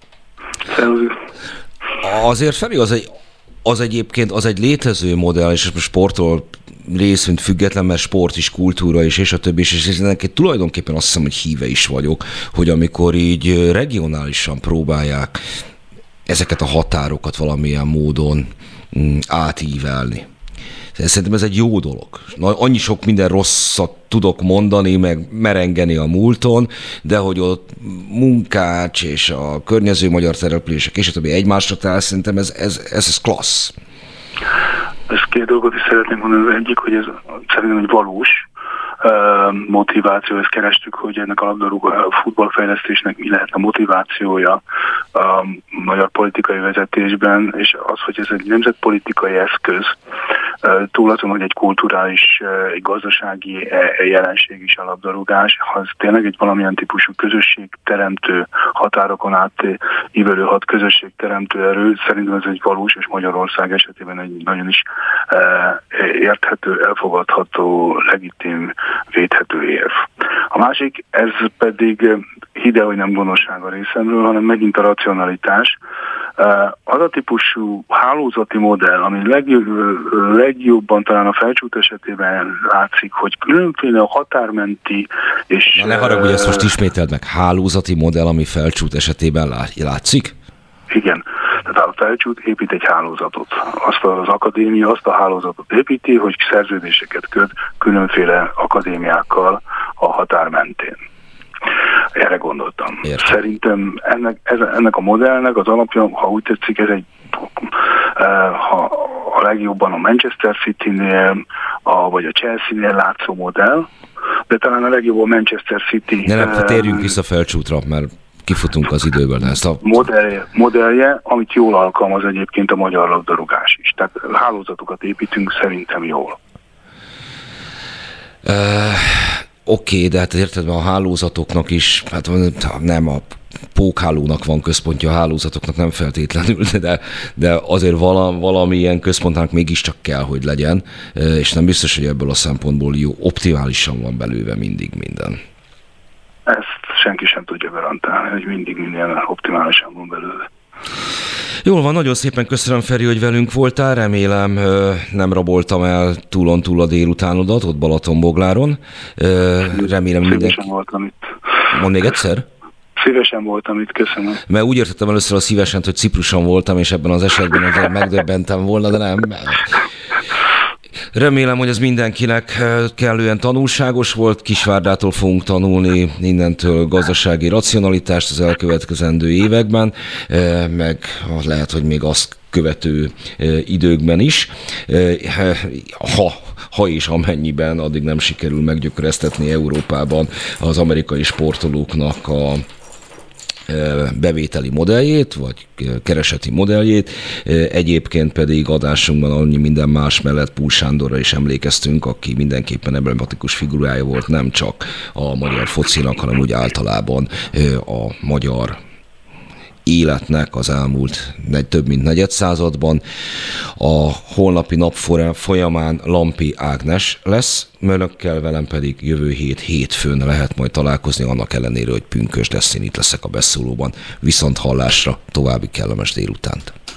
Azért Feri, az egy az egyébként az egy létező modell, és most sportról részint független, mert sport is, kultúra is, és a többi, és ennek tulajdonképpen azt hiszem, hogy híve is vagyok, hogy amikor így regionálisan próbálják ezeket a határokat valamilyen módon átívelni. Szerintem ez egy jó dolog. Annyi sok minden rosszat tudok mondani, meg merengeni a múlton, de hogy ott Munkács és a környező magyar települések és a többi egymásra talál, szerintem ez, ez, ez, ez klassz. Ezt két dolgot is szeretném mondani. Az egyik, hogy ez szerintem egy valós motiváció, ezt kerestük, hogy ennek a labdarúgó futballfejlesztésnek mi lehet a motivációja a magyar politikai vezetésben, és az, hogy ez egy nemzetpolitikai eszköz, túl azon, hogy egy kulturális, egy gazdasági jelenség is a labdarúgás, ha ez tényleg egy valamilyen típusú közösségteremtő, határokon átívelő hat közösségteremtő erő, szerintem ez egy valós, és Magyarország esetében egy nagyon is érthető, elfogadható, legitim, védhető érv. A másik, ez pedig ide, hogy nem gonoszság a részemről, hanem megint a racionalitás. Az a típusú hálózati modell, ami legjobb, legjobban talán a Felcsút esetében látszik, hogy különféle határmenti és... Na ne haragudj, ezt most ismételd meg. Hálózati modell, ami Felcsút esetében látszik? Igen. Tehát a Felcsút épít egy hálózatot. Azt az akadémia azt a hálózatot építi, hogy szerződéseket köt különféle akadémiákkal a határ mentén. Erre gondoltam. Értem. Szerintem ennek, ez, ennek a modellnek az alapja, ha úgy tetszik, ez egy ha a legjobban a Manchester City-nél, a, vagy a Chelsea-nél látszó modell, de talán a legjobb a Manchester City... Ne, nem, térjünk vissza Felcsútra, mert kifutunk az időből. Ezt a... modellje, modellje, amit jól alkalmaz egyébként a magyar labdarúgás is. Tehát hálózatokat építünk szerintem jól. Uh... Oké, okay, de hát érted, a hálózatoknak is, hát nem a pókhálónak van központja, a hálózatoknak nem feltétlenül, de, de azért vala, valamilyen központnak mégiscsak kell, hogy legyen, és nem biztos, hogy ebből a szempontból jó, optimálisan van belőle mindig minden. Ezt senki sem tudja garantálni, hogy mindig minden optimálisan van belőle. Jól van, nagyon szépen köszönöm, Feri, hogy velünk voltál, remélem nem raboltam el túlon túl a délutánodat, ott Balatonbogláron. Remélem minden... Szívesen voltam itt. Mondd még egyszer? Szívesen voltam itt, köszönöm. Mert úgy értettem először a szívesen, hogy Cipruson voltam, és ebben az esetben azért megdöbbentem volna, de nem. Remélem, hogy ez mindenkinek kellően tanulságos volt. Kisvárdától fogunk tanulni innentől gazdasági racionalitást az elkövetkezendő években, meg lehet, hogy még azt követő időkben is. Ha, ha és amennyiben addig nem sikerül meggyökeresztetni Európában az amerikai sportolóknak a bevételi modelljét, vagy kereseti modelljét. Egyébként pedig adásunkban annyi minden más mellett Púl Sándorra is emlékeztünk, aki mindenképpen emblematikus figurája volt nem csak a magyar focinak, hanem úgy általában a magyar életnek az elmúlt több mint negyedszázadban. A holnapi nap folyamán Lampi Ágnes lesz, önökkel, velem pedig jövő hét hétfőn lehet majd találkozni, annak ellenére, hogy pünkösd, de én itt leszek a beszólóban. Viszont hallásra, további kellemes délutánt.